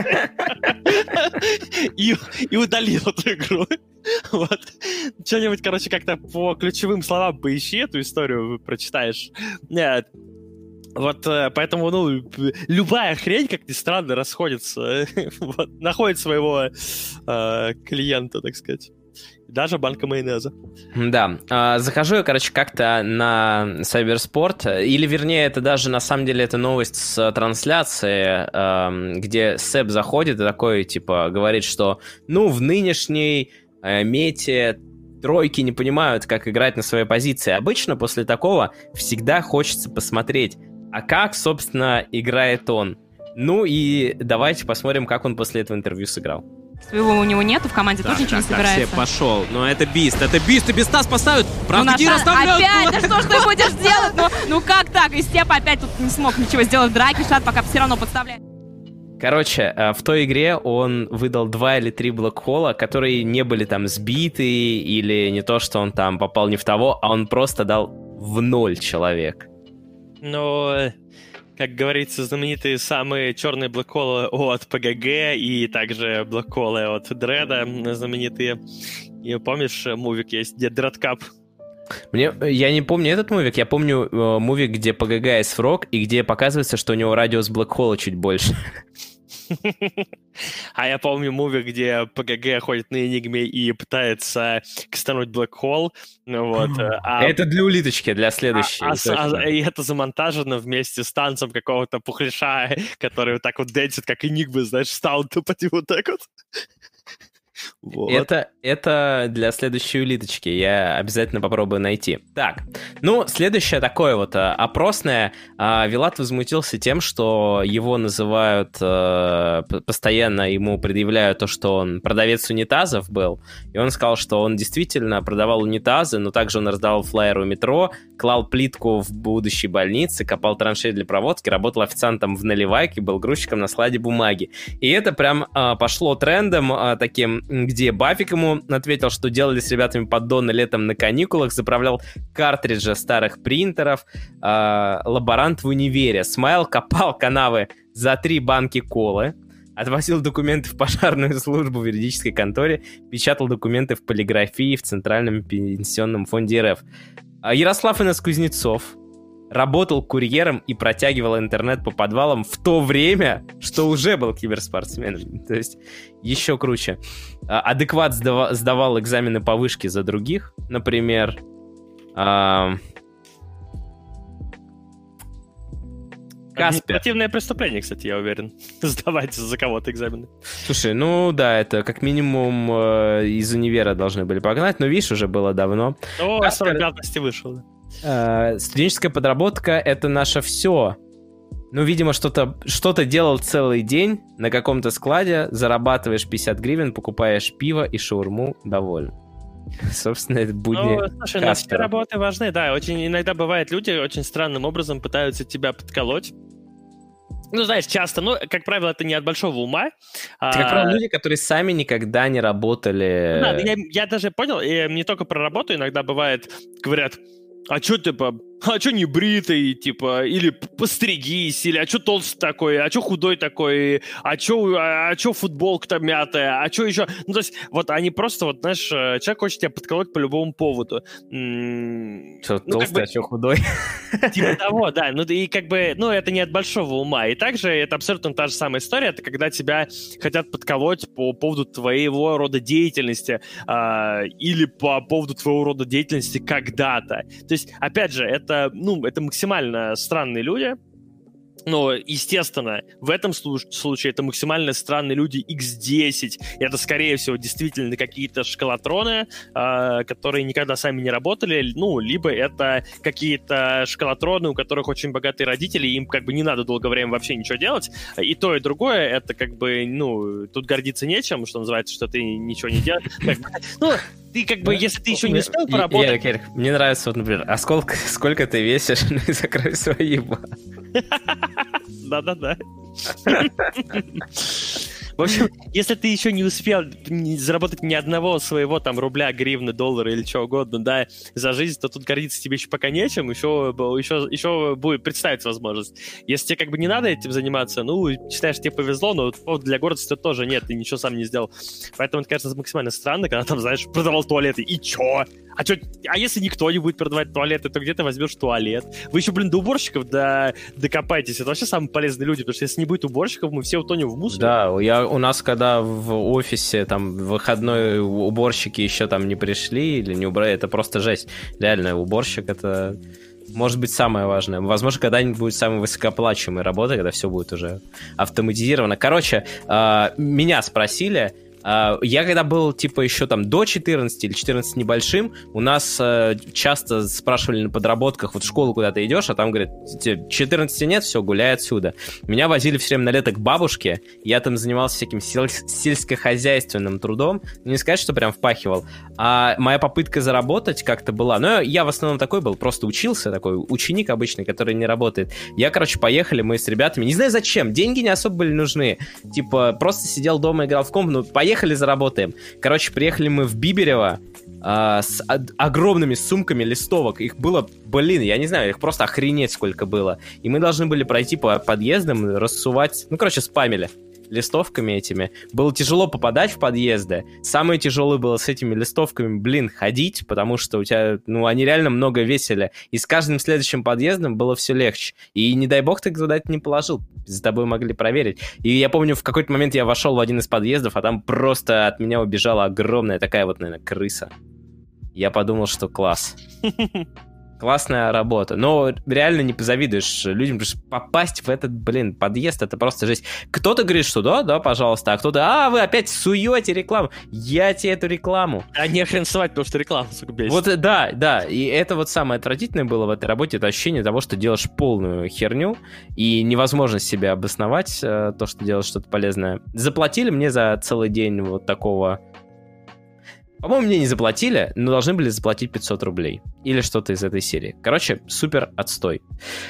И и удалил эту игру. Вот. Что-нибудь, короче, как-то по ключевым словам поищи эту историю, прочитаешь. Нет. Вот, э, поэтому, ну, п- любая хрень, как ни странно, расходится, вот, находит своего э, клиента, так сказать. Даже банка майонеза. Да, а, захожу я, короче, как-то на Сайберспорт, или, вернее, это даже, на самом деле, это новость с трансляции, эм, где Сэп заходит и такой, типа, говорит, что, ну, в нынешней э, мете тройки не понимают, как играть на своей позиции. Обычно после такого всегда хочется посмотреть, а как, собственно, играет он. Ну и давайте посмотрим, как он после этого интервью сыграл. Своего у него нету, в команде Так, тоже ничего так, не так, собирается. Все, пошел. Но это Бист, это Бист, и Биста спасают. Ну, Правда, Наша- Гира оставляют. опять, да что ж ты будешь делать? Ну, ну как так? И Степа опять тут не смог ничего сделать в драке, Шат пока все равно подставляет. Короче, э, в той игре он выдал два или три блэкхола, которые не были там сбиты, или не то, что он там попал не в того, а он просто дал в ноль человек. Но, э, как говорится, знаменитые самые черные блэкхолы от ПГГ и также блэкхолы от Дреда знаменитые. И помнишь, э, мувик есть, где Дредкап? Мне, я не помню этот мувик, я помню э, мувик, где ПГГ из Фрог, и где показывается, что у него радиус блэкхола чуть больше. А я помню муви, где ПГГ ходит на Энигме и пытается кастануть блэкхол. Ну вот. А, Это для улиточки, для следующей. а- а- а- и это замонтажено вместе с танцем какого-то пухляша, который вот так вот дэнсит, как Энигма, знаешь, встал тупо вот так вот. Вот. Это, это для следующей улиточки. Я обязательно попробую найти. Так, ну, следующее такое вот а, опросное. А, Вилат возмутился тем, что его называют, а, п- постоянно ему предъявляют то, что он продавец унитазов был. И он сказал, что он действительно продавал унитазы, но также он раздавал флаеры у метро, клал плитку в будущей больнице, копал траншеи для проводки, работал официантом в наливайке, был грузчиком на складе бумаги. И это прям а, пошло трендом а, таким, где Бафик ему ответил, что делали с ребятами поддоны летом на каникулах, заправлял картриджи старых принтеров, а, лаборант в универе. Смайл копал канавы за три банки колы, отвозил документы в пожарную службу в юридической конторе, печатал документы в полиграфии в Центральном пенсионном фонде РФ. А Ярослав Инес Кузнецов работал курьером и протягивал интернет по подвалам в то время, что уже был киберспортсменом. То есть еще круче. Адекват сдава- сдавал экзамены по вышке за других, например. А... Каспер. Административное преступление, кстати, я уверен. Сдавать за кого-то экзамены. Слушай, ну да, это как минимум э, из универа должны были погнать, но видишь, уже было давно. О, Каспер... срок давности вышел. Э, студенческая подработка — это наше все. Ну, видимо, что-то, что-то делал целый день на каком-то складе, зарабатываешь пятьдесят гривен, покупаешь пиво и шаурму, доволен. Собственно, это будни Ну, слушай, но все работы важны, да. Очень иногда бывает, люди очень странным образом пытаются тебя подколоть. Ну, знаешь, часто, ну, как правило, это не от большого ума. Это, как а... правило, люди, которые сами никогда не работали. Ну, да, я, я даже понял, и не только про работу, иногда бывает, говорят, а чё, типа, а чё не бритый, типа, или постригись, или а чё толстый такой, а чё худой такой, а чё, а, а чё футболка-то мятая, а чё еще? Ну, то есть, вот они просто, вот, знаешь, человек хочет тебя подколоть по любому поводу. М- Чё ну, толстый, как бы, а чё худой? Типа того, да. Ну, и как бы, ну, это не от большого ума. И также это абсолютно та же самая история, это когда тебя хотят подколоть по поводу твоего рода деятельности а, или по поводу твоего рода деятельности когда-то. То есть, опять же, это Это, ну, это максимально странные люди, но, естественно, в этом случае это максимально странные люди икс десять. И это, скорее всего, действительно какие-то школотроны, э, которые никогда сами не работали, ну, либо это какие-то школотроны, у которых очень богатые родители, им как бы не надо долгое время вообще ничего делать. И то, и другое, это как бы, ну, тут гордиться нечем, что называется, что ты ничего не делаешь. Ну, ты как бы, если ты еще не успел поработать... Ярик, Ярик, мне нравится, вот, например, а сколько, сколько ты весишь? Закрой свои еба. Да-да-да. В общем, если ты еще не успел заработать ни одного своего там рубля, гривны, доллара или чего угодно, да, за жизнь, то тут гордиться тебе еще пока нечем, еще, еще, еще будет представиться возможность. Если тебе как бы не надо этим заниматься, ну, считаешь, тебе повезло, но повод для гордости тоже нет, ты ничего сам не сделал. Поэтому это, кажется, максимально странно, когда там, знаешь, продавал туалеты, и чё? А, чё, а если никто не будет продавать туалеты, то где ты возьмешь туалет? Вы еще, блин, до уборщиков до, докопайтесь. Это вообще самые полезные люди, потому что если не будет уборщиков, мы все утонем в мусоре. Да, я, у нас, когда в офисе там выходной уборщики еще там не пришли или не убрали, это просто жесть. Реально, уборщик — это... может быть, самое важное. Возможно, когда-нибудь будет самая высокооплачиваемая работа, когда все будет уже автоматизировано. Короче, э, меня спросили... Uh, я когда был, типа, еще там до четырнадцати или четырнадцати небольшим, у нас uh, часто спрашивали на подработках, вот в школу куда ты идешь, а там говорят, четырнадцати нет, все, гуляй отсюда. Меня возили все время на лето к бабушке, я там занимался всяким сель- сельскохозяйственным трудом, не сказать, что прям впахивал, а моя попытка заработать как-то была, но я в основном такой был, просто учился, такой ученик обычный, который не работает. Я, короче, поехали, мы с ребятами, не знаю зачем, деньги не особо были нужны, типа, просто сидел дома, играл в комп, ну, поехали, Поехали, заработаем. Короче, приехали мы в Биберево а, с а- огромными сумками листовок. Их было, блин, я не знаю, их просто охренеть сколько было. И мы должны были пройти по подъездам, рассувать, ну, короче, спамили листовками этими. Было тяжело попадать в подъезды. Самое тяжелое было с этими листовками, блин, ходить, потому что у тебя, ну, они реально много весили. И с каждым следующим подъездом было все легче. И не дай бог ты туда это не положил. За тобой могли проверить. И я помню, в какой-то момент я вошел в один из подъездов, а там просто от меня убежала огромная такая вот, наверное, крыса. Я подумал, что класс. Классная работа. Но реально не позавидуешь людям, потому что попасть в этот, блин, подъезд — это просто жесть. Кто-то говорит, что да, да, пожалуйста, а кто-то, а, вы опять суете рекламу. Я тебе эту рекламу. А не хрен совать, потому что реклама, сука, бесит. Вот, да, да. И это вот самое отвратительное было в этой работе, это ощущение того, что делаешь полную херню, и невозможно себе обосновать э, то, что делаешь что-то полезное. Заплатили мне за целый день вот такого... По-моему, мне не заплатили, но должны были заплатить пятьсот рублей. Или что-то из этой серии. Короче, супер отстой.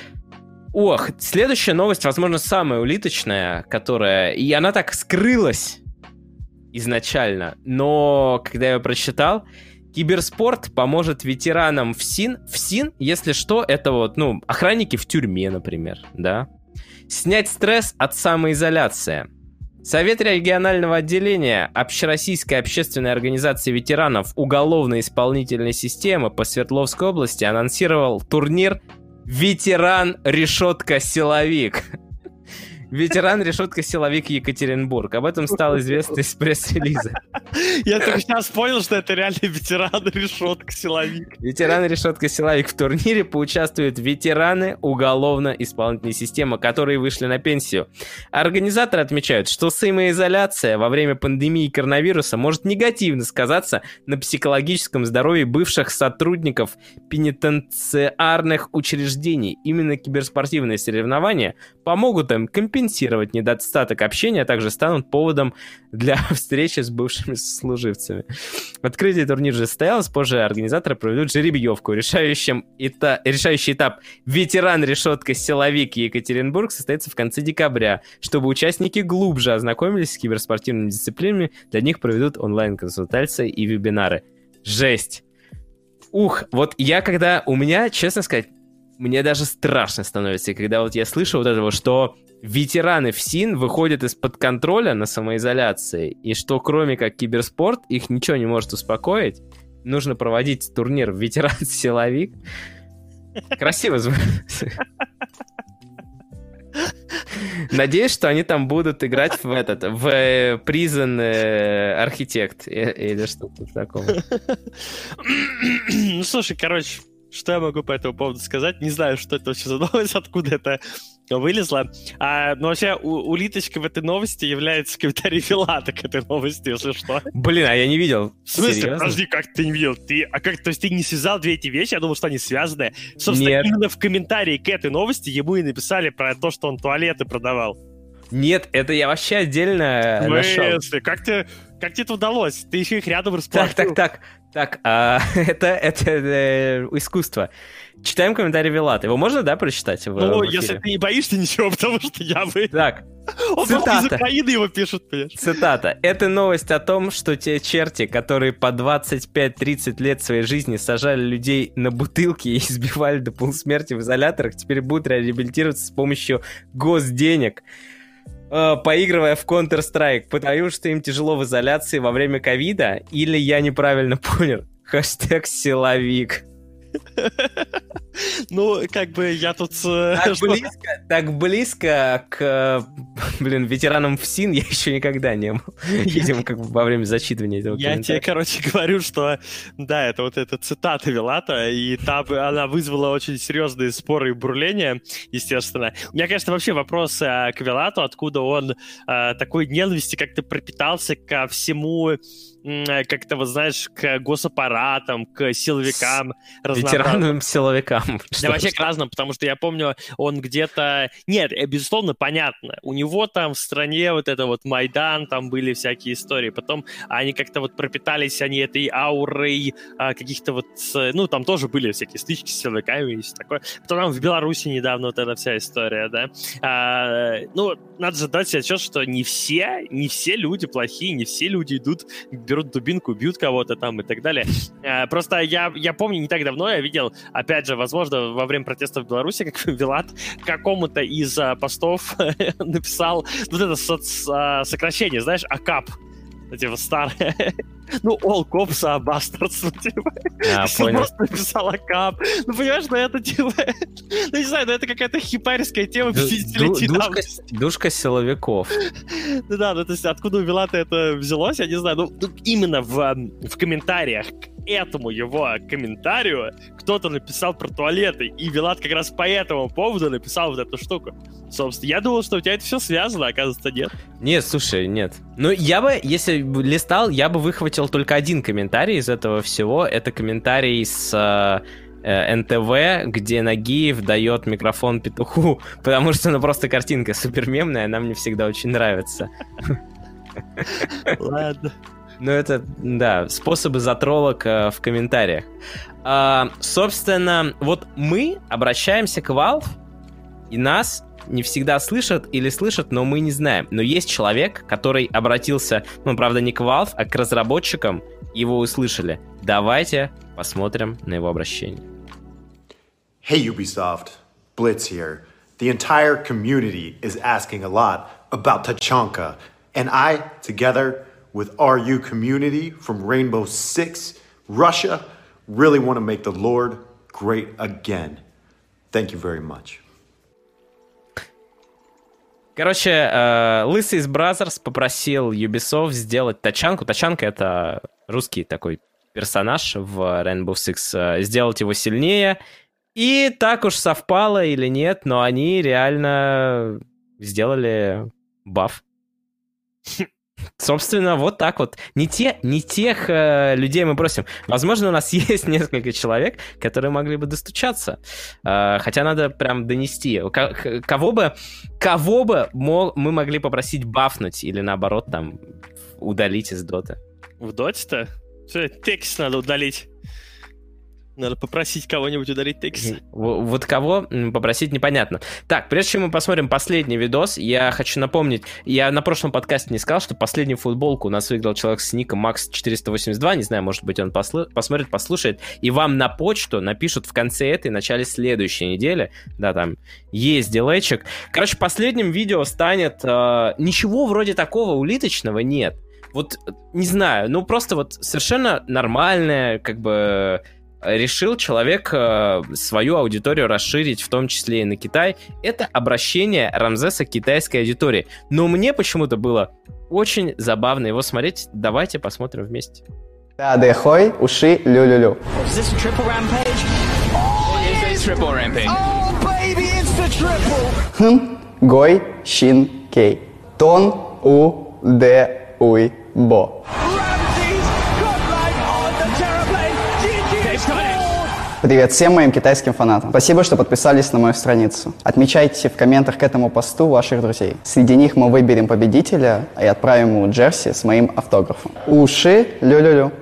Ох, следующая новость, возможно, самая улиточная, которая... И она так скрылась изначально. Но когда я ее прочитал, киберспорт поможет ветеранам ФСИН. ФСИН, если что, это вот, ну, охранники в тюрьме, например, да? Снять стресс от самоизоляции. Совет регионального отделения Общероссийской общественной организации ветеранов уголовно-исполнительной системы по Свердловской области анонсировал турнир ветеран-решетка-силовик. Ветеран-решетка-силовик Екатеринбург. Об этом стало известно из пресс-релиза. Я только сейчас понял, что это реально ветеран-решетка-силовик. Ветеран-решетка-силовик. В турнире поучаствуют ветераны уголовно-исполнительной системы, которые вышли на пенсию. Организаторы отмечают, что самоизоляция во время пандемии коронавируса может негативно сказаться на психологическом здоровье бывших сотрудников пенитенциарных учреждений. Именно киберспортивные соревнования помогут им компенсировать компенсировать недостаток общения, а также станут поводом для встречи с бывшими служивцами. Открытие турнира уже состоялось, позже организаторы проведут жеребьевку. Решающим эта... Решающий этап ветеран-решетка-силовик Екатеринбург состоится в конце декабря. Чтобы участники глубже ознакомились с киберспортивными дисциплинами, для них проведут онлайн-консультации и вебинары. Жесть! Ух, вот я когда... У меня, честно сказать, мне даже страшно становится, когда вот я слышу вот этого, что ветераны ФСИН выходят из-под контроля на самоизоляции, и что кроме как киберспорт их ничего не может успокоить. Нужно проводить турнир ветеран-силовик. Красиво звучит. Надеюсь, что они там будут играть в этот, в Prison Architect или что-то такое. Ну, слушай, короче, что я могу по этому поводу сказать? Не знаю, что это вообще за новость, откуда это вылезло. А, но вообще у, улиточкой в этой новости является комментарий Вилата к этой новости, если что. Блин, а я не видел. В смысле? Серьезно? Подожди, как ты не видел? Ты, а как, то есть ты не связал две эти вещи? Я думал, что они связаны. Собственно, Нет. Именно в комментарии к этой новости ему и написали про то, что он туалеты продавал. Нет, это я вообще отдельно В нашел. смысле? Как тебе, как тебе это удалось? Ты еще их рядом Так, расположил. так, так, так, а, это, это э, искусство. Читаем комментарий Вилата. Его можно, да, прочитать? В, Ну, в если ты не боишься ничего, потому что я бы... Так, Он просто из цитата. Украины его пишет, понимаешь? Цитата. Это новость о том, что те черти, которые по двадцать пять тридцать лет своей жизни сажали людей на бутылки и избивали до полусмерти в изоляторах, теперь будут реабилитироваться с помощью госденег, э, поигрывая в Counter-Strike, потому что им тяжело в изоляции во время ковида, или я неправильно понял? Хэштег силовик. Ну, как бы я тут... э, Так что- близко, так близко к, э, блин, ветеранам ФСИН я еще никогда не был. Видимо, как бы во время зачитывания этого Я тебе, комментария. короче, говорю, что да, это вот эта цитата Вилата, и там она вызвала очень серьезные споры и бурления, естественно. У меня, конечно, вообще вопрос э, к Вилату, откуда он э, такой ненависти как-то пропитался ко всему, м, э, как-то, вот знаешь, к госаппаратам, к силовикам разнообразным. Ветеранам силовикам. Да Что- вообще к разным, потому что я помню, он где-то... Нет, э, безусловно, понятно. У него там в стране вот это вот Майдан, там были всякие истории. Потом они как-то вот пропитались они этой аурой а, каких-то вот... э, Ну, там тоже были всякие стычки с силовиками и все такое. Потом там в Беларуси недавно вот эта вся история, да. А, ну, надо же дать себе отчет, что не все, не все люди плохие, не все люди идут, берут дубинку, бьют кого-то там и так далее. А, просто я, я помню, не так давно я видел, опять же, возможно, во время протестов в Беларуси, как Вилат какому-то из а, постов написал вот это соц- а, сокращение, знаешь, АКАП. Типа старое. Ну, all cops are bastards. Ну, типа. А, Он понял. просто написал АКАП. Ну, понимаешь, ну это типа... Ну, не знаю, ну это какая-то хипарская тема Ду- пятидесятилетней ду- давности. Душка, душка силовиков. Ну да, ну то есть откуда у Вилата это взялось, я не знаю. Ну, ну, именно в, м, в комментариях к этому его комментарию кто-то написал про туалеты, и Вилат как раз по этому поводу написал вот эту штуку. Собственно, я думал, что у тебя это все связано, а оказывается, нет. Нет, слушай, нет. Ну, я бы, если бы листал, я бы выхватил только один комментарий из этого всего. Это комментарий с э, э, эн тэ вэ, где Нагиев дает микрофон петуху, потому что, ну, просто картинка супер мемная, она мне всегда очень нравится. Ладно. Ну, это, да, способы затролок э, в комментариях. А, собственно, вот мы обращаемся к Valve, и нас не всегда слышат или слышат, но мы не знаем. Но есть человек, который обратился, ну, правда, не к Valve, а к разработчикам, его услышали. Давайте посмотрим на его обращение. Hey Ubisoft, Blitz here. The entire community is asking a lot about Tachanka, and I, together with R U community from Rainbow Six, Russia, really want to make the Lord great again. Thank you very much. Короче, э, Лысый из Brothers попросил Ubisoft сделать тачанку. Тачанка — это русский такой персонаж в Rainbow Six. Э, сделать его сильнее. И так уж совпало или нет, но они реально сделали баф. Собственно, вот так вот. Не, те, не тех э, людей мы просим. Возможно, у нас есть несколько человек, которые могли бы достучаться. Э, хотя надо прям донести. К- кого бы, кого бы мо- мы могли попросить бафнуть или, наоборот, там, удалить из доты? В доте-то? Все, текст надо удалить. Надо попросить кого-нибудь удалить текст. Вот кого попросить, непонятно. Так, прежде чем мы посмотрим последний видос, я хочу напомнить, я на прошлом подкасте не сказал, что последнюю футболку у нас выиграл человек с ником Макс четыреста восемьдесят два, не знаю, может быть, он послу- посмотрит, послушает, и вам на почту напишут в конце этой, начале следующей недели, да, там есть дилейчик. Короче, последним видео станет... Э, ничего вроде такого улиточного нет. Вот, не знаю, ну просто вот совершенно нормальное, как бы... решил человек э, свою аудиторию расширить, в том числе и на Китай. Это обращение Рамзеса к китайской аудитории. Но мне почему-то было очень забавно его смотреть. Давайте посмотрим вместе. Да, дехой, уши, лю-лю-лю. Хм, гой, щин, кей. Тон, у, де, уй, бо. Привет всем моим китайским фанатам. Спасибо, что подписались на мою страницу. Отмечайте в комментах к этому посту ваших друзей. Среди них мы выберем победителя и отправим ему джерси с моим автографом. Уши, лю-лю-лю.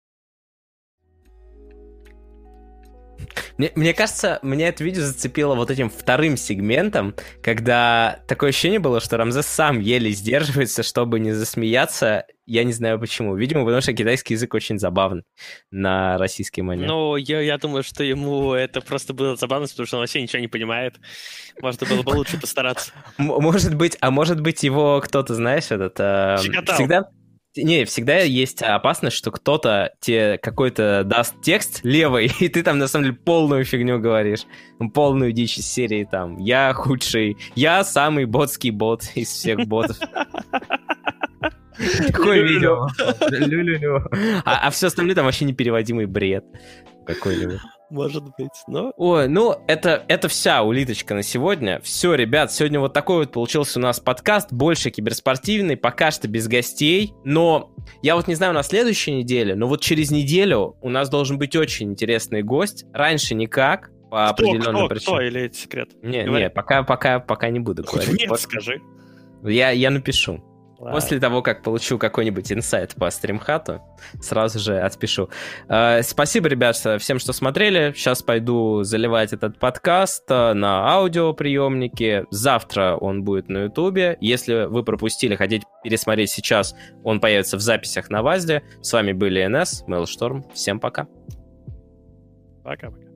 Мне, мне кажется, меня это видео зацепило вот этим вторым сегментом, когда такое ощущение было, что Рамзес сам еле сдерживается, чтобы не засмеяться. Я не знаю почему. Видимо, потому что китайский язык очень забавный на российский манер. Ну, я, я думаю, что ему это просто было забавно, потому что он вообще ничего не понимает. Можно было бы лучше постараться. Может быть, а может быть его кто-то, знаешь, этот... Э, всегда... Не, всегда есть опасность, что кто-то тебе какой-то даст текст левый, и ты там на самом деле полную фигню говоришь. Полную дичь из серии там «Я худший», «Я самый ботский бот из всех ботов». Такое видео. Лю-лю-лю. А, а все остальное там вообще непереводимый бред какой-нибудь. Может быть, но... Ой, ну, это, это вся улиточка на сегодня. Все, ребят, сегодня вот такой вот получился у нас подкаст, больше киберспортивный, пока что без гостей, но я вот не знаю, на следующей неделе, но вот через неделю у нас должен быть очень интересный гость, раньше никак, по кто, определенным кто, причинам. Кто, или это секрет? Не, Говори. не, пока, пока, пока не буду говорить. Нет, вот. скажи. Я, я напишу. Ладно. После того, как получу какой-нибудь инсайт по стримхату, сразу же отпишу. Э, спасибо, ребят, всем, что смотрели. Сейчас пойду заливать этот подкаст на аудиоприемнике. Завтра он будет на Ютубе. Если вы пропустили, хотите пересмотреть сейчас, он появится в записях на ВАЗде. С вами были эн эс, Mailstorm. Всем пока. Пока-пока.